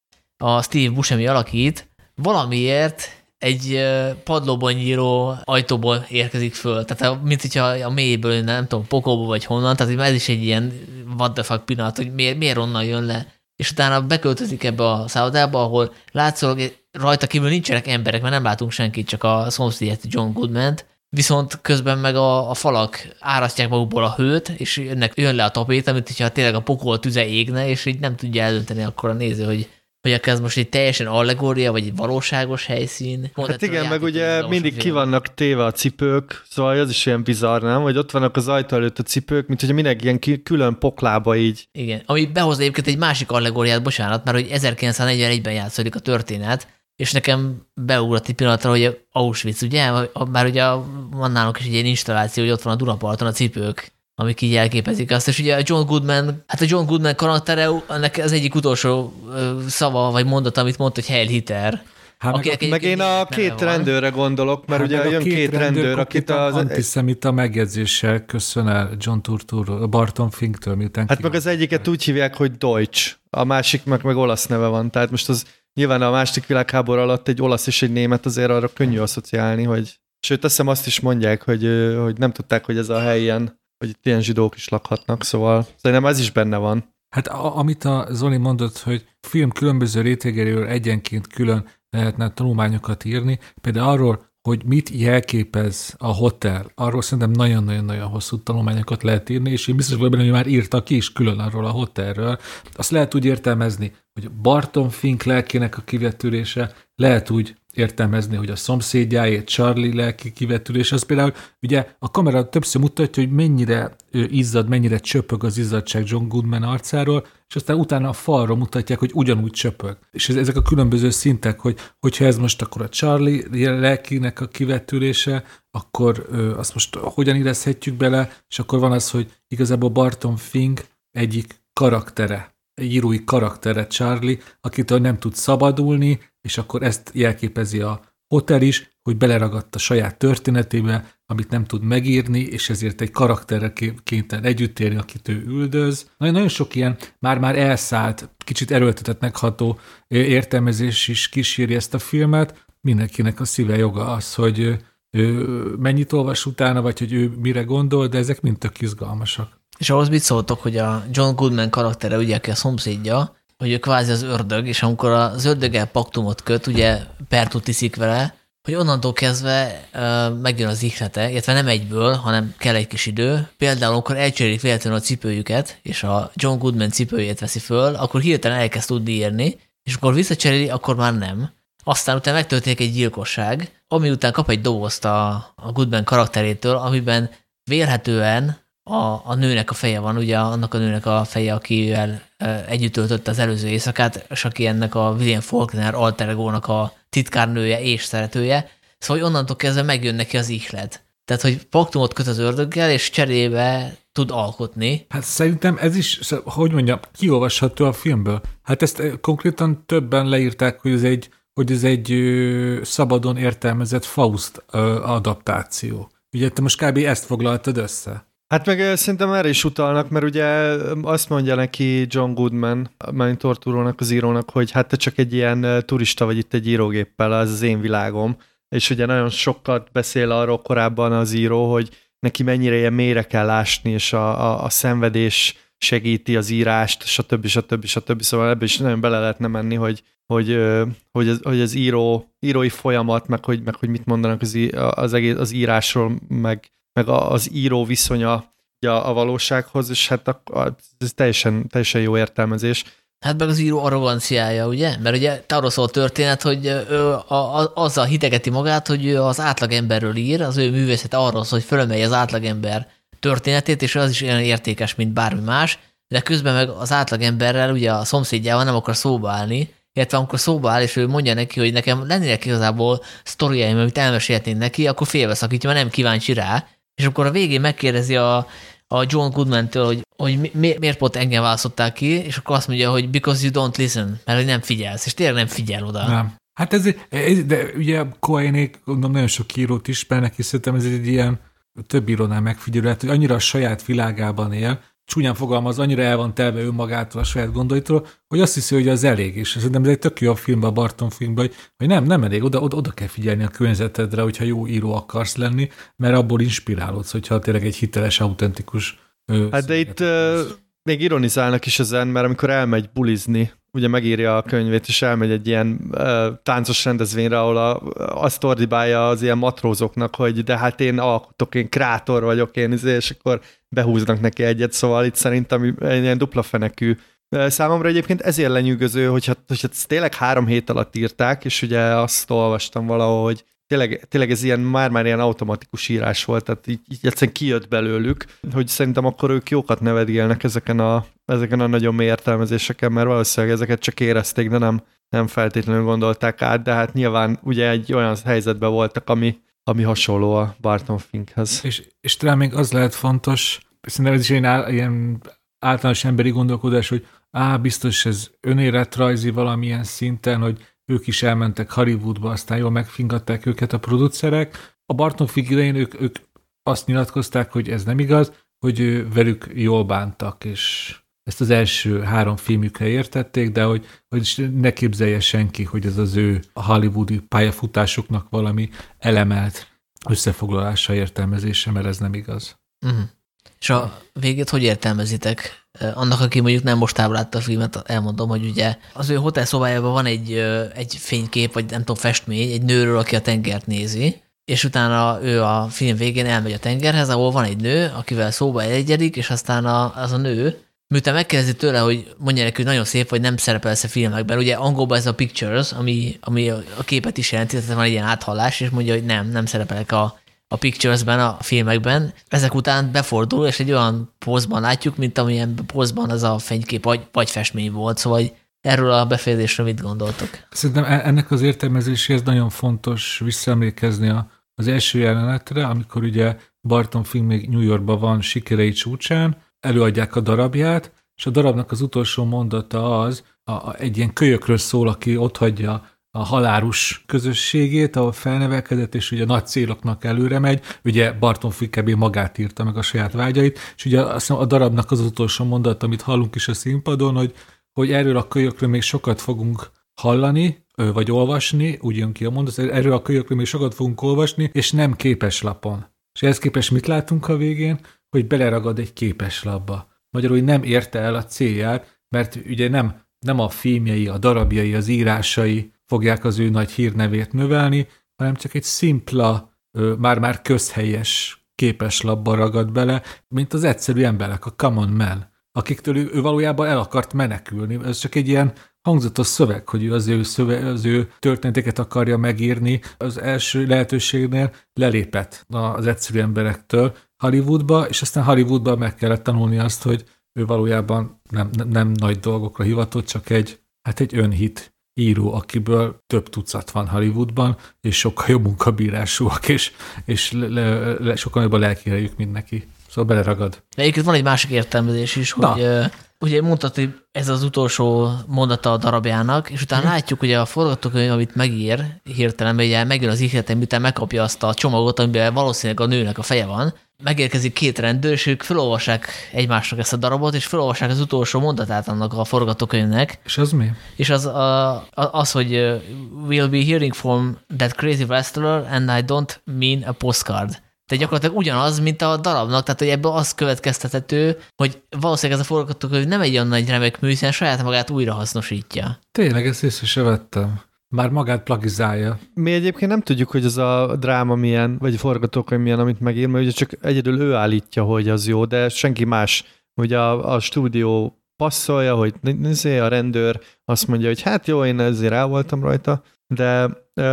a Steve Buscemi alakít, valamiért egy padlóban nyíró ajtóból érkezik föl. Tehát mint hogyha a mélyből, nem tudom, pokolból vagy honnan, tehát ez is egy ilyen what the fuck pillanat, hogy miért onnan jön le. És utána beköltözik ebbe a szállodába, ahol látszólag rajta kívül nincsenek emberek, mert nem látunk senkit, csak a szomszédját, John Goodman-t, viszont közben meg a falak árasztják magukból a hőt, és jön le a tapéta, mint hogyha tényleg a pokol tüze égne, és így nem tudja eldönteni akkor a néző, hogy ez most egy teljesen allegória, vagy egy valóságos helyszín. Hát igen, meg ugye mindig ki vannak téve a cipők, szóval az is ilyen bizarr, nem? Hogy ott vannak az ajtó előtt a cipők, mint hogy mindenki ilyen külön poklába így. Igen, ami behoz egyébként egy másik allegóriát, bocsánat, mert hogy 1941-ben játszódik a történet, és nekem beugrott egy pillanatra, hogy Auschwitz, ugye? Már ugye van nálunk is egy ilyen installáció, hogy ott van a Dunaparton a cipők, amik így jelképezik azt, és ugye a John Goodman karaktere, ennek az egyik utolsó szava, vagy mondata, amit mondta, hogy Heil Hitler. Hát meg én a két rendőrre gondolok, mert ugye jön két rendőr, akit az antiszemita megjegyzéssel köszön el John Turturro, Barton Finktől, miután hát meg az egyiket úgy hívják, hogy Deutsch, a másiknak meg olasz neve van, tehát most az nyilván a második világháború alatt egy olasz és egy német azért arra könnyű asszociálni, hogy sőt, azt hiszem azt is mondják, hogy nem tudták, hogy ez a hely ilyen, hogy itt ilyen zsidók is lakhatnak, szóval szerintem ez is benne van. Hát amit a Zoli mondott, hogy film különböző rétegéről egyenként külön lehetne tanulmányokat írni, például arról, hogy mit jelképez a hotel, arról szerintem nagyon-nagyon hosszú tanulmányokat lehet írni, és én biztos vagyok benne, hogy már írtak ki is külön arról a hotelről. Azt lehet úgy értelmezni, hogy Barton Fink lelkének a kivetülése, lehet úgy értelmezni, hogy a szomszédjáért Charlie lelki kivetülés, az például ugye a kamera többször mutatja, hogy mennyire izzad, mennyire csöpög az izzadság John Goodman arcáról, és aztán utána a falra mutatják, hogy ugyanúgy csöpög. És ezek a különböző szintek, hogyha ez most akkor a Charlie lelkinek a kivetülése, akkor azt most hogyan érezhetjük bele, és akkor van az, hogy igazából Barton Fink egyik karaktere, egy írói karaktere Charlie, akitől nem tud szabadulni, és akkor ezt jelképezi a hotel is, hogy beleragadt a saját történetébe, amit nem tud megírni, és ezért egy karakterre kénytelen együtt élni, akit ő üldöz. Nagyon sok ilyen már elszállt, kicsit erőltetettnek ható értelmezés is kíséri ezt a filmet. Mindenkinek a szíve joga az, hogy ő mennyit olvas utána, vagy hogy ő mire gondol, de ezek mind tök izgalmasak. És ahhoz mit szóltok, hogy a John Goodman karaktere, ugye, aki a szomszédja, hogy ő kvázi az ördög, és amikor az ördöggel paktumot köt, ugye pertut iszik vele, hogy onnantól kezdve megjön az ihlete, illetve nem egyből, hanem kell egy kis idő. Például, amikor elcserélik véletlenül a cipőjüket, és a John Goodman cipőjét veszi föl, akkor hirtelen elkezd tudni írni, és akkor visszacseréli, akkor már nem. Aztán utána megtörténik egy gyilkosság, ami után kap egy dobozt a Goodman karakterétől, amiben vélhetően a nőnek a feje van, ugye annak a nőnek a feje, akivel együtt töltötte az előző éjszakát, és aki ennek a William Faulkner alter egónak a titkárnője és szeretője. Szóval onnantól kezdve megjön neki az ihlet. Tehát, hogy paktumot köt az ördöggel, és cserébe tud alkotni. Hát szerintem ez is, hogy mondjam, kiolvasható a filmből. Hát ezt konkrétan többen leírták, hogy ez egy szabadon értelmezett Faust adaptáció. Ugye te most kb. Ezt foglaltad össze. Hát meg szerintem erre is utalnak, mert ugye azt mondja neki John Goodman, Manny Torturónak, az írónak, hogy hát te csak egy ilyen turista vagy itt egy írógéppel, ez az én világom. És ugye nagyon sokat beszél arról korábban az író, hogy neki mennyire ilyen mélyre kell ásni, és a szenvedés segíti az írást, stb. Szóval ebbe is nagyon bele lehetne menni, hogy az írói folyamat, meg hogy mit mondanak az írásról, meg az író viszonya a valósághoz, és hát ez teljesen jó értelmezés. Hát meg az író arroganciája, ugye? Mert ugye arról szól a történet, hogy ő azzal hitegeti magát, hogy ő az átlagemberről ír, az ő művészete arról szól, hogy fölemelje az átlagember történetét, és az is olyan értékes, mint bármi más, de közben meg az átlagemberrel, ugye a szomszédjával nem akar szóba állni, illetve amikor szóba áll, és ő mondja neki, hogy nekem lennének igazából sztoriaim, amit elmesélhetnénk neki, akkor félbeszakítja, mert nem kíváncsi rá, és akkor a végén megkérdezi a John Goodman-től, hogy miért pont engem választották ki, és akkor azt mondja, hogy because you don't listen, mert hogy nem figyelsz, és tényleg nem figyel oda. Nem. Hát de ugye Coenék, gondolom, nagyon sok írót ismernek, és szerintem ez egy ilyen több írónál megfigyelő, hát, hogy annyira a saját világában él, csúnyán fogalmaz, annyira el van telve önmagától, a saját gondolaitól, hogy azt hiszi, hogy az elég, és szerintem ez egy tök jó a filmben, a Barton filmben, hogy nem elég, oda kell figyelni a környezetedre, hogyha jó író akarsz lenni, mert abból inspirálódsz, hogyha tényleg egy hiteles, autentikus hát de itt még ironizálnak is ezen, mert amikor elmegy bulizni, ugye megírja a könyvét, és elmegy egy ilyen táncos rendezvényre, ahol azt ordibálja az ilyen matrózoknak, hogy de hát én alkotok, én krátor vagyok, és akkor behúznak neki egyet, szóval itt szerintem egy ilyen dupla fenekű. Számomra egyébként ezért lenyűgöző, hogyha tényleg 3 hét alatt írták, és ugye azt olvastam valahol, hogy tényleg ez ilyen, már ilyen automatikus írás volt, tehát így egyszerűen kijött belőlük, hogy szerintem akkor ők jókat nevetgélnek ezeken a nagyon mély értelmezéseken, mert valószínűleg ezeket csak érezték, de nem feltétlenül gondolták át, de hát nyilván ugye egy olyan helyzetben voltak, ami hasonló a Barton Finkhez. És talán még az lehet fontos, szerintem ez is ilyen általános emberi gondolkodás, hogy biztos ez önéletrajzi valamilyen szinten, hogy ők is elmentek Hollywoodba, aztán jól megfingatták őket a producerek. A Barton Fink idején ők azt nyilatkozták, hogy ez nem igaz, hogy velük jól bántak, és ezt az első 3 filmjükre értették, de hogy ne képzelje senki, hogy ez az ő a hollywoodi pályafutásuknak valami elemelt összefoglalása, értelmezése, mert ez nem igaz. Uh-huh. És a végét hogy értelmezitek? Annak, aki mondjuk nem most látta a filmet, elmondom, hogy ugye az ő hotelszobájában van egy fénykép, vagy nem tudom, festmény, egy nőről, aki a tengert nézi, és utána ő a film végén elmegy a tengerhez, ahol van egy nő, akivel szóba egyedik, és aztán az a nő, miután megkérdezi tőle, hogy mondja neki, hogy nagyon szép, hogy nem szerepelsz a filmekben. Ugye angolban ez a pictures, ami a képet is jelenti, tehát van egy ilyen áthallás, és mondja, hogy nem szerepelek a picturesben, a filmekben. Ezek után befordul, és egy olyan pózban látjuk, mint amilyen pózban az a fénykép vagy festmény volt. Szóval erről a befejezésről mit gondoltok? Szerintem ennek az értelmezéséhez nagyon fontos visszaemlékezni az első jelenetre, amikor ugye Barton Fink még New Yorkban van sikerei csúcsán, előadják a darabját, és a darabnak az utolsó mondata az, egy ilyen kölyökről szól, aki otthagyja a halálus közösségét, ahol felnevelkedett, és ugye nagy céloknak előre megy. Ugye Barton Fink kb. Magát írta meg a saját vágyait, és ugye a darabnak az utolsó mondat, amit hallunk is a színpadon, hogy erről a kölyökről még sokat fogunk hallani, vagy olvasni, úgy jön ki a mondat, erről a kölyökről még sokat fogunk olvasni, és nem képeslapon. És ehhez képest mit látunk a végén? Hogy beleragad egy képeslapba. Magyarul, hogy nem érte el a célját, mert ugye nem nem a filmjei, a darabjai, az írásai fogják az ő nagy hírnevét növelni, hanem csak egy szimpla, már-már közhelyes képeslapba ragad bele, mint az egyszerű emberek, a common man, akiktől ő valójában el akart menekülni. Ez csak egy ilyen hangzatos szöveg, hogy ő az ő történeteket akarja megírni. Az első lehetőségnél lelépett az egyszerű emberektől Hollywoodba, és aztán Hollywoodban meg kellett tanulni azt, hogy ő valójában nem nagy dolgokra hivatott, csak egy önhit író, akiből több tucat van Hollywoodban, és sokkal jobb munkabírásúak, és sokkal jobb a lelkirejük, mint neki. Szóval beleragad. De egyébként van egy másik értelmezés is, hogy ugye mondtad, hogy ez az utolsó mondata a darabjának, és utána látjuk, hogy a forgatókönyv, amit megír hirtelen, ugye megjön az ihletem, miután megkapja azt a csomagot, amiben valószínűleg a nőnek a feje van, megérkezik két rendőr, és ők felolvassák egymásnak ezt a darabot, és felolvassák az utolsó mondatát annak a forgatókönyvnek. És az mi? És az, hogy we'll be hearing from that crazy wrestler, and I don't mean a postcard. Tehát gyakorlatilag ugyanaz, mint a darabnak, tehát hogy ebből az következtethető, hogy valószínűleg ez a forgatókönyv nem egy olyan nagy remek mű, hiszen saját magát újra hasznosítja. Tényleg, ezt észre se vettem. Már magát plagizálja. Mi egyébként nem tudjuk, hogy ez a dráma milyen, vagy a forgatókönyv milyen, amit megír, mert ugye csak egyedül ő állítja, hogy az jó, de senki más. Ugye a stúdió passzolja, hogy a rendőr azt mondja, hogy hát jó, én ezért el voltam rajta, de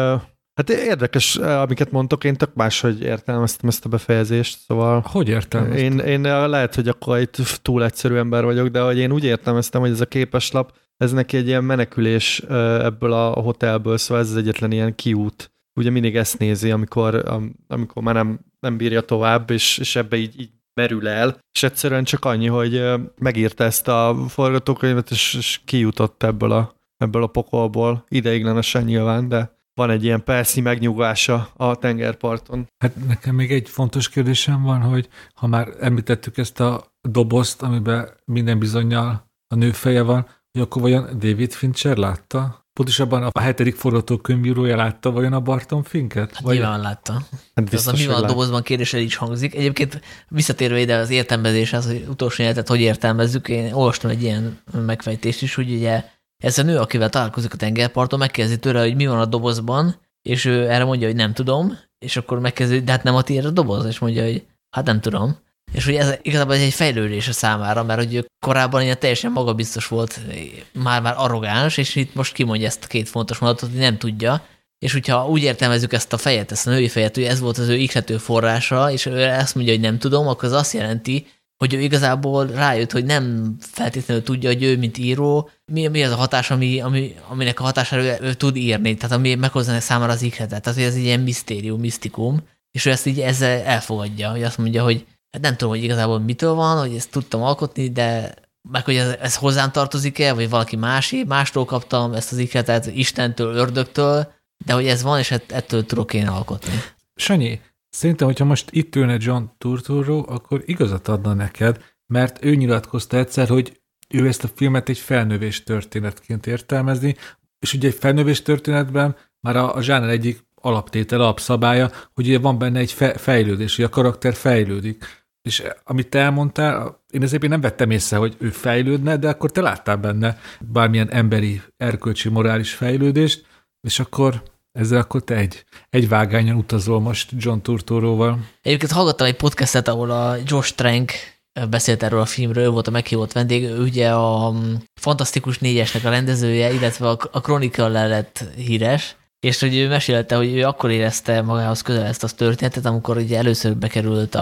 hát érdekes, amiket mondtok, én tök máshogy értelmeztem ezt a befejezést, szóval... Hogy értelmeztem? Én lehet, hogy akkor itt túl egyszerű ember vagyok, de hogy én úgy értelmeztem, hogy ez a képeslap, ez neki egy ilyen menekülés ebből a hotelből, szóval ez az egyetlen ilyen kiút. Ugye mindig ezt nézi, amikor már nem bírja tovább, és ebbe így merül el, és egyszerűen csak annyi, hogy megírta ezt a forgatókönyvet, és kijutott ebből a pokolból, ideiglenesen nyilván, de van egy ilyen percnyi megnyugvása a tengerparton. Hát nekem még egy fontos kérdésem van, hogy ha már említettük ezt a dobozt, amiben minden bizonnyal a nő feje van, hogy akkor vajon David Fincher látta? Pontosabban a 7. forgatókönyvírója látta vajon a Barton Finket? Hát nyilván látta. Hát az a mi van a dobozban kérdés el is hangzik. Egyébként visszatérve ide az értelmezéshez, hogy utolsó életet hogy értelmezzük, én olvastam egy ilyen megfejtést is, hogy ugye ez a nő, akivel találkozik a tengerparton, megkérdezi tőle, hogy mi van a dobozban, és ő erre mondja, hogy nem tudom, és akkor megkezdődik, de hát nem a tiéd a doboz, és mondja, hogy hát nem tudom. És hogy ez igazából egy fejlődés a számára, mert hogy korábban ilyen teljesen magabiztos volt, már arrogáns, és itt most kimondja ezt a két fontos mondatot, hogy nem tudja. És hogyha úgy értelmezzük ezt a fejet, ezt a női fejet, hogy ez volt az ő ihlető forrása, és ő ezt mondja, hogy nem tudom, akkor az azt jelenti, hogy ő igazából rájött, hogy nem feltétlenül tudja, hogy ő, mint író, mi az a hatás, aminek a hatására ő tud írni, tehát ami meghozza számára az ihletet. Tehát ez egy ilyen misztérium, misztikum, és ő ezt így ezzel elfogadja, hogy azt mondja, hogy hát nem tudom, hogy igazából mitől van, hogy ezt tudtam alkotni, de meg hogy ez hozzám tartozik-e, vagy valaki mástól kaptam ezt az ihletet, Istentől, ördögtől, de hogy ez van, és ettől tudok én alkotni. Sanyi, szerintem, hogyha most itt ülne John Turturro, akkor igazat adna neked, mert ő nyilatkozta egyszer, hogy ő ezt a filmet egy felnövés történetként értelmezni, és ugye egy felnövés történetben már a zsáner egyik alaptétel, alapszabálya, hogy ugye van benne egy fejlődés, hogy a karakter fejlődik. És amit te elmondtál, én ezért nem vettem észre, hogy ő fejlődne, de akkor te láttál benne bármilyen emberi, erkölcsi, morális fejlődést, és akkor ezzel akkor te egy vágányon utazol most John Turturroval. Egyébként hallgattam egy podcastet, ahol a Josh Trank beszélt erről a filmről, ő volt a meghívott vendég, ő ugye a Fantasztikus 4-esnek a rendezője, illetve a Chronicle lett híres, és hogy ő mesélte, hogy ő akkor érezte magához közel ezt a történetet, amikor ugye először bekerült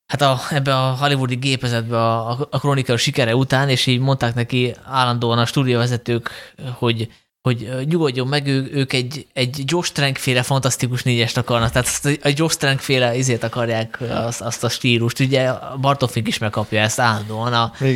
ebbe a hollywoodi gépezetbe a Chronicle sikere után, és így mondták neki állandóan a stúdióvezetők, hogy nyugodjon meg, ők egy Josh Trank-féle Fantasztikus 4-est akarnak, tehát a Josh Trank-féle izét akarják, azt a stílust. Ugye Barton Fink is megkapja ezt állandóan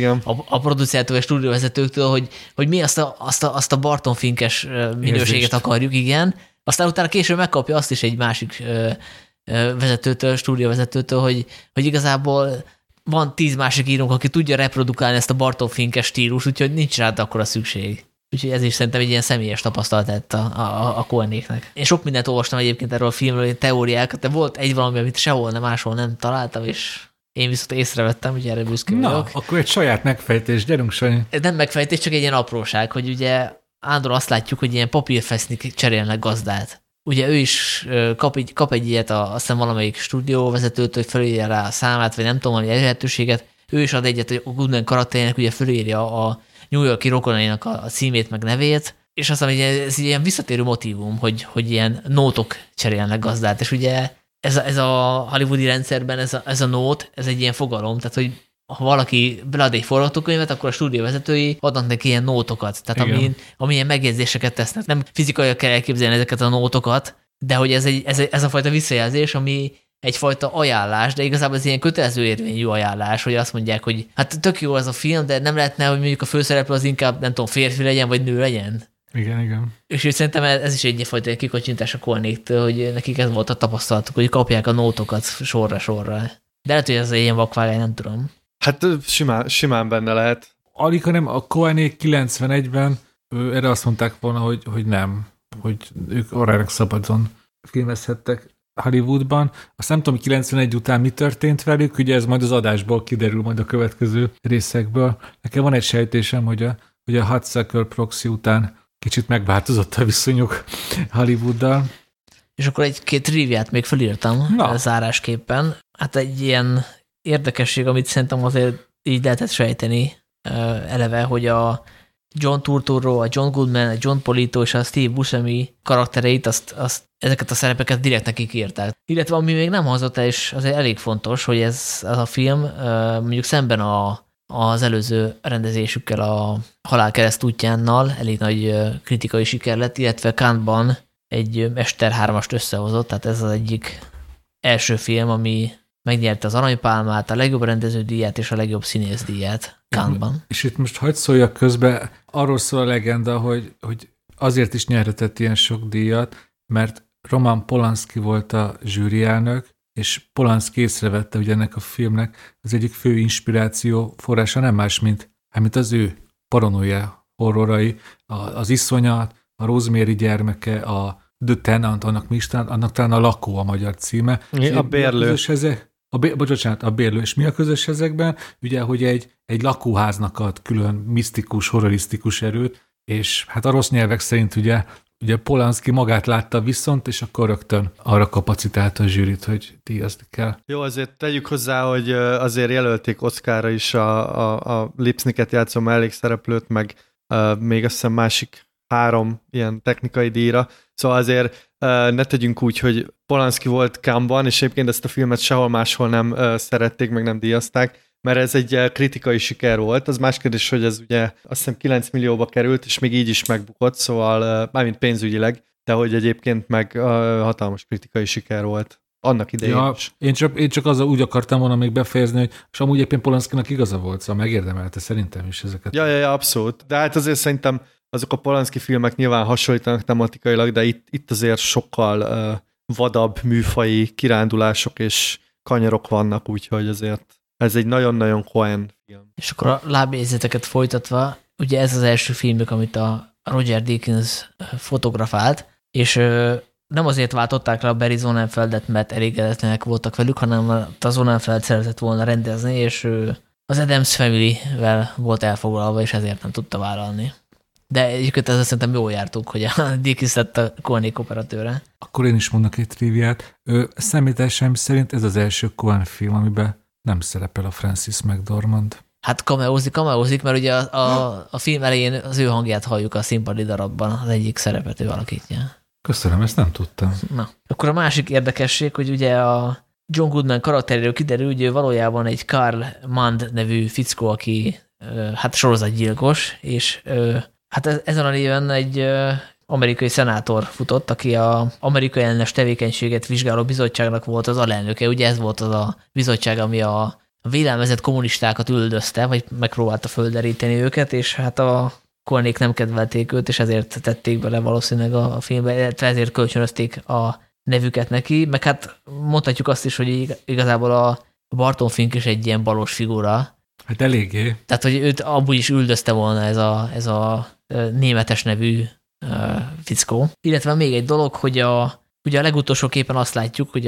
a producertől és stúdióvezetőktől, hogy mi azt a Barton Finkes minőséget akarjuk, igen. Aztán utána később megkapja azt is egy másik vezetőtől, stúdióvezetőtől, hogy igazából van 10 másik írónk, aki tudja reprodukálni ezt a Barton Finkes stílust, úgyhogy nincs rá akkora szükség. Úgyhogy ez is szerintem egy ilyen személyes tapasztalat lett a Coenéknek. Én sok mindent olvastam egyébként erről a filmről, teóriákat, de volt egy valami, amit sehol, máshol nem találtam, és Én viszont észrevettem, hogy erre büszke vagyok. Akkor egy saját megfejtés, gyerünk Sanyi. Nem megfejtés, csak egy ilyen apróság, hogy ugye Ándor azt látjuk, hogy ilyen papírfesznik cserélnek gazdát. Ugye ő is kap egy ilyet, azt hiszem valamelyik stúdióvezetőtől, hogy felírja rá a számát, vagy nem tudom, valami elérhetőséget. Ő is ad egyet a Goodman karakterének, ugye felírja a New York-i rokonainak a címét, meg nevét, és azt mondom, hogy ez ilyen visszatérő motívum, hogy ilyen nótok cserélnek gazdát, és ugye ez a hollywoodi rendszerben ez a nót, ez egy ilyen fogalom, tehát hogy ha valaki bead egy forgatókönyvet, akkor a stúdióvezetői adnak neki ilyen nótokat, tehát amilyen megjegyzéseket tesznek. Nem fizikailag kell elképzelni ezeket a nótokat, de hogy ez a fajta visszajelzés, ami egyfajta ajánlás, de igazából ez ilyen kötelező érvényű ajánlás, hogy azt mondják, hogy hát tök jó ez a film, de nem lehetne, hogy mondjuk a főszereplő az inkább, nem tudom, férfi legyen, vagy nő legyen. Igen. És szerintem ez is egyfajta kikocsintás a Koenig-től, hogy nekik ez volt a tapasztalatuk, hogy kapják a nótokat sorra. De lehet, hogy ez egy ilyen vakvágány, nem tudom. Hát simán benne lehet. Alig, hanem a Koenig 91-ben erre azt mondták volna, hogy nem, hogy ők aránylag szabadon filmezhettek Hollywoodban. Azt nem tudom, hogy 91 után mi történt velük, ugye ez majd az adásból kiderül majd a következő részekből. Nekem van egy sejtésem, hogy a Hudsucker Proxy után kicsit megváltozott a viszonyuk Hollywooddal. És akkor egy-két triviát még felírtam zárásképpen. Hát egy ilyen érdekesség, amit szerintem azért így lehetett sejteni eleve, hogy a John Turturro, a John Goodman, a John Polito és a Steve Buscemi karaktereit, ezeket a szerepeket direkt nekik írták. Illetve ami még nem hozott el, és azért elég fontos, hogy ez a film mondjuk szemben az előző rendezésükkel, a Halál kereszt útjánnal elég nagy kritikai siker lett, illetve Cannes-ban egy Mester 3-ast összehozott, tehát ez az egyik első film, ami megnyerte az Aranypálmát, a legjobb rendeződíját és a legjobb színészdíját Cannes-ban. És itt most hagyd szóljak közbe, arról szól a legenda, hogy azért is nyerhetett ilyen sok díjat, mert Roman Polanski volt a zsűrielnök, és Polanski észrevette, hogy ennek a filmnek az egyik fő inspiráció forrása nem más, mint az ő paranoia horrorai, az Iszonyat, a Rosemary gyermeke, a The Tenant, annak talán a Lakó a magyar címe. A Bérlő. A Bérlő. És mi a közös ezekben? Ugye, hogy egy lakóháznak ad külön misztikus, horrorisztikus erőt, és hát a rossz nyelvek szerint ugye Polanski magát látta viszont, és akkor rögtön arra kapacitálta a zsűrit, hogy díjazni kell. Jó, azért tegyük hozzá, hogy azért jelölték Oscarra is a Lipsnicket játszó mellékszereplőt, meg még azt hiszem másik 3 ilyen technikai díjra. Szóval azért ne tegyünk úgy, hogy Polanski volt Cannes-ban, és egyébként ezt a filmet sehol máshol nem szerették, meg nem díjazták, mert ez egy kritikai siker volt. Az más kérdés, hogy ez ugye azt hiszem 9 millióba került, és még így is megbukott, szóval mármint pénzügyileg, de hogy egyébként meg hatalmas kritikai siker volt. Annak idején is. Én csak úgy akartam volna még befejezni, hogy és amúgy éppen Polanskinak igaza volt, szóval megérdemelte szerintem is ezeket. Ja, abszolút. De hát azért szerintem azok a Polanski filmek nyilván hasonlítanak tematikailag, de itt azért sokkal vadabb műfaji kirándulások és kanyarok vannak, úgyhogy azért ez egy nagyon-nagyon Coen film. És akkor a lábjegyzeteket folytatva, ugye ez az első filmük, amit a Roger Deakins fotografált, és nem azért váltották le a Barry Sonnenfeldet, mert elégedetlenek voltak velük, hanem a Sonnenfeld szeretett volna rendezni, és az Addams Family-vel volt elfoglalva, és ezért nem tudta vállalni. De egyébként ezzel szerintem jól jártunk, hogy a Deakins lett a Koenig operatőre. Akkor én is mondok egy triviát. Számításaim szerint ez az első Coen film, amiben nem szerepel a Francis McDormand. Hát kameózik, mert ugye a film elején az ő hangját halljuk a színpadi darabban, az egyik szerepet ő alakítja. Köszönöm, ezt nem tudtam. Na, akkor a másik érdekesség, hogy ugye a John Goodman karakteréről kiderül, hogy ő valójában egy Karl Mand nevű fickó, aki hát sorozatgyilkos, és hát ezen a néven egy amerikai szenátor futott, aki az amerikai ellenes tevékenységet vizsgáló bizottságnak volt az alelnöke. Ugye ez volt az a bizottság, ami a vélelmezett kommunistákat üldözte, vagy megpróbálta földeríteni őket, és hát a Koenig nem kedvelték őt, és ezért tették bele valószínűleg a filmbe, illetve ezért kölcsönözték a nevüket neki, meg hát mondhatjuk azt is, hogy igazából a Barton Fink is egy ilyen balos figura. Hát eléggé. Tehát, hogy őt amúgy is üldözte volna ez a németes nevű fickó. Illetve még egy dolog, hogy ugye a legutolsó képen azt látjuk, hogy a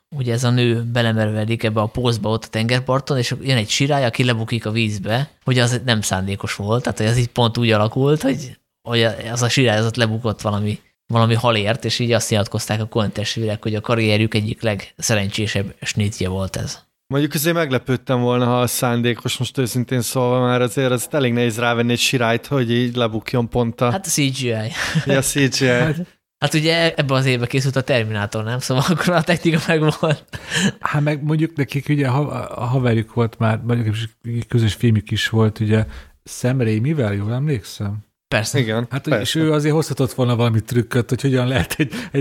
ugye ez a nő belemervedik ebbe a pózba ott a tengerparton, és jön egy sirály, aki lebukik a vízbe, hogy az nem szándékos volt, tehát hogy ez így pont úgy alakult, hogy az a sirály az ott lebukott valami halért, és így azt nyilatkozták a Coen testvérek, hogy a karrierjük egyik legszerencsésebb snitje volt ez. Mondjuk azért meglepődtem volna, ha szándékos, most őszintén szólva már azért az elég nehéz rávenni egy sirályt, hogy így lebukjon pont a... Hát a CGI. Ja, CGI. Hát ugye ebben az évben készült a Terminátor, nem? Szóval akkor a technika megvolt. Hát meg mondjuk nekik ugye a haverjuk volt már, mondjuk közös filmjük is volt, ugye Sam Raimivel, jól emlékszem? Persze. Igen, Hát persze. és ő azért hozhatott volna valami trükköt, hogy hogyan lehet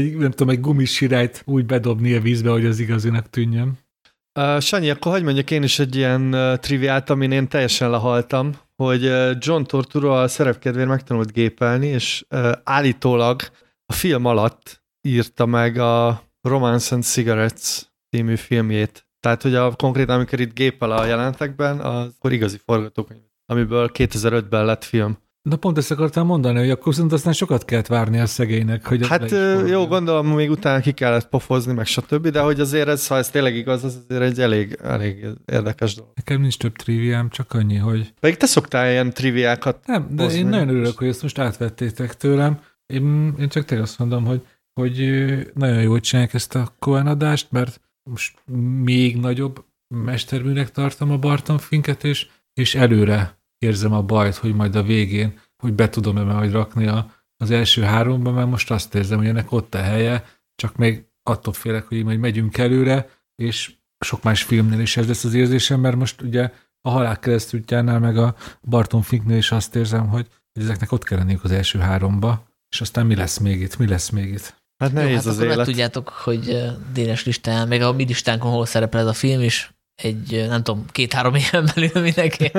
egy gumisirályt úgy bedobni a vízbe, hogy az igazinak tűnjön. Sanyi, akkor hagyj mondjak én is egy ilyen triviát, amin én teljesen lehaltam, hogy John Turturro a szerepkedvéért megtanult gépelni, és állítólag a film alatt írta meg a Romance and Cigarettes című filmjét. Tehát, hogy konkrétan, amikor itt gépel a jelentekben, akkor igazi forgatókönyv, amiből 2005-ben lett film. Na pont ezt akartam mondani, hogy akkor viszont aztán sokat kellett várni a szegénynek, hogy... Hát jó, gondolom, még utána ki kellett pofozni, meg stb., de hogy azért ha ez tényleg igaz, az azért egy elég érdekes dolog. Nekem nincs több triviám, csak annyi, hogy... Pedig te szoktál ilyen triviákat Nem, de hozni. én nagyon örülök, hogy ezt most átvettétek tőlem. Én csak tényleg azt mondom, hogy nagyon jól csinálják ezt a Coen adást, mert most még nagyobb mesterműnek tartom a Barton Finket, és előre érzem a bajt, hogy majd a végén, hogy be tudom-e majd rakni az első 3-ba, mert most azt érzem, hogy ennek ott a helye, csak még attól félek, hogy majd megyünk előre, és sok más filmnél is ez lesz az érzésem, mert most ugye a Halál keresztútjánál meg a Barton Finknél is azt érzem, hogy ezeknek ott kell lenniük az első 3-ba, és aztán mi lesz még itt? Hát nehéz hát az akkor élet. meg tudjátok, hogy Dénes listán, meg a mi listánkon hol szerepel ez a film is, egy, nem tudom, 2-3 éven belül mindenki.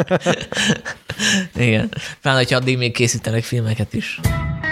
Igen. Pláne, hogyha addig még készítenek filmeket is.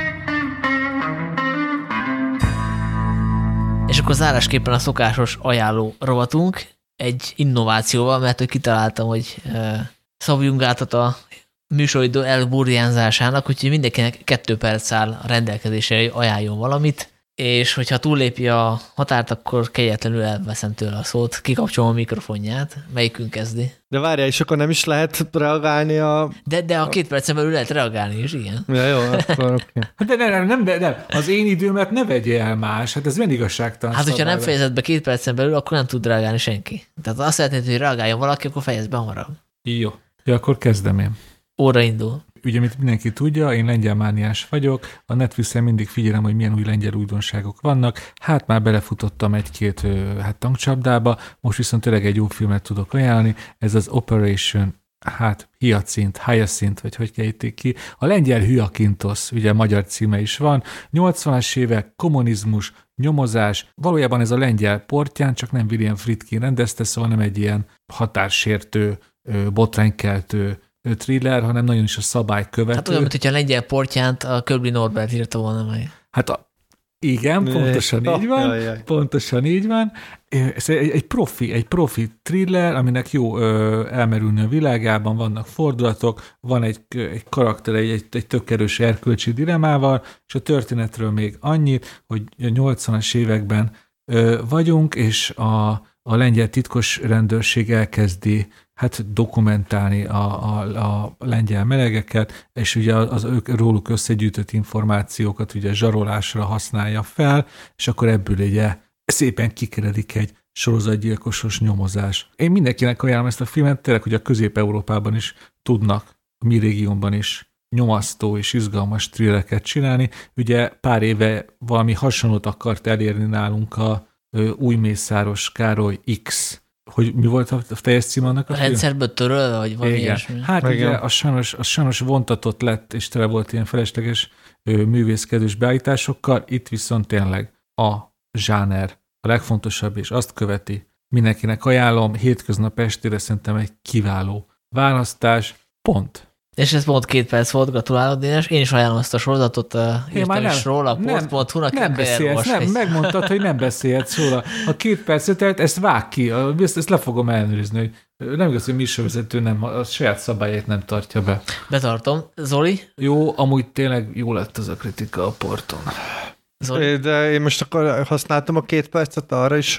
És akkor zárásképpen a szokásos ajánló rovatunk egy innovációval, mert hogy kitaláltam, hogy szabjunk át a műsoridő elburjánzásának, úgyhogy mindenkinek 2 perc áll a rendelkezésre, hogy ajánljon valamit, és hogyha túllépi a határt, akkor kegyetlenül elveszem tőle a szót, kikapcsolom a mikrofonját. Melyikünk kezdi? De várjál, és akkor nem is lehet reagálni a... De a 2 percen belül lehet reagálni is, igen. Ja, jó, akkor oké. De nem, az én időmet ne vegye el más, hát ez milyen igazságtalan. Hát, hogyha nem szabály. fejezed be 2 percen belül, akkor nem tud reagálni senki. Tehát azt szeretnéd, hogy reagáljon valaki, akkor fejezd be hamarabb. Jó. Ja, akkor kezdem én. Óra indul. Ugye, mint mindenki tudja, én lengyelmániás vagyok, a Netflixen mindig figyelem, hogy milyen új lengyel újdonságok vannak, hát már belefutottam 1-2 tankcsapdába, most viszont tényleg egy jó filmet tudok ajánlani, ez az Operation Hyacinth, vagy hogy ejtik ki. A lengyel Hyakintos, ugye magyar címe is van, 80-as évek, kommunizmus, nyomozás, valójában ez a lengyel Portyán, csak nem William Friedkin rendezte, szóval nem egy ilyen határsértő, botránykeltő thriller, hanem nagyon is a szabálykövető. Hát olyan, mint hogyha a lengyel Portyánt a Köbli Norbert írta volna meg. Hát igen, pontosan így van. Jaj. Pontosan így van. Ez egy profi thriller, aminek jó elmerülni a világában, vannak fordulatok, van egy karakter, egy tök erős erkölcsi dilemmával, és a történetről még annyit, hogy a 80-as években vagyunk, és a lengyel titkos rendőrség elkezdi dokumentálni a lengyel melegeket, és ugye az róluk összegyűjtött információkat ugye zsarolásra használja fel, és akkor ebből ugye szépen kikeredik egy sorozatgyilkosos nyomozás. Én mindenkinek ajánlom ezt a filmet, tényleg, hogy a Közép-Európában is tudnak, a mi régiónban is nyomasztó és izgalmas thrillereket csinálni. Ugye pár éve valami hasonlót akart elérni nálunk a Újmészáros Károly X. Hogy mi volt a teljes cím annak a film? Rendszerből törölve, vagy valami Igen. ilyesmi? Hát Igen. ugye az sajnos vontatott lett, és tele volt ilyen felesleges művészkedős beállításokkal, itt viszont tényleg a zsáner a legfontosabb, és azt követi. Mindenkinek ajánlom, hétköznap estére szerintem egy kiváló választás. Pont. És ez pont 2 perc volt, gratulálok, Dénes. Én is ajánlom ezt a sorozatot, írtam is róla, port.hu-nak. Nem beszélsz, megmondtad, hogy nem beszélhetsz róla. A 2 percet, tehát ezt vág ki, ezt le fogom ellenőrizni, hogy nem igaz, hogy műsorvezető nem, a saját szabályait nem tartja be. Betartom. Zoli? Jó, amúgy tényleg jó lett az a kritika a porton. Zoli? De én most akkor használtam a 2 percet arra is, hogy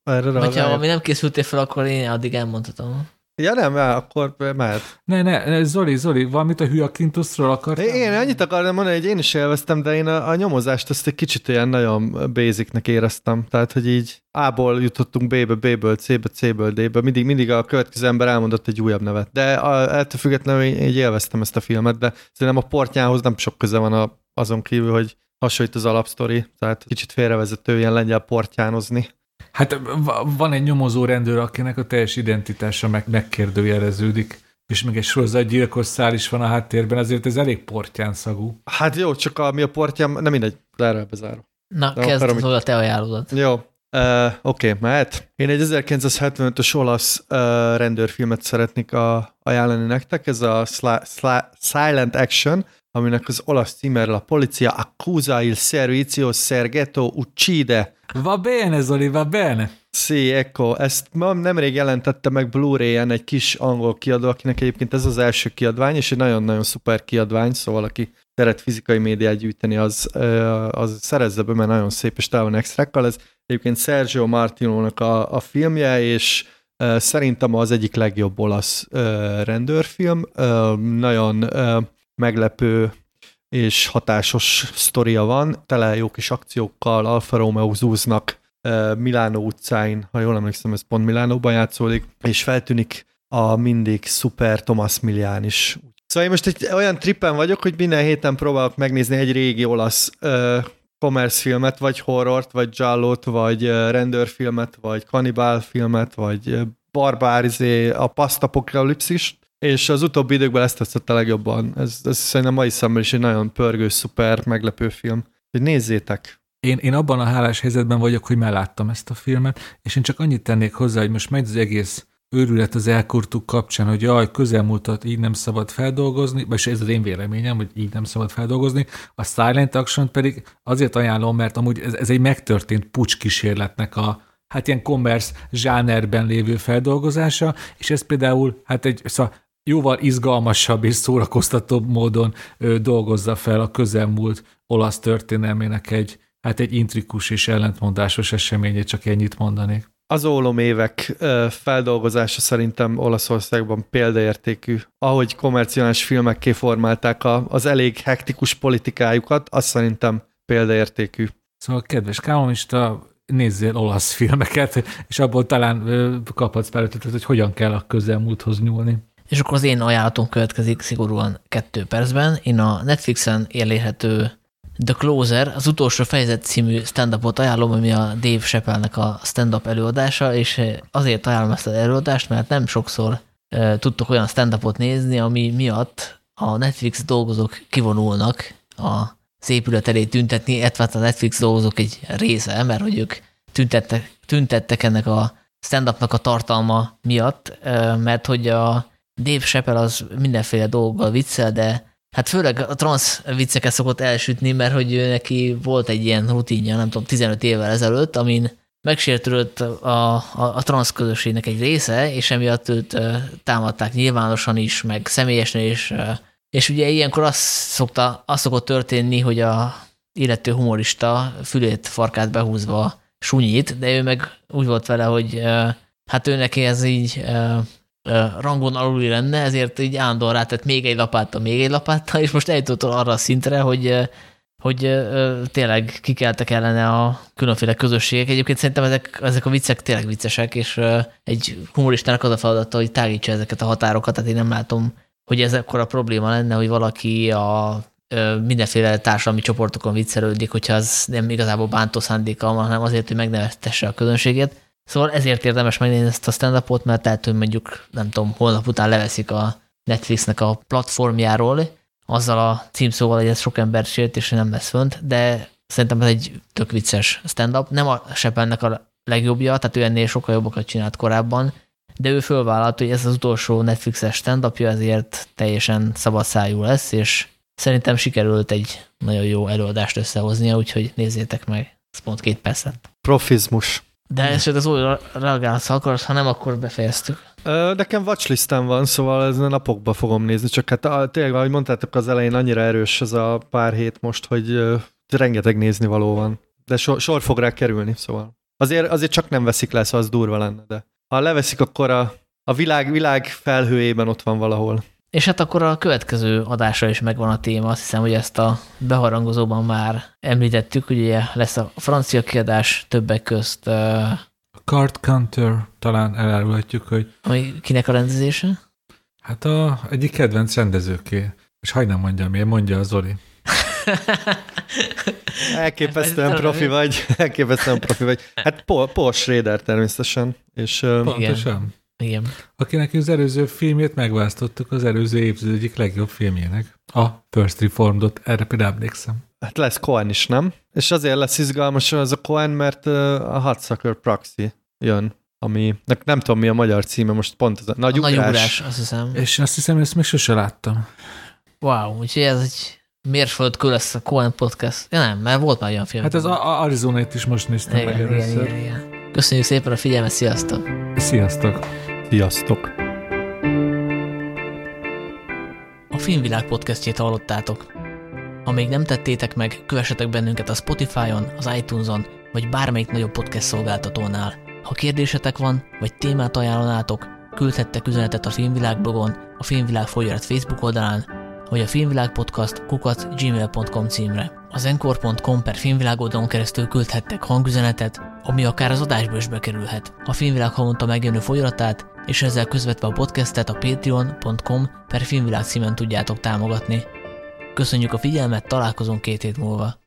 Erre vagy ha ami nem készültél fel, akkor én addig elmondhatom. Ja nem, akkor mehet. Ne, Zoli, valamit a Hyakinthusról akartál? Én annyit akartam mondani, hogy én is élveztem, de én a nyomozást azt egy kicsit olyan nagyon basicnek éreztem. Tehát, hogy így A-ból jutottunk B-be, B-ből C-be, C-ből D-be. Mindig a következő ember elmondott egy újabb nevet. De ettől függetlenül így élveztem ezt a filmet, de szerintem a portyához nem sok köze van azon kívül, hogy hasonlít az alapsztori. Tehát kicsit félrevezető ilyen lengyel portyánozni. Hát van egy nyomozó rendőr, akinek a teljes identitása megkérdőjeleződik, és még egy sorozatgyilkos szál is van a háttérben, ezért ez elég portyán szagú. Hát jó, csak ami a portyám, nem mindegy, erre bezárom. Na, kezd a te ajánlódat. Jó, oké, mehet. Én egy 1975-ös olasz rendőrfilmet szeretnék ajánlani nektek, ez a Silent Action, aminek az olasz címe La Polizia accusa il servizio segreto uccide. Va bene, Zoli, va bene. Sí, ecco, ezt nemrég jelentette meg Blu-ray-en egy kis angol kiadó, akinek egyébként ez az első kiadvány, és egy nagyon-nagyon szuper kiadvány, szóval aki szeret fizikai médiát gyűjteni, az szerezze be, mert nagyon szép és tele van extrákkal. Ez egyébként Sergio Martinónak a filmje, és szerintem az egyik legjobb olasz rendőrfilm. Nagyon meglepő és hatásos sztoria van, tele jó kis akciókkal, Alfa Romeo zúznak Milánó utcáin, ha jól emlékszem, ez pont Milánóban játszódik, és feltűnik a mindig szuper Thomas Milián is. Szóval én most egy olyan trippen vagyok, hogy minden héten próbálok megnézni egy régi olasz commerce filmet, vagy horrort, vagy giallót, vagy rendőrfilmet, vagy kanibálfilmet, vagy barbárizé, a posztapokalipszist, és az utóbbi időkben ezt tetszett a legjobban. Ez szerintem mai szemmel is egy nagyon pörgő, szuper, meglepő film. Hogy nézzétek! Én abban a hálás helyzetben vagyok, hogy már láttam ezt a filmet, és én csak annyit tennék hozzá, hogy most megy az egész őrület az elkurtuk kapcsán, hogy jaj, közelmúltat így nem szabad feldolgozni, vagy ez az én véleményem, hogy így nem szabad feldolgozni. A Silent Action pedig azért ajánlom, mert amúgy ez egy megtörtént pucskísérletnek a ilyen commerce zsánerben lévő feldolgozása, és ez például jóval izgalmasabb és szórakoztatóbb módon dolgozza fel a közelmúlt olasz történelmének egy intrikus és ellentmondásos eseményét, csak ennyit mondanék. Az ólom évek feldolgozása szerintem Olaszországban példaértékű. Ahogy kommerciális filmekké formálták az elég hektikus politikájukat, az szerintem példaértékű. Szóval kedves kámomista, nézzél olasz filmeket, és abból talán kaphatsz pár ötletet, hogy hogyan kell a közelmúlthoz nyúlni. És akkor az én ajánlatom következik szigorúan 2 percben. Én a Netflixen elérhető The Closer, az utolsó fejezet című stand-upot ajánlom, ami a Dave Chappelle-nek a stand-up előadása, és azért ajánlom ezt az előadást, mert nem sokszor tudtok olyan stand-upot nézni, ami miatt a Netflix dolgozók kivonulnak az épület elé tüntetni, illetve a Netflix dolgozók egy része, mert hogy ők tüntettek ennek a stand-upnak a tartalma miatt, mert hogy a Dave Chappelle az mindenféle dolggal viccel, de hát főleg a transz vicceket szokott elsütni, mert hogy neki volt egy ilyen rutinja, nem tudom, 15 évvel ezelőtt, amin megsértődött a transz közösségnek egy része, és emiatt őt támadták nyilvánosan is, meg személyesen is, és ugye ilyenkor az szokott történni, hogy a illető humorista fülét, farkát behúzva sunyít, de ő meg úgy volt vele, hogy hát ő neki ez így rangon aluli lenne, ezért így állandóan rátett még egy lapáttal, és most eljutott arra a szintre, hogy tényleg kikeltek ellene a különféle közösségek. Egyébként szerintem ezek a viccek tényleg viccesek, és egy humoristának az a feladata, hogy tágítsa ezeket a határokat, tehát én nem látom, hogy ez ekkora probléma lenne, hogy valaki a mindenféle társadalmi csoportokon viccelődik, hogyha az nem igazából bántó szándéka van, hanem azért, hogy megneveztesse a közönséget. Szóval ezért érdemes megnézni ezt a stand-upot, mert lehet, hogy mondjuk, nem tudom, holnap után leveszik a Netflixnek a platformjáról, azzal a címszóval, hogy ez sok ember sért, és nem lesz fönt, de szerintem ez egy tök vicces stand-up. Nem a Chappelle-nek a legjobbja, tehát ő ennél sokkal jobbakat csinált korábban, de ő fölvállalt, hogy ez az utolsó Netflixes stand-upja, ezért teljesen szabadszájú lesz, és szerintem sikerült egy nagyon jó előadást összehoznia, úgyhogy nézzétek meg, ez pont 2 percet. Profizmus. De esetleg az újra reagálsz, akarsz, ha nem, akkor befejeztük. Nekem watchlisten van, szóval ezen napokban fogom nézni, csak hát tényleg, ahogy mondtátok az elején, annyira erős ez a pár hét most, hogy rengeteg nézni való van. De sor fog rá kerülni, szóval. Azért csak nem veszik le, szóval az durva lenne, de ha leveszik, akkor a világ felhőjében ott van valahol. És hát akkor a következő adásra is megvan a téma. Azt hiszem, hogy ezt a beharangozóban már említettük, hogy ugye lesz a francia kiadás többek közt. A Card Counter, talán elárulhatjuk, hogy... Kinek a rendezése? Hát egyik kedvenc rendezőké. És hagy nem mondja, miért mondja a Zoli. Elképesztően profi vagy. Hát Paul Schrader természetesen. És, pontosan. Igen. Akinek az előző filmjét megválasztottuk az előző évtized egyik legjobb filmjének. A First Reformed-ot, erre például emlékszem. Hát lesz Coen is, nem? És azért lesz izgalmas az a Coen, mert a Hudsucker Proxy jön, ami, nem tudom mi a magyar címe, most pont ez a Nagy ugrás, azt hiszem. És azt hiszem, ezt még sose láttam. Wow, úgyhogy ez egy mérföldkő lesz a Coen podcast. Ja nem, mert volt már olyan film. Hát az Arizona-t is most néztem meg először. Igen. Köszönjük szépen a figyelmet, sziasztok! Sziasztok! Sziasztok! A Filmvilág podcastjét hallottátok. Ha még nem tettétek meg, kövessetek bennünket a Spotify-on, az iTunes-on, vagy bármelyik nagyobb podcast szolgáltatónál. Ha kérdésetek van, vagy témát ajánlanátok, küldhettek üzenetet a Filmvilág blogon, a Filmvilág folyirat Facebook oldalán, vagy a filmvilágpodcast@gmail.com címre. Az encore.com/filmvilág oldalon keresztül küldhettek hangüzenetet, ami akár az adásba is bekerülhet. A Filmvilág havonta megjelenő folyiratát, és ezzel közvetve a podcastet a patreon.com/filmvilág címen tudjátok támogatni. Köszönjük a figyelmet, találkozunk 2 hét múlva.